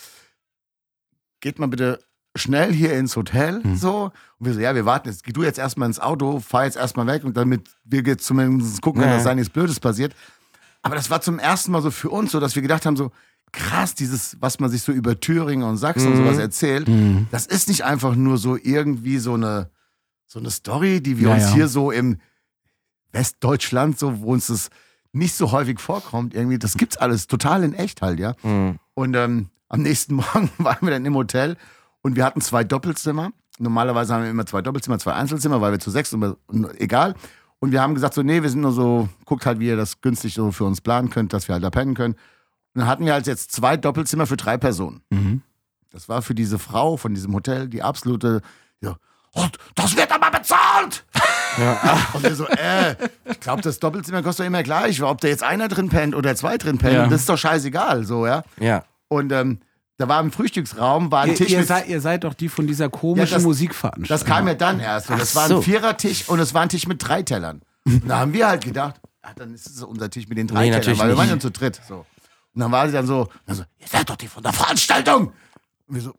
geht mal bitte schnell hier ins Hotel, so. Und wir so, ja, wir warten jetzt. Geh du jetzt erstmal ins Auto, fahr jetzt erstmal weg und damit wir jetzt zumindest gucken, wenn da nichts Blödes passiert. Aber das war zum ersten Mal so für uns so, dass wir gedacht haben, so, krass, dieses, was man sich so über Thüringen und Sachsen und sowas erzählt, das ist nicht einfach nur so irgendwie so eine Story, die wir uns hier so im Westdeutschland, so, wo uns das nicht so häufig vorkommt, irgendwie, das gibt's alles total in echt halt, ja. Und am nächsten Morgen waren wir dann im Hotel und wir hatten 2 Doppelzimmer. Normalerweise haben wir immer 2 Doppelzimmer, 2 Einzelzimmer, weil wir zu 6 und egal. Und wir haben gesagt so, nee, wir sind nur so, guckt halt, wie ihr das günstig so für uns planen könnt, dass wir halt da pennen können. Und dann hatten wir halt jetzt 2 Doppelzimmer für 3 Personen. Das war für diese Frau von diesem Hotel die absolute, ja, oh, das wird aber bezahlt! Und wir so, ich glaube, das Doppelzimmer kostet doch immer gleich, ob da jetzt einer drin pennt oder 2 drin pennen, das ist doch scheißegal, so, ja. Ja. Und da war im Frühstücksraum, war ein Tisch Ihr mit, seid doch die von dieser komischen Musikveranstaltung. das kam ja dann erst. Und das war ein Vierertisch und es war ein Tisch mit 3 Tellern. Und da haben wir halt gedacht, dann ist es unser Tisch mit den 3 Tellern, natürlich weil wir waren nicht. ja zu dritt. So. Und dann war sie dann so, ihr seid doch die von der Veranstaltung. Und wir so,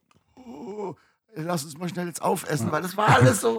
lass uns mal schnell jetzt aufessen, weil das war alles so,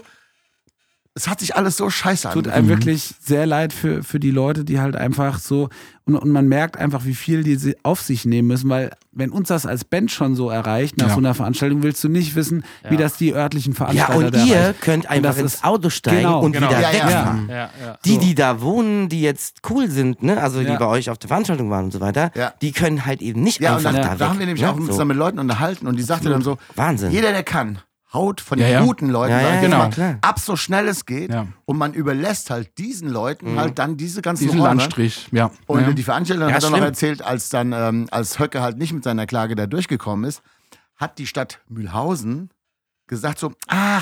es hat sich alles so scheiße Tut angefühlt. einem wirklich sehr leid für die Leute, die halt einfach so, und man merkt einfach, wie viel die auf sich nehmen müssen, weil wenn uns das als Band schon so erreicht, nach so einer Veranstaltung, willst du nicht wissen, wie das die örtlichen Ja, Veranstalter und da ihr erreicht. könnt einfach das ins ist- Auto steigen genau. und wieder Ja, ja. wegfahren. Ja, ja. Die da wohnen, die jetzt cool sind, ne, also die Ja. bei euch auf der Veranstaltung waren und so weiter, Ja. die können halt eben nicht Ja, und einfach dann, da haben wir nämlich ne? auch uns so. dann mit Leuten unterhalten und die sagte dann so, Wahnsinn. jeder, der kann, haut von den Ja, ja. guten Leuten, Ja, sag ja, ich jetzt genau, mal, klar. ab so schnell es geht Ja. und man überlässt halt diesen Leuten halt dann diese ganzen Diesen Räume. Landstrich, ja. Und ja. die Veranstalterin Ja, hat dann noch schlimm. erzählt, als dann als Höcke halt nicht mit seiner Klage da durchgekommen ist, hat die Stadt Mühlhausen gesagt so,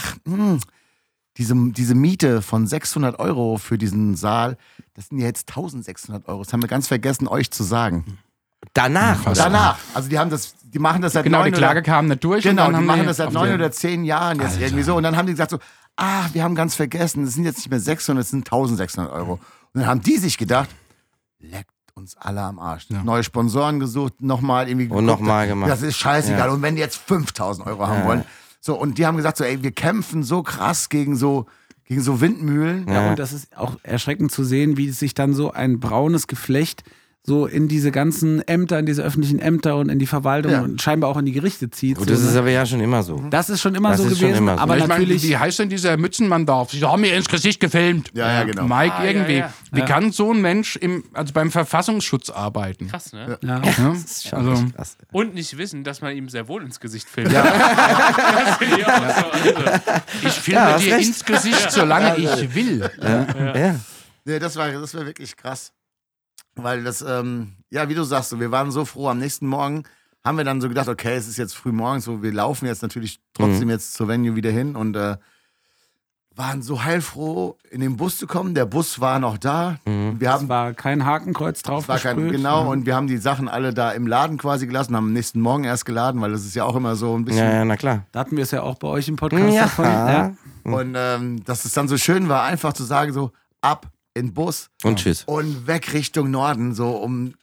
diese Miete von 600 € für diesen Saal, das sind ja jetzt 1.600 €. Das haben wir ganz vergessen, euch zu sagen. Danach. oder? Danach, also die machen das seit Genau, 9 die Klage kam nicht durch. Genau, und dann die haben machen das seit auf 9 der- oder 10 Jahren jetzt irgendwie so. Und dann haben die gesagt so, wir haben ganz vergessen, es sind jetzt nicht mehr 600, es sind 1.600 €. Und dann haben die sich gedacht, leckt uns alle am Arsch. Neue Sponsoren gesucht, nochmal irgendwie Und nochmal gemacht. Das ist scheißegal. Und wenn die jetzt 5.000 € haben wollen. So, und die haben gesagt so, ey, wir kämpfen so krass gegen so Windmühlen. Ja, und das ist auch erschreckend zu sehen, wie sich dann so ein braunes Geflecht so in diese ganzen Ämter, in diese öffentlichen Ämter und in die Verwaltung Ja. und scheinbar auch in die Gerichte zieht. Gut, so, das ist ne? aber ja schon immer so. Das ist schon immer Das so ist schon gewesen, immer so. aber Ich meine, natürlich. wie heißt denn dieser Mützenmann-Dorf? Sie haben mir ins Gesicht gefilmt. Ja, genau. Mike irgendwie. ja. Wie kann so ein Mensch beim Verfassungsschutz arbeiten? Krass, ne? ja. Ja? Schon Also, echt krass. Und nicht wissen, dass man ihm sehr wohl ins Gesicht filmt. Das finde ich auch so. Also, ich filme Ja, hast dir recht. ins Gesicht, solange ich will. Ja. Nee, das war wirklich krass. Weil das, ja, wie du sagst, so, wir waren so froh. Am nächsten Morgen haben wir dann so gedacht, okay, es ist jetzt früh morgens, so, wir laufen jetzt natürlich trotzdem jetzt zur Venue wieder hin und waren so heilfroh, in den Bus zu kommen. Der Bus war noch da. Wir Es haben war kein Hakenkreuz drauf war kein, gesprüht. genau, und wir haben die Sachen alle da im Laden quasi gelassen, haben am nächsten Morgen erst geladen, weil das ist ja auch immer so ein bisschen. Ja, ja, na klar. Da hatten wir es ja auch bei euch im Podcast Ja. davon. Ja. Und dass es dann so schön war, einfach zu sagen, so ab in den Bus Und tschüss. und weg Richtung Norden, so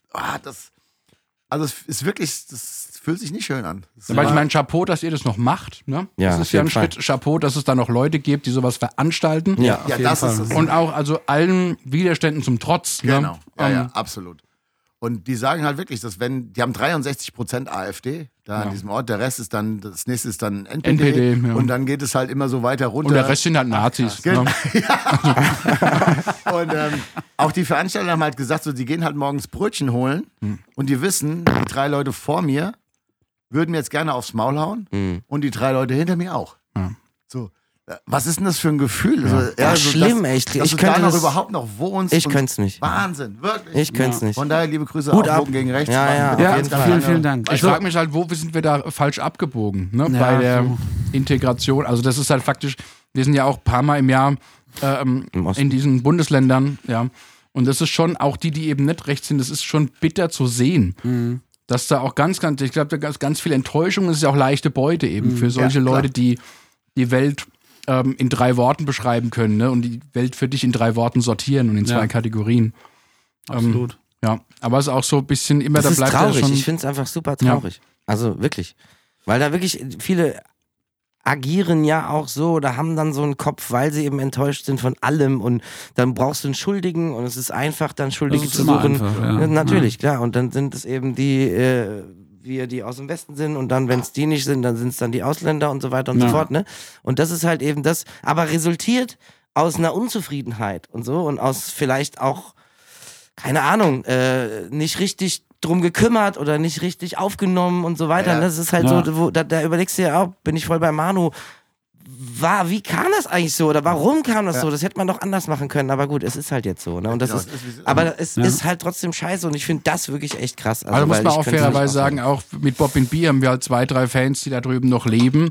also es ist wirklich, das fühlt sich nicht schön an. Das Aber ich war- meine, Chapeau, dass ihr das noch macht. Ne? Ja, das auf ist ja ein jeden Fall. Schritt. Chapeau, dass es da noch Leute gibt, die sowas veranstalten. Ja, ja, das ist es. Und auch also allen Widerständen zum Trotz. Genau, Ne? ja, absolut. Und die sagen halt wirklich, dass die haben 63% AfD da an diesem Ort, der Rest ist dann, das nächste ist dann NPD, NPD, ja. und dann geht es halt immer so weiter runter. Und der Rest sind halt Nazis. Genau. Ne? Und auch die Veranstalter haben halt gesagt, so, die gehen halt morgens Brötchen holen und die wissen, die 3 Leute vor mir würden mir jetzt gerne aufs Maul hauen und die 3 Leute hinter mir auch. Ja. So, was ist denn das für ein Gefühl? Also, Ach, so, schlimm, dass, echt. Dass Ich du da könnte noch das- überhaupt noch wohnst. Ich und- könnte es nicht. Wahnsinn, wirklich. Ich könnte es nicht. Von daher liebe Grüße Hut auch ab. Bogen gegen rechts. Ja, ja, Auf auf Ja, jeden Fall. vielen Dank. Ich frage mich halt, wo sind wir da falsch abgebogen? Ne? Ja, Bei der so. Integration. Also das ist halt faktisch, Wir sind ja auch ein paar Mal im Jahr in diesen Bundesländern, ja. Und das ist schon, auch die eben nicht rechts sind, das ist schon bitter zu sehen. Dass da auch ich glaube, da gab es ganz viel Enttäuschung. Es ist ja auch leichte Beute eben für solche Leute, die die Welt in 3 Worten beschreiben können, ne? Und die Welt für dich in 3 Worten sortieren und in 2 Kategorien. Absolut. Ja, aber es ist auch so ein bisschen immer, Das da ist bleibt traurig. ja schon. Ich finde es einfach super traurig. Also wirklich. Weil da wirklich viele agieren ja auch so oder haben dann so einen Kopf, weil sie eben enttäuscht sind von allem und dann brauchst du einen Schuldigen und es ist einfach, dann Schuldige Das ist zu immer suchen. einfach, ja. Ja, natürlich, klar. Und dann sind es eben die, wir, die aus dem Westen sind und dann, wenn es die nicht sind, dann sind es dann die Ausländer und so weiter und so fort. Ne? Und das ist halt eben das, aber resultiert aus einer Unzufriedenheit und so und aus vielleicht auch, keine Ahnung, nicht richtig drum gekümmert oder nicht richtig aufgenommen und so weiter. Ja. Das ist halt so, da überlegst du ja auch, bin ich voll bei Manu, wie kam das eigentlich so oder warum kam das so? Das hätte man doch anders machen können, aber gut, es ist halt jetzt so. Ne? Und das ist, aber es ist halt trotzdem scheiße und ich finde das wirklich echt krass. Also muss weil man ich auch könnte fairerweise nicht sagen, auch mit Bob B haben wir halt 2, 3 Fans, die da drüben noch leben.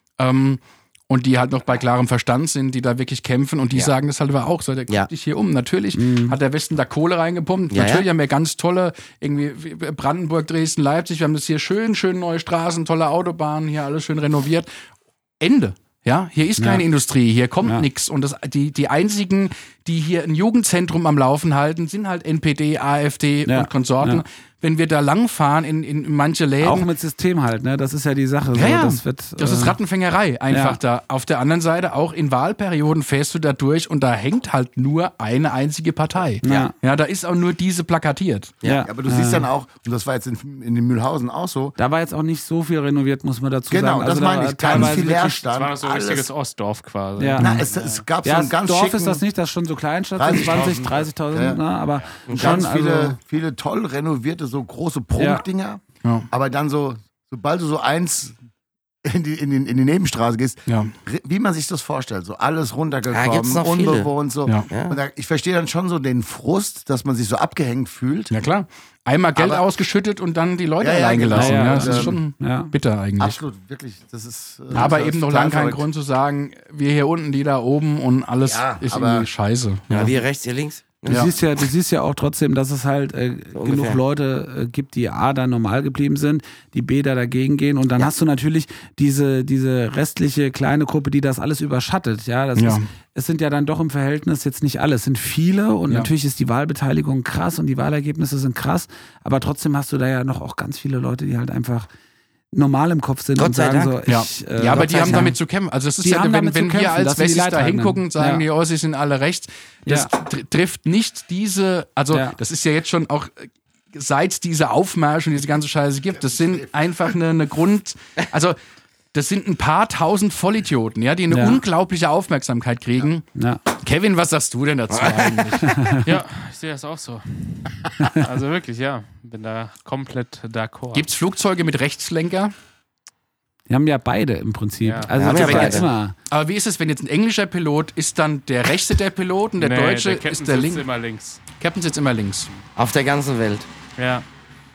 Und die halt noch bei klarem Verstand sind, die da wirklich kämpfen und die sagen das halt aber auch so, der guckt dich hier um. Natürlich hat der Westen da Kohle reingepumpt. Natürlich haben wir ganz tolle, irgendwie Brandenburg, Dresden, Leipzig, wir haben das hier schön neue Straßen, tolle Autobahnen, hier alles schön renoviert. Ende. Ja, hier ist keine Industrie, hier kommt nichts. Und die einzigen, die hier ein Jugendzentrum am Laufen halten, sind halt NPD, AfD und Konsorten. Ja. Wenn wir da langfahren in manche Läden. Auch mit System halt, ne? Das ist ja die Sache. Ja, so. Das ist Rattenfängerei einfach da. Auf der anderen Seite, auch in Wahlperioden fährst du da durch und da hängt halt nur eine einzige Partei. Ja. Ja, da ist auch nur diese plakatiert. Ja. Aber du siehst dann auch, und das war jetzt in den Mühlhausen auch so. Da war jetzt auch nicht so viel renoviert, muss man dazu sagen. Genau, das meine ich. Ganz viel Leerstand. Das war so ein richtiges Ostdorf quasi. Ja. Na, es gab so einen ganz Dorf schicken, ist das nicht, das ist schon so Kleinstadt, 30.000, 30.000, ja. ne? Aber und schon, ganz viele toll renovierte, so große Prunkdinger. Ja. Aber dann so, sobald du so eins in die Nebenstraße gehst, wie man sich das vorstellt, so alles runtergekommen, gibt's noch unbewohnt, so. Ja. Und ich verstehe dann schon so den Frust, dass man sich so abgehängt fühlt. Ja, klar. Einmal Geld Aber- ausgeschüttet und dann die Leute Ja, allein genau. gelassen. Ja, Ja, das ist ja. schon Ja. bitter eigentlich. Absolut, wirklich. Das ist. Aber das ist eben noch total lange kein verrückt. Grund zu sagen, wir hier unten, die da oben und alles Ja, ist aber- irgendwie scheiße. Ja, wir rechts, ihr links. Du siehst ja auch trotzdem, dass es halt genug Leute gibt, die A, da normal geblieben sind, die B, da dagegen gehen. Und dann hast du natürlich diese restliche kleine Gruppe, die das alles überschattet. Ja, es sind ja dann doch im Verhältnis jetzt nicht alle. Es sind viele und natürlich ist die Wahlbeteiligung krass und die Wahlergebnisse sind krass. Aber trotzdem hast du da ja noch auch ganz viele Leute, die halt einfach normal im Kopf sind Gott und sei sagen Dank. so, Ja, aber die haben damit zu kämpfen. Also das ist Die ja, haben damit wenn zu wir kämpfen, als dass sie die Wessis da Leidtragenden. hingucken und sagen, Ja. die Ossis sind alle rechts, das trifft nicht diese, also das ist ja jetzt schon auch, seit es diese Aufmärsche und diese ganze Scheiße gibt, das sind einfach eine Grund, also das sind ein paar tausend Vollidioten, ja, die eine unglaubliche Aufmerksamkeit kriegen. Ja. Kevin, was sagst du denn dazu eigentlich? Ja, ich sehe das auch so. Also wirklich, ja. Bin da komplett d'accord. Gibt's Flugzeuge mit Rechtslenker? Die haben ja beide im Prinzip. Ja. Also Haben das ja ist ja beide. immer. Aber wie ist es, wenn jetzt ein englischer Pilot ist, dann der rechte der Pilot und der deutsche der Captain ist der sitzt linke? immer links. Captain sitzt immer links. Auf der ganzen Welt. Ja.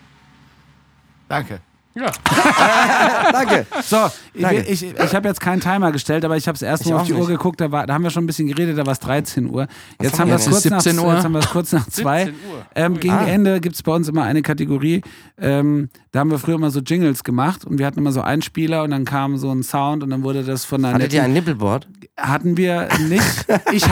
Danke. Ja. Danke. So, Danke. ich habe jetzt keinen Timer gestellt, aber ich habe es erst Ich mal auf auch die Uhr nicht. geguckt, da haben wir schon ein bisschen geredet, da war es 13 Uhr. Jetzt haben haben wir wir es denn? kurz, Jetzt ist 17 Uhr. jetzt haben wir es kurz nach 2. 17 Uhr. Gegen Ende gibt es bei uns immer eine Kategorie, da haben wir früher immer so Jingles gemacht und wir hatten immer so einen Spieler und dann kam so ein Sound und dann wurde das von einer Hattet ihr ein Nippelboard? Hatten wir nicht. Ich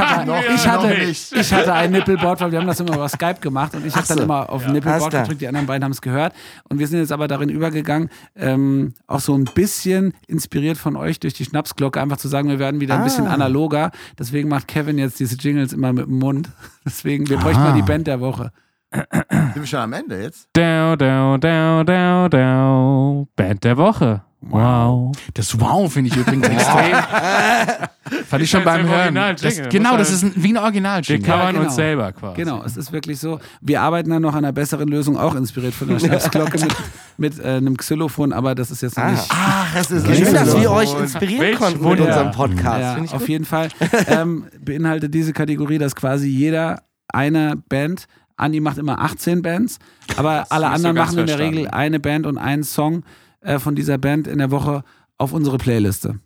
hatte ein Nippelboard, weil wir haben das immer über Skype gemacht und ich habe dann immer auf Nippelboard Alles klar. gedrückt, die anderen beiden haben es gehört. Und wir sind jetzt aber darin übergegangen, auch so ein bisschen inspiriert von euch durch die Schnapsglocke, einfach zu sagen, wir werden wieder ein bisschen analoger. Deswegen macht Kevin jetzt diese Jingles immer mit dem Mund. Deswegen, wir bräuchten mal die Band der Woche. Sind wir schon am Ende jetzt? Down, down, down, down, down. Band der Woche. Wow. Das Wow finde ich übrigens extrem. Fand ich schon halt beim so ein Hören. Original-Jingle. Genau, Muss das halt- ist wie ein Den Original-Jingle. kann man genau. uns selber quasi. Genau, es ist wirklich so. Wir arbeiten dann noch an einer besseren Lösung, auch inspiriert von der Schnapsglocke mit einem Xylophon, aber das ist jetzt noch nicht. Ach, es ist Schön, dass wir so. euch inspirieren Welch konnten mit Wunder. unserem Podcast. Ja, Finde ich auf gut. jeden Fall beinhaltet diese Kategorie, dass quasi jeder eine Band, Andi macht immer 18 Bands, aber alle nicht so anderen ganz machen in der verstanden. Regel eine Band und einen Song von dieser Band in der Woche auf unsere Playliste.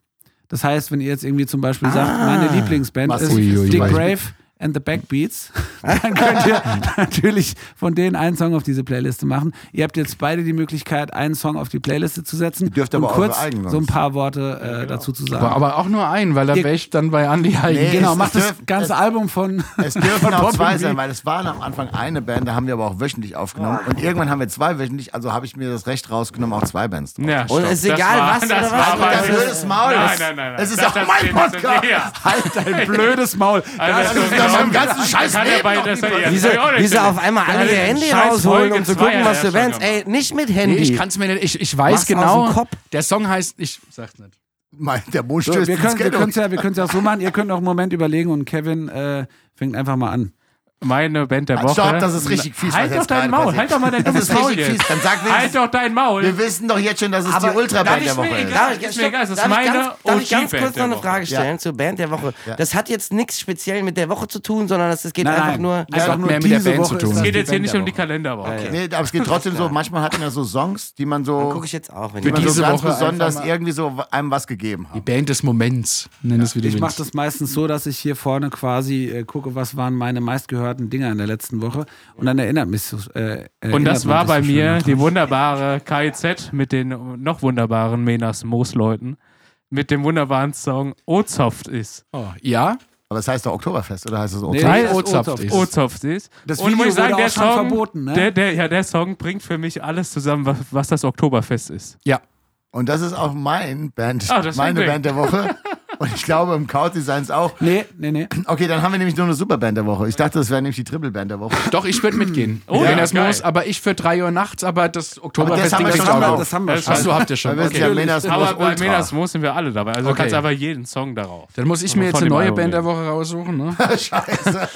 Das heißt, wenn ihr jetzt irgendwie zum Beispiel sagt, meine Lieblingsband ist Massiv. Dick Brave and the Backbeats, dann könnt ihr natürlich von denen einen Song auf diese Playliste machen. Ihr habt jetzt beide die Möglichkeit, einen Song auf die Playliste zu setzen Ihr dürft und aber kurz eure eigenen so ein sonst. paar Worte dazu zu sagen. Aber auch nur einen, weil da Ihr- wäre ich dann bei Andi Heigen. Nee, Genau, es macht das dürfen- ganze Album von Es dürfen von auch Bob zwei and sein, Bee. weil es war am Anfang eine Band, da haben wir aber auch wöchentlich aufgenommen. Und irgendwann haben wir 2 wöchentlich, also habe ich mir das Recht rausgenommen, auch 2 Bands drauf. Ja, Und stopp. ist Das egal, war- was das oder war was? aber- Dein blödes Maul. Nein. Es ist Das- auch das mein geht nicht. Podcast. Ja. Halt dein blödes Maul. Also, ist ja beim ganzen Scheiß kann Leben er bei noch das nie passiert. Wieso auf einmal alle ihr Handy rausholen, um zu gucken, was du Bands. Ey, nicht mit Nee, Handy. ich kann es mir nicht. Ich weiß Mach's aus genau. dem Kopf. Der Song heißt. Ich sag's nicht. Der Mond So, stößt wir ins können Ghetto. es ja auch so machen. Ihr könnt auch einen Moment überlegen und Kevin fängt einfach mal an. Meine Band der Woche. Stopp, das ist richtig fies. Halt was doch jetzt dein gerade Maul. passiert. Halt doch mal dein Das dummes ist Maul richtig jetzt. fies. Dann sag Halt doch dein Maul. wir wissen doch jetzt schon, dass es Aber die Ultraband der darf ich Woche mir ist. egal. ist mir egal, es ist meine darf ich ganz OG-Band kurz noch der eine Woche. Frage stellen zur Band der Woche? Ja. Das hat jetzt nichts speziell mit der Woche zu tun, sondern es geht Nein, einfach nein. nur. Das hat mehr mit der Band zu tun. Es geht jetzt hier nicht um die Kalenderwoche. Kalenderwoche. Nee, aber es geht trotzdem so, manchmal hatten wir so Songs, die man so, Gucke ich jetzt auch. Wenn die ich man so diese ganz Woche besonders einfach mal- irgendwie so einem was gegeben Die haben. Band des Moments. Nenn es wie du Ich mache willst. das meistens so, dass ich hier vorne quasi gucke, was waren meine meistgehörten Dinger in der letzten Woche. Und dann erinnert mich so. Und das war bei mir die wunderbare KIZ mit den noch wunderbaren Menas Moos-Leuten. Mit dem wunderbaren Song Ozoft ist. Oh, ja, Aber es heißt doch Oktoberfest, oder heißt es Nee, Oktoberfest? Nein, das ist Ozapft Ozapft. ist. Ozoft ist. Das Und Video muss ich sagen, wurde der auch schon Song, verboten, ne? der Song bringt für mich alles zusammen, was das Oktoberfest ist. ja. Und das ist auch meine das ist Band ein der Woche. Und ich glaube, im Couch seien es auch. Nee. Okay, dann haben wir nämlich nur eine Superband der Woche. Ich dachte, das wäre nämlich die Triple-Band der Woche. Doch, ich würde mitgehen. Oh, Wenn ja, das geil. muss, aber ich für 3 Uhr nachts, aber das das Oktoberfest-Ding haben wir ist schon auch. Das haben wir Das schon. Achso, habt ihr schon. Weil wir sind Okay. ja Menas Aber Moos bei Ultra. Menas Moos sind wir alle dabei. Also du Okay. kannst aber jeden Song darauf. Dann muss ich Aber mir jetzt von eine dem neue Album Band der nehmen. Woche raussuchen, ne? Scheiße.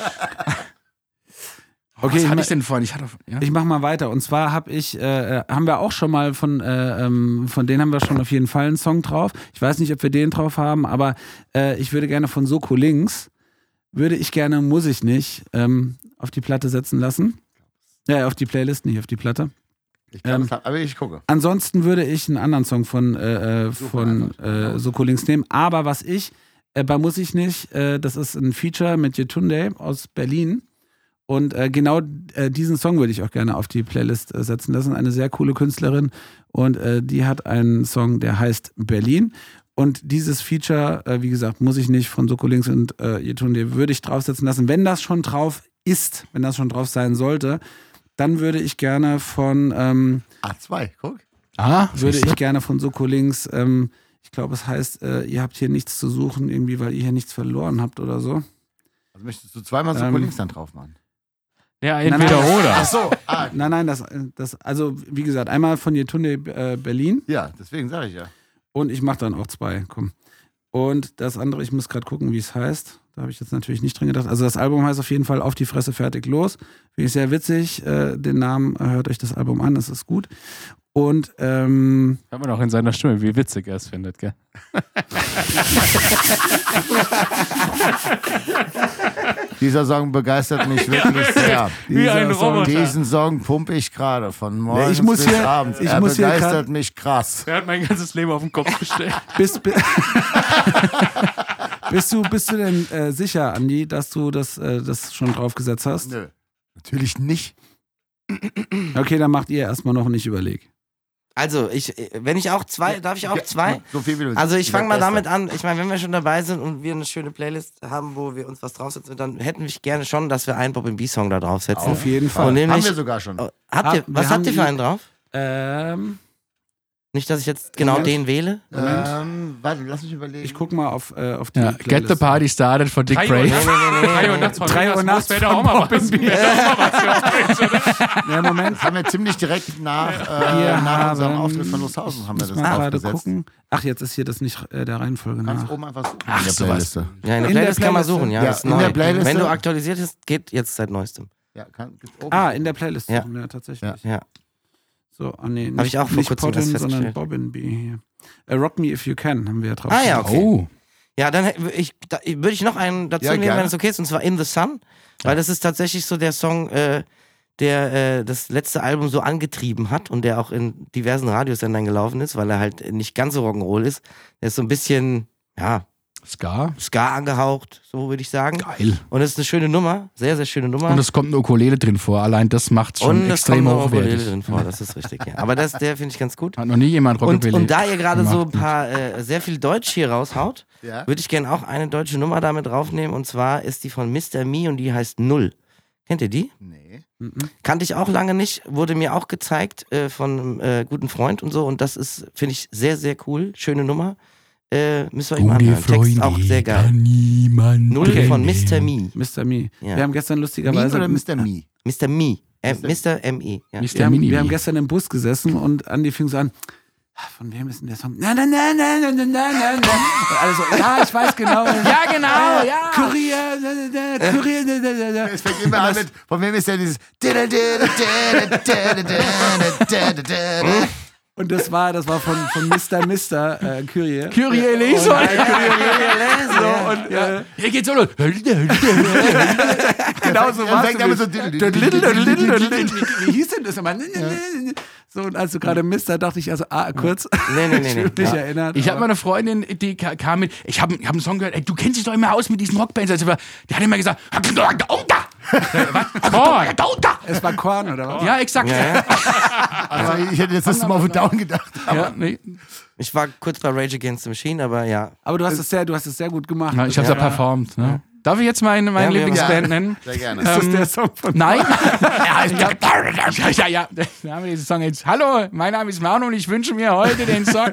Okay, Was ich hatte ma- ich denn vorhin? Ja? Ich mach mal weiter. Und zwar haben wir auch schon mal von denen haben wir schon auf jeden Fall einen Song drauf. Ich weiß nicht, ob wir den drauf haben, aber ich würde gerne von Soko Links, muss ich nicht, auf die Platte setzen lassen. Ja, auf die Playlist, nicht auf die Platte. Ich glaub, aber ich gucke. Ansonsten würde ich einen anderen Song von Soko Links nehmen. Aber was ich bei Muss ich nicht, das ist ein Feature mit Yetunde aus Berlin. Und genau diesen Song würde ich auch gerne auf die Playlist setzen lassen. Eine sehr coole Künstlerin und die hat einen Song, der heißt Berlin. Und dieses Feature, wie gesagt, muss ich nicht von Soko Links und Yetunde würde ich draufsetzen lassen. Wenn das schon drauf ist, wenn das schon drauf sein sollte, dann würde ich gerne von A2, guck. Soko Links, ich glaube, es heißt, ihr habt hier nichts zu suchen, irgendwie, weil ihr hier nichts verloren habt oder so. Also möchtest du zweimal so links dann drauf machen? Ja, Nein, entweder nein. oder. Ach so. Nein, das, also wie gesagt, einmal von Yetunde Berlin Ja, deswegen sage ich ja. und ich mache dann auch 2, komm. Und das andere, ich muss gerade gucken, wie es heißt. Da habe ich jetzt natürlich nicht drin gedacht. Also das Album heißt auf jeden Fall Auf die Fresse, fertig, los. Finde ich sehr witzig, den Namen, hört euch das Album an, das ist gut. Und Hört man auch in seiner Stimme, wie witzig er es findet, gell? Dieser Song begeistert mich wirklich sehr. Wie ein Dieser Song- Roboter. Diesen Song pumpe ich gerade von morgens ich muss bis hier- abends. ich Er muss hier begeistert mich krass. Er hat mein ganzes Leben auf den Kopf gestellt. bist du denn sicher, Andi, dass du das schon draufgesetzt hast? Nö, natürlich nicht. Okay, dann macht ihr erstmal noch nicht überleg. Also, wenn ich auch 2, darf ich auch 2? So viel wie du Also ich fange mal Beste. damit an, ich meine, wenn wir schon dabei sind und wir eine schöne Playlist haben, wo wir uns was draufsetzen, dann hätten wir gerne schon, dass wir einen Bob &B Song da draufsetzen. Auf jeden Fall. Und nämlich, Haben wir sogar schon. was wir habt ihr haben für einen drauf? Nicht, dass ich jetzt genau Moment. den wähle? Warte, lass mich überlegen. Ich guck mal auf die Ja, Get the Playlist. Party Started von Dick 3 Uhr Brave. nachts. 3 Uhr nachts von 3 Uhr Menas nachts Moos wäre doch auch mal was. Ja, Moment. Das haben wir ziemlich direkt nach unserem Auftritt von Loshausen haben wir Müssen das wir gerade aufgesetzt. gucken. Ach, jetzt ist hier das nicht der Reihenfolge Ganz nach. oben einfach suchen. Ach, in der sowas. Playliste. Ja, in der In der Playlist kann man Playlist. suchen, ja. Ja, ist in der neu. Playlist. Wenn du aktualisiert hast, geht jetzt seit neuestem. Ja, gibt's oben. Ah, in der Playlist. Ja. Ja, tatsächlich. Ja. So, nee, Hab ich auch vor nicht kurzem Potten, erst sondern festgestellt. Bob &B hier. Rock Me If You Can haben wir ja drauf. Ah ja, okay. Oh. Ja, dann würde ich noch einen dazu Ja, nehmen, gerne. wenn es okay ist, und zwar In the Sun, weil das ist tatsächlich so der Song, der das letzte Album so angetrieben hat und der auch in diversen Radiosendern gelaufen ist, weil er halt nicht ganz so Rock'n'Roll ist. Der ist so ein bisschen Ska angehaucht, so würde ich sagen. Geil. Und es ist eine schöne Nummer, sehr, sehr schöne Nummer. Und es kommt eine Ukulele drin vor. Allein das macht schon extrem Ukulele hochwertig. drin vor, das ist richtig, ja. Aber der finde ich ganz gut. Hat noch nie jemand Rockabilly Und da ihr gerade so ein gemacht. paar sehr viel Deutsch hier raushaut, Ja. würde ich gerne auch eine deutsche Nummer damit draufnehmen. Und zwar ist die von Mr. Me und die heißt Null. Kennt ihr die? Nee. Kannte ich auch lange nicht, wurde mir auch gezeigt von einem guten Freund und so. Und das ist, finde ich, sehr, sehr cool. Schöne Nummer. Müssen wir euch mal anhören. Text auch sehr geil. Null von Mr. Me. Mr. Me. Ja. Wir haben gestern Mean lustigerweise. oder Mr. Me? Mr. Me. Mr. M.E. Ja. Mr. Mini. Wir haben gestern im Bus gesessen und Andi fing so an. Von wem ist denn der Song? Na. Und alle so, ja, ich weiß genau. Ja, genau, ja. Kurier. Es fängt immer an mit, von wem ist denn dieses Und das war von Mr. Kyrie. Kyrie eleison. Und Hier geht's so los. genau so war fängt aber so Wie hieß denn das immer? So, und als du gerade Mister, dachte ich also, kurz. Nee. Ich will mich erinnern. Ich habe mal eine Freundin, die kam mit, ich hab einen Song gehört, ey, du kennst dich doch immer aus mit diesen Rockbands. Also, die hat immer gesagt, Es war Korn, oder was? ja, exakt. Ja. Also ich hätte jetzt das mal auf Down gedacht. Ja, nee. Ich war kurz bei Rage Against the Machine, aber ja. Aber du hast es sehr gut gemacht. Na, ich hab's ja performt. Ne? Darf ich jetzt meine Ja, Lieblingsband nennen? Sehr gerne. Ist das der Song von Nein. Ja. Da haben wir diesen Song jetzt. Hallo, mein Name ist Manu und ich wünsche mir heute den Song.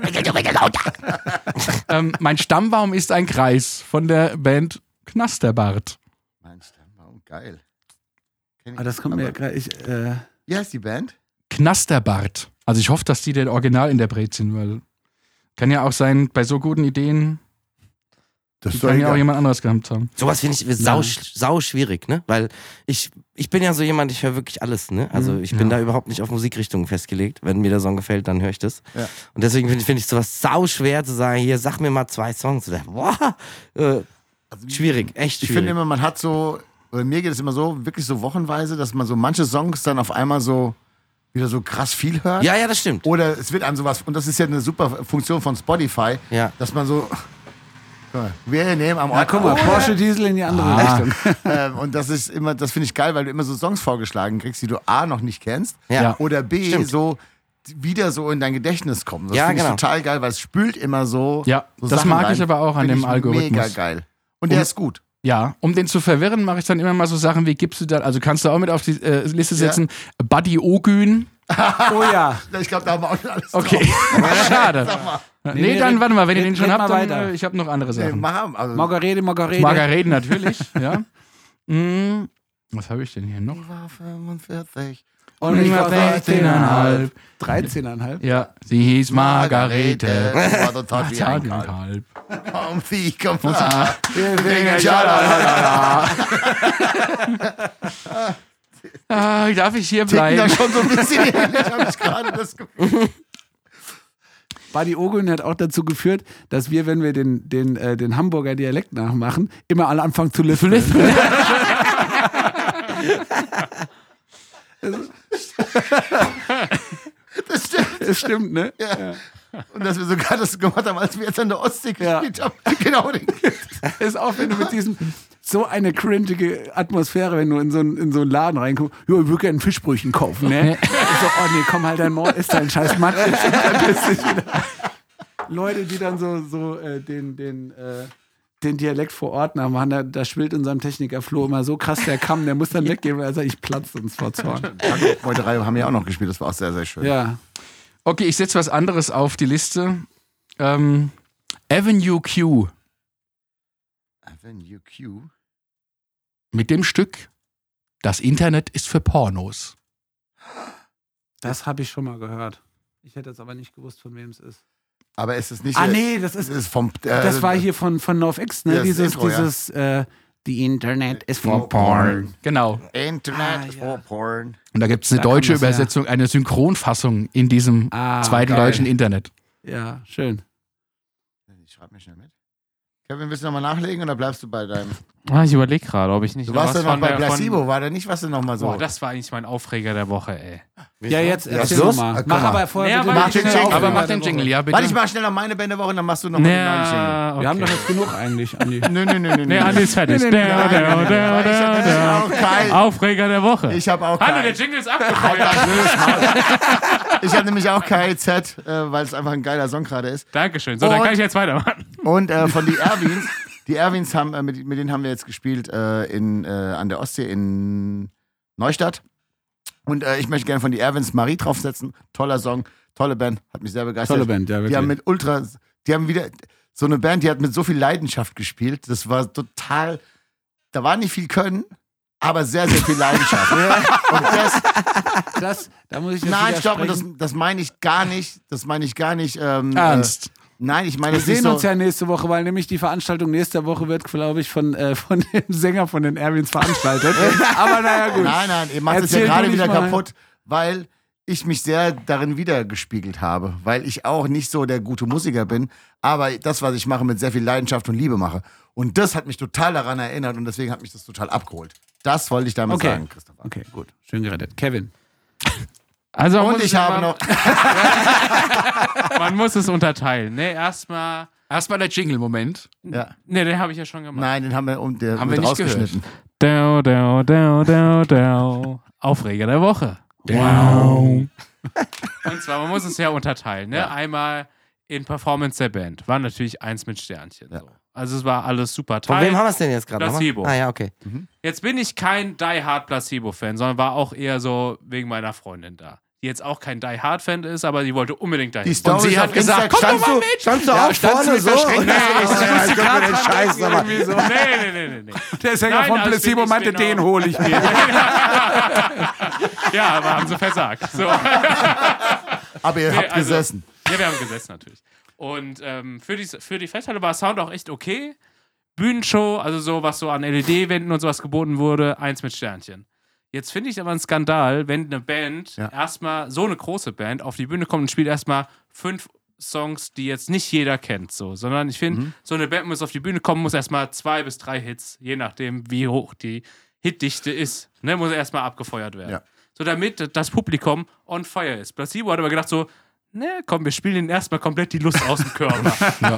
Mein Stammbaum ist ein Kreis von der Band Knasterbart. Mein Stammbaum, geil. Kenn ich Ah, das kommt aber- mir gerade. Wie heißt die Band? Knasterbart. Also ich hoffe, dass die der Originalinterpret sind, weil kann ja auch sein, bei so guten Ideen Das kann ja auch jemand anderes gehabt haben. Sowas finde ich sau schwierig, ne? Weil ich bin ja so jemand, ich höre wirklich alles, ne? Also ich bin da überhaupt nicht auf Musikrichtungen festgelegt. Wenn mir der Song gefällt, dann höre ich das. Ja. Und deswegen finde ich sowas sau schwer zu sagen, hier, sag mir mal 2 Songs. Boah, schwierig, echt Ich schwierig. finde immer, man hat so, oder mir geht es immer so, wirklich so wochenweise, dass man so manche Songs dann auf einmal so wieder so krass viel hört. Ja, das stimmt. Oder es wird einem sowas, und das ist ja eine super Funktion von Spotify, Ja. dass man so, guck mal, wir nehmen am Ort. Guck mal, Porsche Diesel in die andere Richtung. Und das ist immer, das finde ich geil, weil du immer so Songs vorgeschlagen kriegst, die du A noch nicht kennst, Ja. oder B Stimmt. so wieder so in dein Gedächtnis kommen. Das Ja, finde ich genau. total geil, weil es spült immer so. Ja, so das Sachen mag rein. ich aber auch an Finde dem ich Algorithmus. Mega geil. Und der ist gut. Ja, um den zu verwirren, mache ich dann immer mal so Sachen wie, gibst du da, also kannst du auch mit auf die Liste setzen, Buddy Ogün. Oh ja. Ich glaube, da haben wir auch schon alles Okay, drauf. schade. Nee, dann warte mal, wenn ihr den schon red habt, mal dann weiter. ich habe noch andere Nee, Sachen. machen. Also, Margarete. Margareten natürlich, ja. Was habe ich denn hier noch? ich war 45. Und ich war 16,5. 13,5. Ja, sie hieß Margarete. War total wie ein Kalb. Tagekalb. Komm, Vieh, komm klar. Darf ich hier Ticken da bleiben? schon so ein bisschen ähnlich, habe ich gerade das Gefühl. Buddy Ogün hat auch dazu geführt, dass wir, wenn wir den Hamburger Dialekt nachmachen, immer alle anfangen zu lispeln. Das stimmt. Das stimmt, ne? Ja. Und dass wir sogar das gemacht haben, als wir jetzt an der Ostsee gespielt haben. Genau den. Das ist auch, wenn du mit diesem so eine cringige Atmosphäre, wenn du in so einen Laden reinkommst, ja, ich würde gerne ein Fischbrötchen kaufen, ne? Ich so, oh nee, komm halt, dein Mord ist dein scheiß Mathe. Leute, die dann so den Dialekt vor Ort nachmachen, da schwillt unserem Techniker Flo immer so krass der Kamm, der muss dann weggehen, weil er sagt, ich platze uns vor Zorn. Heute drei haben ja auch noch gespielt, das war auch sehr, sehr schön. Ja. Okay, ich setze was anderes auf die Liste. Avenue Q Avenue Q. mit dem Stück Das Internet ist für Pornos. Das habe ich schon mal gehört. Ich hätte jetzt aber nicht gewusst, von wem es ist. Aber ist es nicht. Nee, das ist vom. das war hier von NoFX, ne? Ja, das Intro, ja. dieses The Internet is for porn. Genau. Internet for Porn. Und da gibt es eine Da kam deutsche das her. Übersetzung, eine Synchronfassung in diesem zweiten geil. deutschen Internet. Ja, schön. Ich schreibe mir schnell mit. Kevin, willst du nochmal nachlegen oder bleibst du bei deinem? Ich überlege gerade, ob ich nicht Du noch warst was ja noch von bei der- Placebo, war da nicht was denn nochmal so? Boah, das war eigentlich mein Aufreger der Woche, ey. Ja, jetzt erzähl los? noch mal. Guck Mach mal. aber vorher Nee, bitte aber mach den schnell Jingle. Aufreger Aber mach der den Woche. Jingle, ja bitte. Warte, ich mach schnell noch meine Band der Woche, dann machst du noch mal den neuen Jingle. okay. Wir haben doch jetzt genug eigentlich, Andi. Nö. Nee, Andi ist fertig. Nein, ich hab auch keinen. Aufreger der Woche. Ich habe auch Hallo, der keinen. Jingle ist abgefeuert. Ich habe nämlich auch KIZ, weil es einfach ein geiler Song gerade ist. Dankeschön. So, dann Und- kann ich jetzt weitermachen. Und von die Erwins haben, mit denen haben wir jetzt gespielt an der Ostsee in Neustadt. Und ich möchte gerne von die Erwins Marie draufsetzen. Toller Song, tolle Band, hat mich sehr begeistert. Tolle Band, ja, wirklich. Die haben wieder so eine Band, die hat mit so viel Leidenschaft gespielt. Das war total, da war nicht viel Können, aber sehr, sehr viel Leidenschaft. Und Da muss ich jetzt nein, stopp, widersprechen. das meine ich gar nicht. Das meine ich gar nicht. Ernst. Nein, ich meine Wir es nicht sehen so. uns ja nächste Woche, weil nämlich die Veranstaltung nächste Woche wird, glaube ich, von dem Sänger von den Erwins veranstaltet. Aber naja, gut. Nein, ihr macht es ja Erzähl gerade du wieder nicht mal. kaputt, weil ich mich sehr darin wiedergespiegelt habe, weil ich auch nicht so der gute Musiker bin, aber das, was ich mache, mit sehr viel Leidenschaft und Liebe mache. Und das hat mich total daran erinnert und deswegen hat mich das total abgeholt. Das wollte ich damit Okay. sagen, Christopher. Okay, gut. Schön gerettet. Kevin. Also man Und muss ich es habe immer- noch. Man muss es unterteilen. Ne, erstmal. Erstmal der Jingle-Moment. Ja. Ne, den habe ich ja schon gemacht. Nein, den haben wir, Haben wir nicht rausgeschnitten. Aufreger der Woche. Wow. Und zwar, man muss es ja unterteilen. Ne? Einmal in Performance der Band. War natürlich 1 mit Sternchen. Ja. So. Also es war alles super Von toll. wem haben wir es denn jetzt gerade? Placebo. Ah ja, okay. Jetzt bin ich kein Die Hard Placebo-Fan, sondern war auch eher so wegen meiner Freundin da. Die jetzt auch kein Die Hard-Fan ist, aber die wollte unbedingt dahin. Die Story sie ist hat auf gesagt, Insta- komm doch mal Standst du Ja, auch standst du vorne mit so? verschränkten Nee, Armen? ich Ja, wusste Gott, gerade den dran Scheiß, denken, aber- irgendwie so. Nee. Der Sänger Nein, von also ich Placebo bin- meinte, ich bin den auch- hole ich mir. Ja, aber haben sie versagt. So. Aber ihr Nee, habt also- gesessen. Ja, wir haben gesessen natürlich. Und für die Festhalle war Sound auch echt okay. Bühnenshow, also so, was so an LED-Wänden und sowas geboten wurde, 1 mit Sternchen. Jetzt finde ich aber einen Skandal, wenn eine Band erstmal, so eine große Band, auf die Bühne kommt und spielt erstmal 5 Songs, die jetzt nicht jeder kennt, so, sondern ich finde, so eine Band muss auf die Bühne kommen, muss erstmal 2 bis 3 Hits, je nachdem, wie hoch die Hitdichte ist, ne, muss erstmal abgefeuert werden. Ja. So, damit das Publikum on fire ist. Placebo hat aber gedacht so, ne, komm, wir spielen ihnen erstmal komplett die Lust aus dem Körper.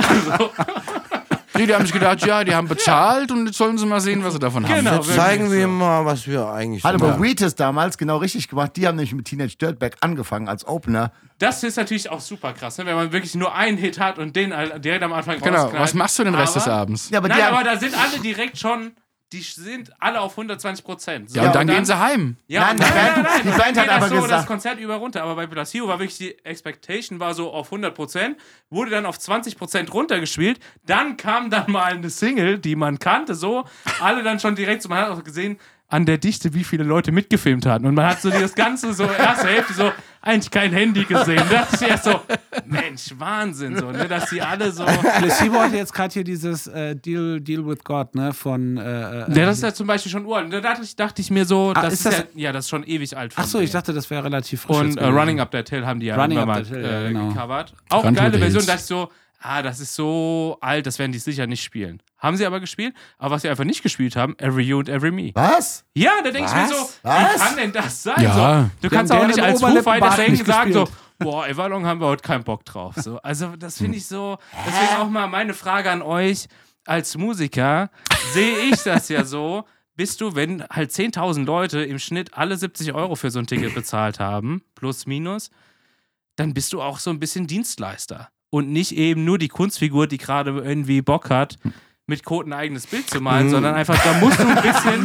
Die haben sich gedacht, ja, die haben bezahlt und jetzt sollen sie mal sehen, was sie davon haben. Genau. Jetzt zeigen wir mal, was wir eigentlich Hat so aber machen. Wheatus damals genau richtig gemacht. Die haben nämlich mit Teenage Dirtbag angefangen als Opener. Das ist natürlich auch super krass, ne? Wenn man wirklich nur einen Hit hat und den direkt am Anfang Genau, rausknallt. was machst du den Rest Aber- des Abends? Ja, aber Nein, die haben, aber da sind alle direkt schon, die sind alle auf 120%. So, Ja, und dann gehen sie heim. Ja, Nein, die Band- die und Band dann hat geht aber das so das gesagt- Konzert über runter. Aber bei Placebo war wirklich die Expectation war so auf 100%, wurde dann auf 20% runtergespielt. Dann kam dann mal eine Single, die man kannte, so. Alle dann schon direkt so, man hat auch gesehen, an der Dichte, wie viele Leute mitgefilmt hatten. Und man hat so das Ganze, so erste Hälfte, so eigentlich kein Handy gesehen. Da dachte ich erst so, Mensch, Wahnsinn, so, ne, dass die alle so. Placebo hatte jetzt gerade hier dieses Deal with God, ne, von... Ja, das ist ja zum Beispiel schon uralt. Da dachte ich mir so, das ist ist das- ja, das ist schon ewig alt. von Achso, ich denen. dachte, das wäre relativ frisch. Und jetzt gewesen. Running Up That Hill haben die ja Running immer Up mal That Hill, ja, genau. gecovert. Auch Run geile to the Version, Hills. da dachte ich so, das ist so alt, das werden die sicher nicht spielen. Haben sie aber gespielt, aber was sie einfach nicht gespielt haben, Every You and Every Me. was? Ja, da denke ich mir so, Was? wie kann denn das sein? Ja. So, du kannst haben auch nicht deren als Foo Oberlippenbart Fighters nicht sagen so, gespielt. boah, Everlong haben wir heute keinen Bock drauf. So, also das finde ich so, deswegen auch mal meine Frage an euch, als Musiker sehe ich das ja so, bist du, wenn halt 10.000 Leute im Schnitt alle 70 € für so ein Ticket bezahlt haben, plus minus, dann bist du auch so ein bisschen Dienstleister. Und nicht eben nur die Kunstfigur, die gerade irgendwie Bock hat, mit Code ein eigenes Bild zu malen, sondern einfach, da musst du ein bisschen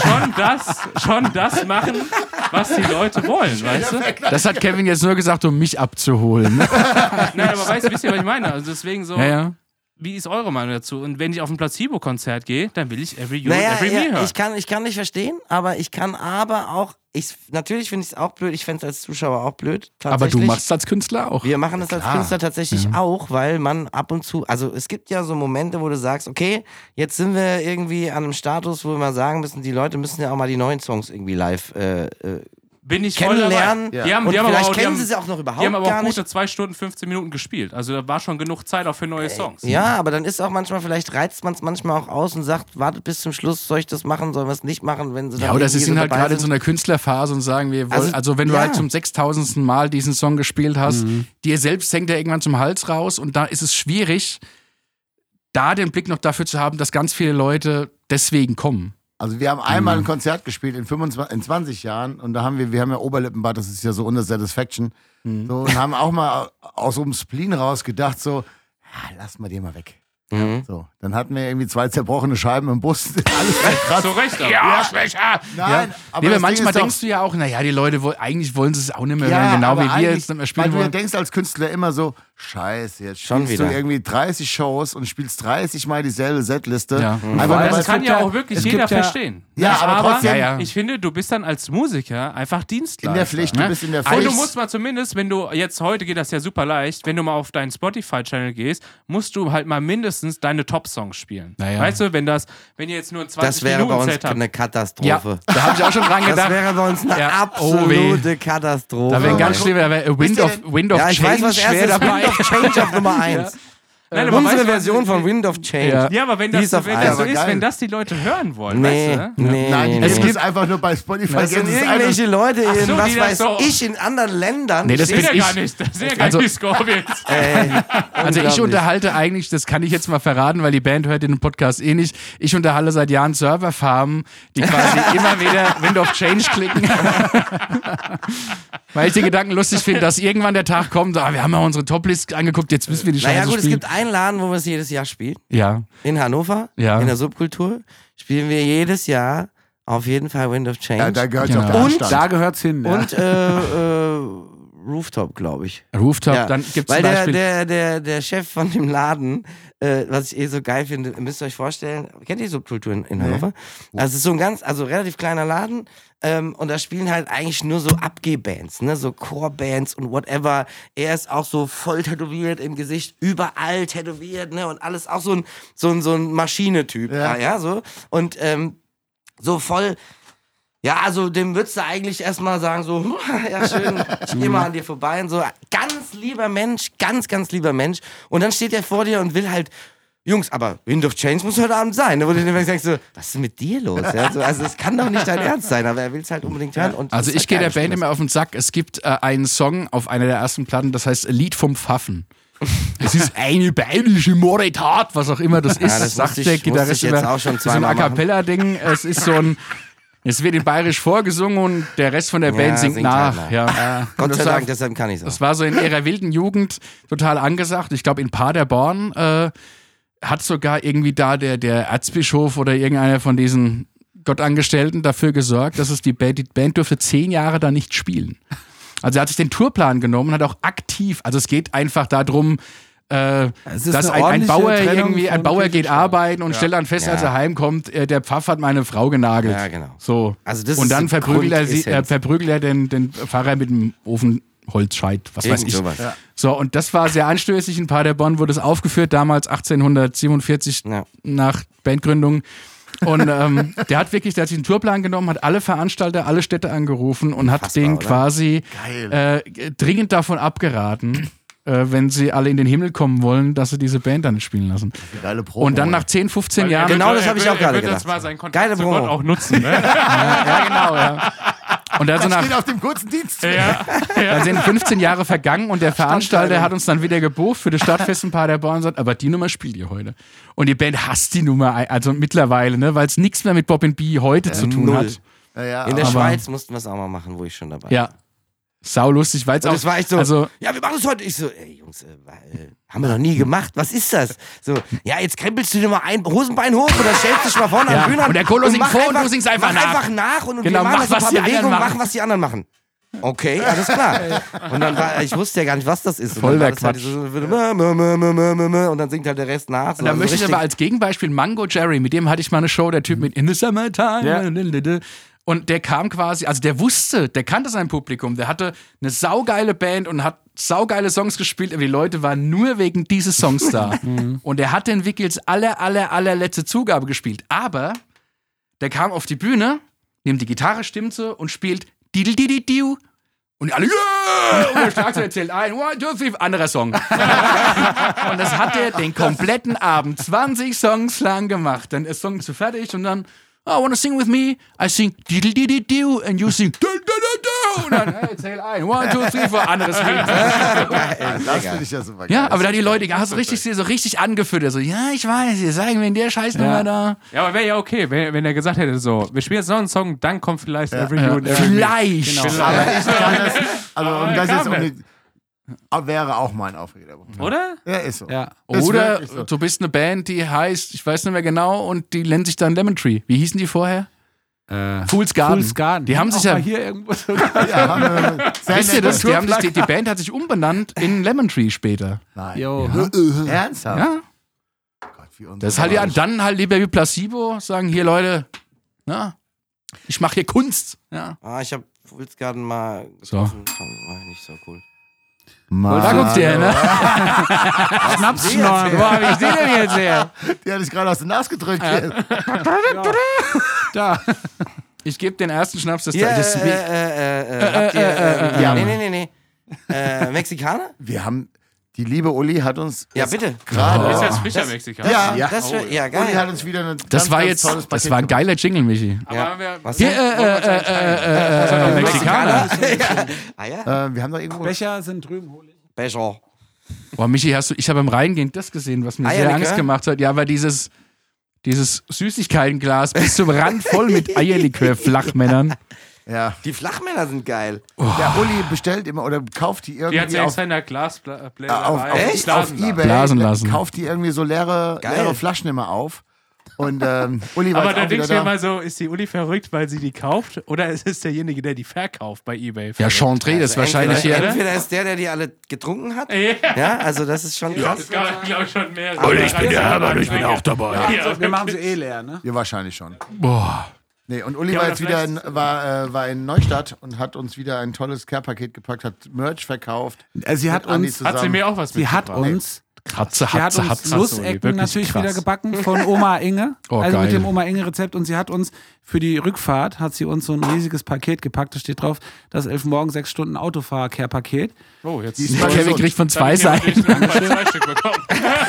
schon das machen, was die Leute wollen, weißt du? Das hat Kevin jetzt nur gesagt, um mich abzuholen. Nein, aber wisst ihr, was ich meine? Also deswegen so, Ja, ja. wie ist eure Meinung dazu? Und wenn ich auf ein Placebo-Konzert gehe, dann will ich Every You Naja, and Every Me hören. ich kann nicht verstehen, aber ich kann aber auch, natürlich finde ich es auch blöd, ich fände es als Zuschauer auch blöd. Aber du tatsächlich. machst es als Künstler auch. Wir machen das als Künstler tatsächlich auch, weil man ab und zu, also es gibt ja so Momente, wo du sagst, okay, jetzt sind wir irgendwie an einem Status, wo wir mal sagen müssen, die Leute müssen ja auch mal die neuen Songs irgendwie live Bin ich voll kennenlernen. dabei. Die haben Und aber vielleicht auch, kennen sie auch noch überhaupt die haben aber gar auch nicht. gute 2 Stunden, 15 Minuten gespielt. Also da war schon genug Zeit auch für neue Songs. Ja, aber dann ist auch manchmal, vielleicht reizt man es manchmal auch aus und sagt, wartet bis zum Schluss, soll ich das machen, sollen wir es nicht machen, wenn sie dann Ja, oder sie irgendwie sind so halt dabei gerade in so einer Künstlerphase und sagen, wir wollen, also wenn du ja. halt zum 6000. Mal diesen Song gespielt hast, dir selbst hängt er irgendwann zum Hals raus und da ist es schwierig, da den Blick noch dafür zu haben, dass ganz viele Leute deswegen kommen. Also wir haben einmal ein Konzert gespielt in 20 Jahren und da haben wir haben ja Oberlippenbart, das ist ja so unter Satisfaction. So, und haben auch mal aus so einem Spleen raus gedacht, so, lass mal den mal weg. So, dann hatten wir irgendwie 2 zerbrochene Scheiben im Bus. Alles zerkratzt. So recht, aber. Ja, Schwächer! Nein, aber Nee, das manchmal Ding ist doch, denkst du ja auch, naja, die Leute, eigentlich wollen sie es auch nicht mehr hören, genau aber wie wir eigentlich, jetzt nicht mehr spielen weil du ja wollen. denkst als Künstler immer so, scheiße, jetzt Schon spielst wieder. du irgendwie 30 Shows und spielst 30 Mal dieselbe Setliste. Ja. Einfach Aber nur, das weil kann es ja gibt auch wirklich es jeder gibt ja- verstehen. Ja, aber trotzdem- Ja, ja. Ich finde, du bist dann als Musiker einfach Dienstleister. in der Pflicht, du bist in der Pflicht. Und du musst mal zumindest, wenn du jetzt, heute geht das ja super leicht, wenn du mal auf deinen Spotify-Channel gehst, musst du halt mal mindestens deine Top-Songs spielen. Naja. Weißt du, wenn ihr jetzt nur ein Das wäre bei uns 20-Minuten-Set habt. eine Ja, Katastrophe. da habe ich auch schon dran Das gedacht. wäre bei uns eine Ja. absolute Katastrophe. Da wäre ganz schlimm, da wäre Wind of ja, ich weiß, Change was schwer erstes dabei. Wind of Change auf Nummer 1. Nein, aber Unsere weißt du, Version von Wind of Change. Ja. Ja, aber wenn Die das, ist auf wenn eins. das so Aber ist, geil. wenn das die Leute hören wollen, Nee, weißt du? nee, Nein, die nee. nehmen es einfach nur bei Spotify. Das sind geben es irgendwelche Leute Ach in, so, was die das weiß so- ich, in anderen Ländern. Nee, das Das bin ist ja gar ich. nicht, das ist ja gar Also- nicht Scorpions. Also ich unterhalte eigentlich, das kann ich jetzt mal verraten, weil die Band hört den Podcast eh nicht, ich unterhalte seit Jahren Serverfarmen, die quasi immer wieder Wind of Change klicken. Weil ich den Gedanken lustig finde, dass irgendwann der Tag kommt, wir haben ja unsere Toplist angeguckt, jetzt müssen wir die Scheiße Naja gut, es spielen. gibt einen Laden, wo wir es jedes Jahr spielen. Ja, In Hannover, Ja. in der Subkultur, spielen wir jedes Jahr auf jeden Fall Wind of Change. Ja, da gehört Genau. ja auch der Und Anstand. Da gehört's hin. Ja. Und Rooftop, glaube ich. Rooftop, Ja, dann gibt es weil zum Beispiel... der Chef von dem Laden, was ich so geil finde, müsst ihr euch vorstellen, kennt ihr die Subkultur in Hannover? Also es ist so ein relativ kleiner Laden und da spielen halt eigentlich nur so Abgehbands, ne, so Core-Bands und whatever. Er ist auch so voll tätowiert im Gesicht, überall tätowiert, ne, und alles auch so ein Maschinetyp, ja, so. Und so voll... Ja, also dem würdest du eigentlich erstmal sagen, so, ja schön, ich geh mal an dir vorbei und so. Ganz lieber Mensch, ganz lieber Mensch. Und dann steht er vor dir und will halt, Jungs, aber Wind of Change muss heute Abend sein. Wo du dir denkst, so, was ist mit dir los? Ja, so, also es kann doch nicht dein Ernst sein, aber er will es halt unbedingt hören. Und Also ich gehe der Band immer auf den Sack. Es gibt einen Song auf einer der ersten Platten, das heißt Lied vom Pfaffen. Es ist eine bayerische Mordtat, was auch immer das ist, das sagt musste der ich Gitarrist jetzt immer. auch schon Das ist so ein zweimal A Cappella-Ding. Es ist so ein... Es wird in Bayerisch vorgesungen und der Rest von der Band singt singt nach. halt nach. Ja. Gott Und sei das war- Dank, deshalb kann ich es Das auch. war so in ihrer wilden Jugend total angesagt. Ich glaube, in Paderborn hat sogar irgendwie da der Erzbischof oder irgendeiner von diesen Gottangestellten dafür gesorgt, dass es die Band durfte 10 Jahre da nicht spielen. Also er hat sich den Tourplan genommen und hat auch aktiv, also es geht einfach darum, Es ist dass eine ein ordentliche Bauer Trennung irgendwie, ein von Bauer Kirche geht und Staat. arbeiten und stellt dann fest, als er heimkommt, der Pfaff hat meine Frau genagelt. Ja, genau. So. Also das und ist dann die verprügelt Grundessenz. er den Pfarrer mit dem Ofenholzscheit, was weiß Irgend ich. sowas. So, und das war sehr anstößig. In Paderborn wurde es aufgeführt, damals 1847 Ja. nach Bandgründung. Und der hat sich einen Tourplan genommen, hat alle Veranstalter, alle Städte angerufen und hat denen oder? quasi dringend davon abgeraten, wenn sie alle in den Himmel kommen wollen, dass sie diese Band dann nicht spielen lassen. Geile Promo. Und dann nach 10, 15 Jahren... Genau das habe ich auch gerade Er wird gedacht. jetzt mal seinen Geile Kontakt zu Promo. Gott auch nutzen. Ne? Ja, genau, ja. Und dann, das nach, steht auf dem kurzen Dienst. dann sind 15 Jahre vergangen und der Veranstalter hat uns dann wieder gebucht für das Stadtfest in Paderborn und sagt, aber die Nummer spielt ihr heute. Und die Band hasst die Nummer, also mittlerweile, ne, weil es nichts mehr mit Bob &B heute zu tun null. hat. Ja, In der aber- Schweiz mussten wir es auch mal machen, wo ich schon dabei war. Ja. Sau lustig, weil es Und auch... das war echt so, Also, ja, wir machen das heute. Ich so, ey Jungs, haben wir noch nie gemacht. Was ist das? So, ja, jetzt krempelst du dir mal ein Hosenbein hoch oder stellst dich mal vorne Ja. an die Bühne an Und der Kolo singt mach vor und du singst einfach mach nach. einfach nach und Genau, wir machen mach, jetzt ein was paar die anderen Bewegungen, machen. machen, was die anderen machen. Okay, alles klar. Und dann ich wusste ja gar nicht, was das ist. Und Voll dann der war das halt so, und dann singt halt der Rest nach. So, und da also möchte ich richtig- aber als Gegenbeispiel Mango Jerry, mit dem hatte ich mal eine Show, der Typ mit In the Summertime. Und der kam quasi, also der kannte sein Publikum, der hatte eine saugeile Band und hat saugeile Songs gespielt, aber die Leute waren nur wegen dieses Songs da. Und er hat den Wickels allerletzte Zugabe gespielt. Aber der kam auf die Bühne, nimmt die Gitarre, stimmte und spielt Diddle-diddle-diu. Und alle, yeah! Und der Schlagzeuger erzählt ein, 1, 2, 3, anderer Song. Und das hat er den kompletten Abend, 20 Songs lang gemacht. Dann ist Song zu fertig und dann, oh, wanna sing with me? I sing diddle-diddle-diu and you sing diddle-diddle-diu. Und dann, hey, zähl ein, 1, 2, 3, 4, anderes Lied. Das finde ich ja super geil. Ja, aber da die Leute, hast du richtig, so richtig angefüttert. So, ja, ich weiß, ihr sagen mir in der Scheißnummer da. Ja, aber wäre ja okay, wenn er gesagt hätte, so, wir spielen jetzt noch einen Song, dann kommt vielleicht Every You and Every Me. Vielleicht. Genau. Aber ich kann das, also, und das kam ist wäre auch mein Aufreger. Oder? Ja, ist so. Ja. Ist Oder wirklich so. du bist eine Band, die heißt, ich weiß nicht mehr genau, und die nennt sich dann Lemon Tree. Wie hießen die vorher? Fool's Garden. Fool's Garden. Die haben sich auch ja, mal hier irgendwo so wisst ihr das? Die, haben sich, die Band hat sich umbenannt in Lemon Tree später. Nein. Jo. Ernsthaft? Ja? Gott, wie Das ist halt ja dann halt lieber wie Placebo, sagen hier Leute, na, ich mache hier Kunst. Ja. Ich habe Fool's Garden mal So. getroffen. War nicht so cool. Da guckt ihr, ne? Schnapsschnorren. Wo hab ich den denn jetzt her? Die hat dich gerade aus der Nase gedrückt. Da. Ich gebe den ersten Schnaps des Ja, Tages. habt ihr, ja. nee. Mexikaner? Wir haben, die liebe Uli hat uns Ja, bitte. gerade... Ist jetzt frischer Mexikaner. Ja, Das wär, ja, Uli geil. hat uns wieder ein Das war jetzt, tolles das Paket war ein geiler Jingle, Michi. Aber Ja. haben wir Was Hier, denn? Mexikaner. Ah ja? wir haben doch irgendwo... Becher sind drüben, hol ich. Becher. Boah, Michi, ich habe beim Reingehen das gesehen, was mir sehr Eierlikör? Angst gemacht hat. Ja, weil dieses Süßigkeitenglas bis zum Rand voll mit Eierlikör-Flachmännern. Ja. Die Flachmänner sind geil. Der Uli bestellt immer oder kauft die Die hat irgendwie sie auf, extra in der Glasbläser Echt? auf Ebay. Blasen lassen. Kauft die irgendwie so leere Flaschen immer auf. Und Uli war Aber jetzt da auch wieder denkst du dir da. mal so, ist die Uli verrückt, weil sie die kauft? Oder ist es derjenige, der die verkauft bei Ebay? Ja, verrückt? Chantre, das ist wahrscheinlich hier. Entweder ist der die alle getrunken hat. Ja. Ja, also das ist schon krass. Das gab, glaube ich, schon mehr. Aber ich bin der Herbert, ich bin auch dabei. Ja. Wir machen sie eh leer, ne? Ja, wahrscheinlich schon. Boah. Nee, und Uli Ja, war aber jetzt wieder war in Neustadt und hat uns wieder ein tolles Care-Paket gepackt, hat Merch verkauft. Sie hat Mit Andi uns, zusammen. Hat sie mir auch was sie hat mitgebracht? uns, Hatze, sie hat uns Uli, Nussecken wirklich natürlich krass. wieder gebacken von Oma Inge. Oh, also mit geil. dem Oma Inge Rezept. Und sie hat uns für die Rückfahrt, hat sie uns so ein riesiges Paket gepackt. Da steht drauf, das 11 morgen 6 Stunden Autofahr-Care-Paket. Oh, jetzt Die ist mal Kevin gesund. kriegt von Dann zwei hab ich Seiten. natürlich noch 2 Stück bekommen.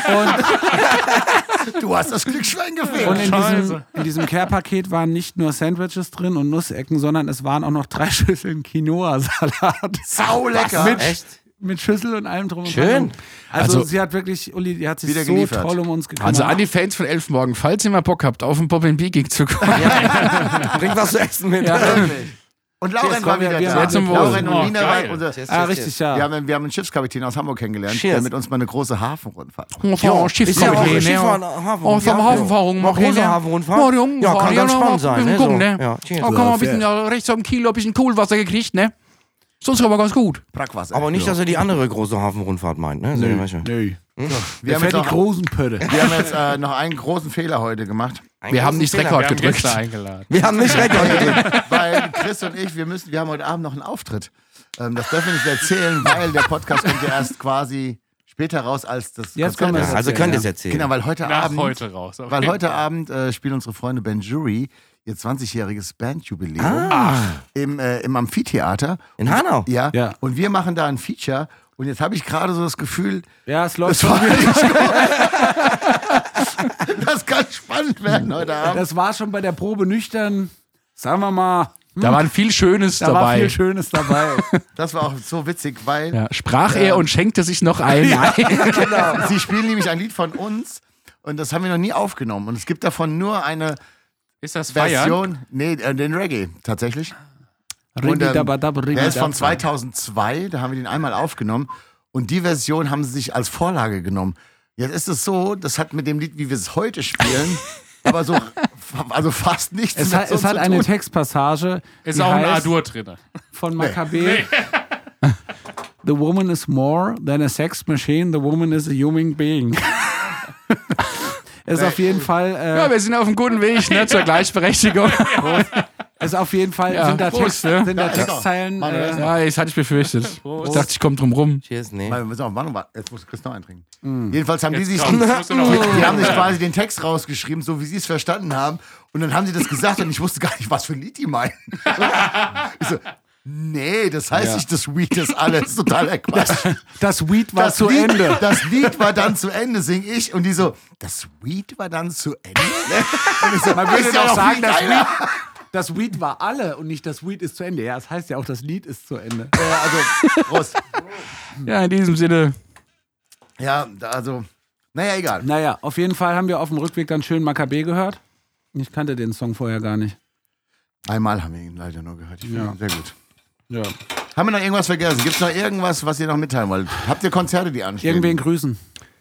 Du hast das Glücksschwein gefehlt. Und Scheiße. in diesem Care-Paket waren nicht nur Sandwiches drin und Nussecken, sondern es waren auch noch 3 Schüsseln Quinoa-Salat. Sau lecker. Echt? Mit Schüssel und allem drum und Schön. dran. Also, Also- sie hat wirklich, Uli, die hat sich Wieder so geliefert. toll um uns gekümmert. Also an die Fans von 11 Morgen, falls ihr mal Bock habt, auf den Pop-and-B-Gig zu kommen. Bring was zu essen mit. Und Lauren Cheers, war komm, wieder wir da. sind zum Wohl. Lauren und Oh, Nina geil. war unser... Cheers, Ah, cheers, richtig, cheers. ja. Wir haben einen Schiffskapitän aus Hamburg kennengelernt, Cheers. der mit uns mal eine große Hafenrundfahrt. Oh, Ist ja auch Schiffskapitän, Skifahren, ne? Hafen. Oh, vom Hafenfahrung Mal große Hafenrundfahrt. Ja, kann ganz spannend sein. Ne? Gucken, So. ne? Ja, cheers. Oh, komm mal ein bisschen rechts am Kilo, ein bisschen Kohlwasser gekriegt, ne? Sonst aber ganz gut. Brackwasser. Aber nicht, dass er die andere große Hafenrundfahrt meint. Ne? Nö. Wir Der haben fährt jetzt, die noch, großen Pötte. wir haben jetzt noch einen großen Fehler heute gemacht. Wir haben nicht Rekord Wir haben gedrückt. Gäste eingeladen. Wir haben nicht Rekord gedrückt. Weil Chris und ich, wir haben heute Abend noch einen Auftritt. Das dürfen wir nicht erzählen, weil der Podcast kommt ja erst quasi später raus als das Jetzt Konzert können wir ist. es Also könnt ihr es erzählen. Genau, weil heute Nach Abend, heute raus. auf weil jeden heute Fall. Abend spielen unsere Freunde Ben Jury ihr 20-jähriges Bandjubiläum im Amphitheater. In Hanau? Ja, Ja. und wir machen da ein Feature. Und jetzt habe ich gerade so das Gefühl, Ja, es läuft das, war schon. nicht gut. Das kann spannend werden heute Abend. Das war schon bei der Probe nüchtern, sagen wir mal, Da war viel Schönes da war dabei. viel Schönes dabei. Das war auch so witzig, weil Ja, sprach er und schenkte sich noch ein. genau, sie spielen nämlich ein Lied von uns und das haben wir noch nie aufgenommen. Und es gibt davon nur eine Ist das Feiern? Version, nee, den Reggae tatsächlich. Ringi-dabba-dab, Der ist von ringi-dabba. 2002, da haben wir den einmal aufgenommen und die Version haben sie sich als Vorlage genommen. Jetzt ist es so, das hat mit dem Lied, wie wir es heute spielen, aber so, also fast nichts Es mit hat, uns es hat zu eine tun. Textpassage, Ist die auch ein heißt, A-Dur drin. von Maccabee. The woman is more than a sex machine, the woman is a human being. Ist auf jeden Fall, Ja, wir sind auf einem guten Weg, ne, zur Gleichberechtigung. ist auf jeden Fall Ja, sind da, Prost, Text, ne? sind da ist doch. Textzeilen. Mann, das ist Ja, das hatte ich befürchtet. Ich dachte, ich komme drum rum. Cheers, nee. Mal, wir müssen auf Warnung warten. Jetzt muss Chris noch eintrinken. Jedenfalls haben die sich, Komm, das musst du noch die haben sich quasi den Text rausgeschrieben, so wie sie es verstanden haben. Und dann haben sie das gesagt und ich wusste gar nicht, was für ein Lied die meinen. Ich so, Nee, das heißt nicht, das Weed ist alles totaler Quatsch. Das Weed war zu Lied, Ende. Das Lied war dann zu Ende, sing ich. Und die so, das Weed war dann zu Ende? Und ich so, Man würde ist ja doch noch sagen, viel das geiler. Weed, das Weed war alle und nicht das Weed ist zu Ende. Ja, das heißt ja auch, das Lied ist zu Ende. Also, Prost. Ja, in diesem Sinne. Ja, also, naja, egal. Naja, auf jeden Fall haben wir auf dem Rückweg dann schön Maccabee gehört. Ich kannte den Song vorher gar nicht. Einmal haben wir ihn leider nur gehört. Ich finde ihn sehr gut. Ja. Haben wir noch irgendwas vergessen? Gibt es noch irgendwas, was ihr noch mitteilen wollt? Habt ihr Konzerte, die anstehen? Irgendwen grüßen.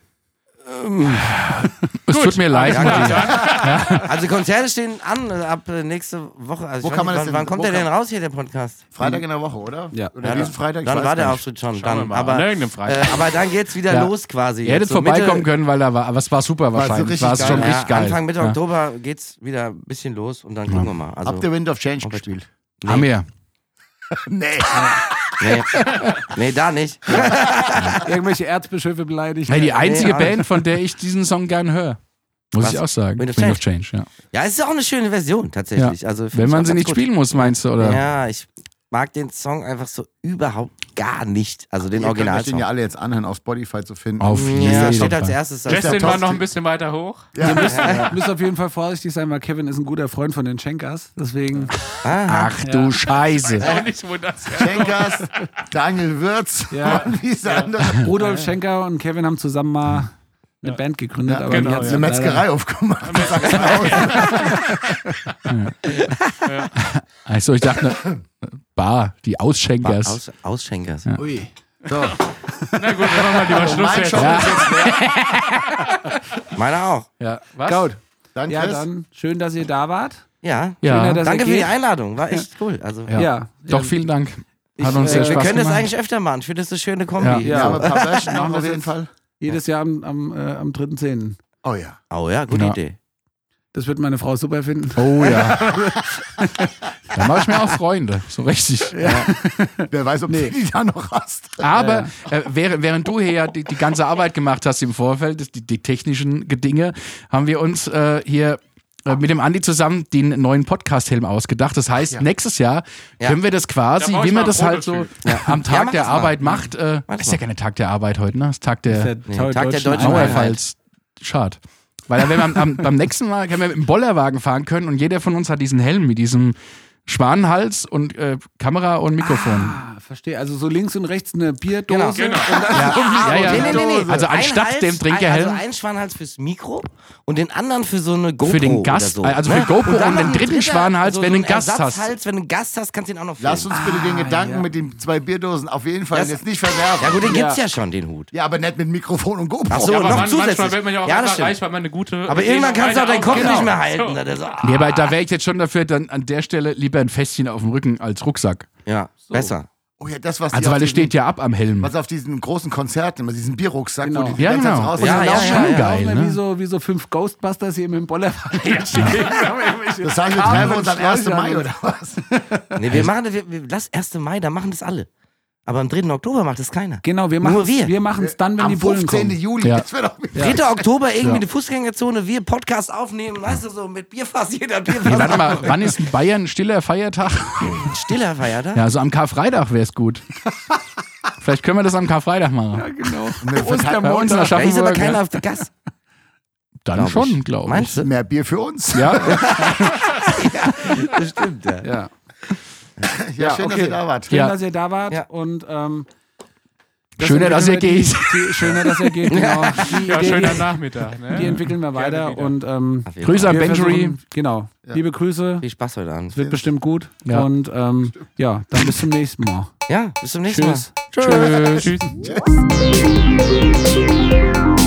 Es tut mir leid. Also Konzerte stehen an ab nächste Woche. Also Wo kann man das denn- wann kommt wo der denn kann- raus hier, der Podcast? Freitag in der Woche, oder? Ja. Oder diesen Freitag? Ich Dann weiß war der gar nicht. Auftritt schon. Schauen wir Dann, mal. aber, An irgendeinem Freitag. aber dann geht's wieder Ja. los quasi. Ihr hättet Jetzt so Mitte- vorbeikommen können, weil da war, aber es war super wahrscheinlich. richtig War es schon geil. richtig geil. Anfang Mitte Ja. Oktober geht's wieder ein bisschen los und dann gucken wir mal. Also, Habt ihr Wind of Change gespielt? Haben wir. Nee. nee, da nicht. Irgendwelche Erzbischöfe beleidigt. Hey, die einzige Nee, Band, von der ich diesen Song gern höre. Muss Was? ich auch sagen. Wind of Wind of Change, ja. Ja, es ist auch eine schöne Version tatsächlich. Ja. Also, find Wenn ich man auch sie ganz nicht gut. spielen muss, meinst du, oder? Ja, ich mag den Song einfach so überhaupt gar nicht. Also den Ihr könnt euch den Originalsong. ja alle jetzt anhören, auf Spotify zu finden. Auf Ja, jeden steht als Fall. erstes. Justin Top war noch Street. ein bisschen weiter hoch. Ihr müsst auf jeden Fall vorsichtig sein, weil Kevin ist ein guter Freund von den Schenkers. Deswegen. Ach du Scheiße. Auch nicht, wo das Schenkers, Daniel Würz Ja. und wie ist der andere? Rudolf Schenker und Kevin haben zusammen mal eine Band gegründet. Ja, aber genau, die hat's Eine dann Metzgerei aufgemacht. Also ich dachte, Bar, die Ausschenkers. Ausschenkers. Ui. So, Na gut, dann machen wir lieber Schluss mein jetzt. Shop ist jetzt leer. Meiner auch. Ja. Was? Gut. Dann Ja, Chris. dann schön, dass ihr da wart. Ja. Ja. Schöner, dass Danke ihr für die geht. Einladung. War echt cool. Also, Ja. Doch, vielen Dank. Hat uns sehr wir Spaß können das gemacht. eigentlich öfter machen. Ich finde das eine schöne Kombi. Ja. Wir haben ein paar Bäschen noch auf jeden Fall. Jedes Jahr am 3.10. Oh ja. Oh ja, gute Ja. Idee. Das wird meine Frau super finden. Oh ja. Da mache ich mir auch Freunde, so richtig. Wer weiß, ob du die da noch hast. Aber während du hier ja die ganze Arbeit gemacht hast im Vorfeld, die technischen Dinge, haben wir uns hier mit dem Andi zusammen den neuen Podcast-Helm ausgedacht. Das heißt, nächstes Jahr können wir das quasi, Da brauch wie ich man mal das ein halt so Prototyp. am Tag mach der das mal. Arbeit macht. Ist ja keine Tag der Arbeit heute, ne? Das ist Tag der Tag der deutschen Mauerfalls. Schade. Weil wenn wir beim nächsten Mal können wir mit dem Bollerwagen fahren können und jeder von uns hat diesen Helm mit diesem Schwanenhals und Kamera und Mikrofon. Verstehe. Also so links und rechts eine Bierdose. Genau. Und dann Ja. Nee. Also Ein anstatt Hals, dem Trinkerhelm. Also ein Schwanhals fürs Mikro und den anderen für so eine GoPro. Für den Gast, oder so, also für GoPro dann und noch den ein dritten dritter, Schwanenhals, so wenn du einen ein Gast hast. Ersatzhals, wenn du einen Gast hast, kannst du ihn auch noch filmen. Lass uns bitte den Gedanken mit den 2 Bierdosen auf jeden Fall Das- jetzt nicht verwerfen. Ja gut, den gibt's ja schon, den Hut. Ja, aber nicht mit Mikrofon und GoPro. Ach so, Ja, aber noch manchmal zusätzlich. wird man ja auch Ja, das einfach stimmt. reich, weil man eine gute. Aber irgendwann kannst du auch deinen Kopf Genau. nicht mehr halten. So. Oder so. Nee, aber da wäre ich jetzt schon dafür, dann an der Stelle lieber ein Fässchen auf dem Rücken als Rucksack. Ja, besser. Oh ja, das, was die Also, auf weil es diesen- steht ja ab am Helm. Was auf diesen großen Konzerten, mit diesem Bierrucksack, Genau. wo die Ja, ganze Zeit so genau. raus. Ja, ja, schon ja. geil, laufen ne? wie so 5 Ghostbusters hier mit dem Bollerwagen. Das heißt, wir treffen uns am 1. Mai oder was? Nee, wir machen, lass 1. Mai, da machen das alle. Aber am 3. Oktober macht das keiner. Genau, wir Nur machen wir. wir machen es dann, wenn Am die Bullen 15. kommen. Juli. Ja. Das wäre doch 3. Oktober irgendwie eine Fußgängerzone, wir Podcast aufnehmen, weißt du, so mit Bierfass, jeder Nee, Bierfass. warte mal, wann ist in Bayern ein stiller Feiertag? Stiller Feiertag? Ja, also am Karfreitag wäre es gut. Vielleicht können wir das am Karfreitag machen. Genau. Bei uns in Da ist aber Aschaffenburg. keiner Ja. auf der Gas. Dann glaub schon, ich. glaube ich. Meinst du? mehr Bier für uns. Ja, Das stimmt, ja. Ja. Ja, schön, dass ihr da wart. Schön, Ja. dass ihr da wart Ja. und schöner, dass ihr geht. Schöner, dass ihr geht, genau. Die Ja, Idee, schöner Nachmittag. Ne? die entwickeln wir weiter wieder. und Grüße an wir Benjury. versuchen- Genau. Liebe Grüße. Viel Spaß heute Abend. Wird bestimmt gut. Ja. Und ja, dann bis zum nächsten Mal. Ja, bis zum nächsten Tschüss. Mal. Tschüss. Tschüss.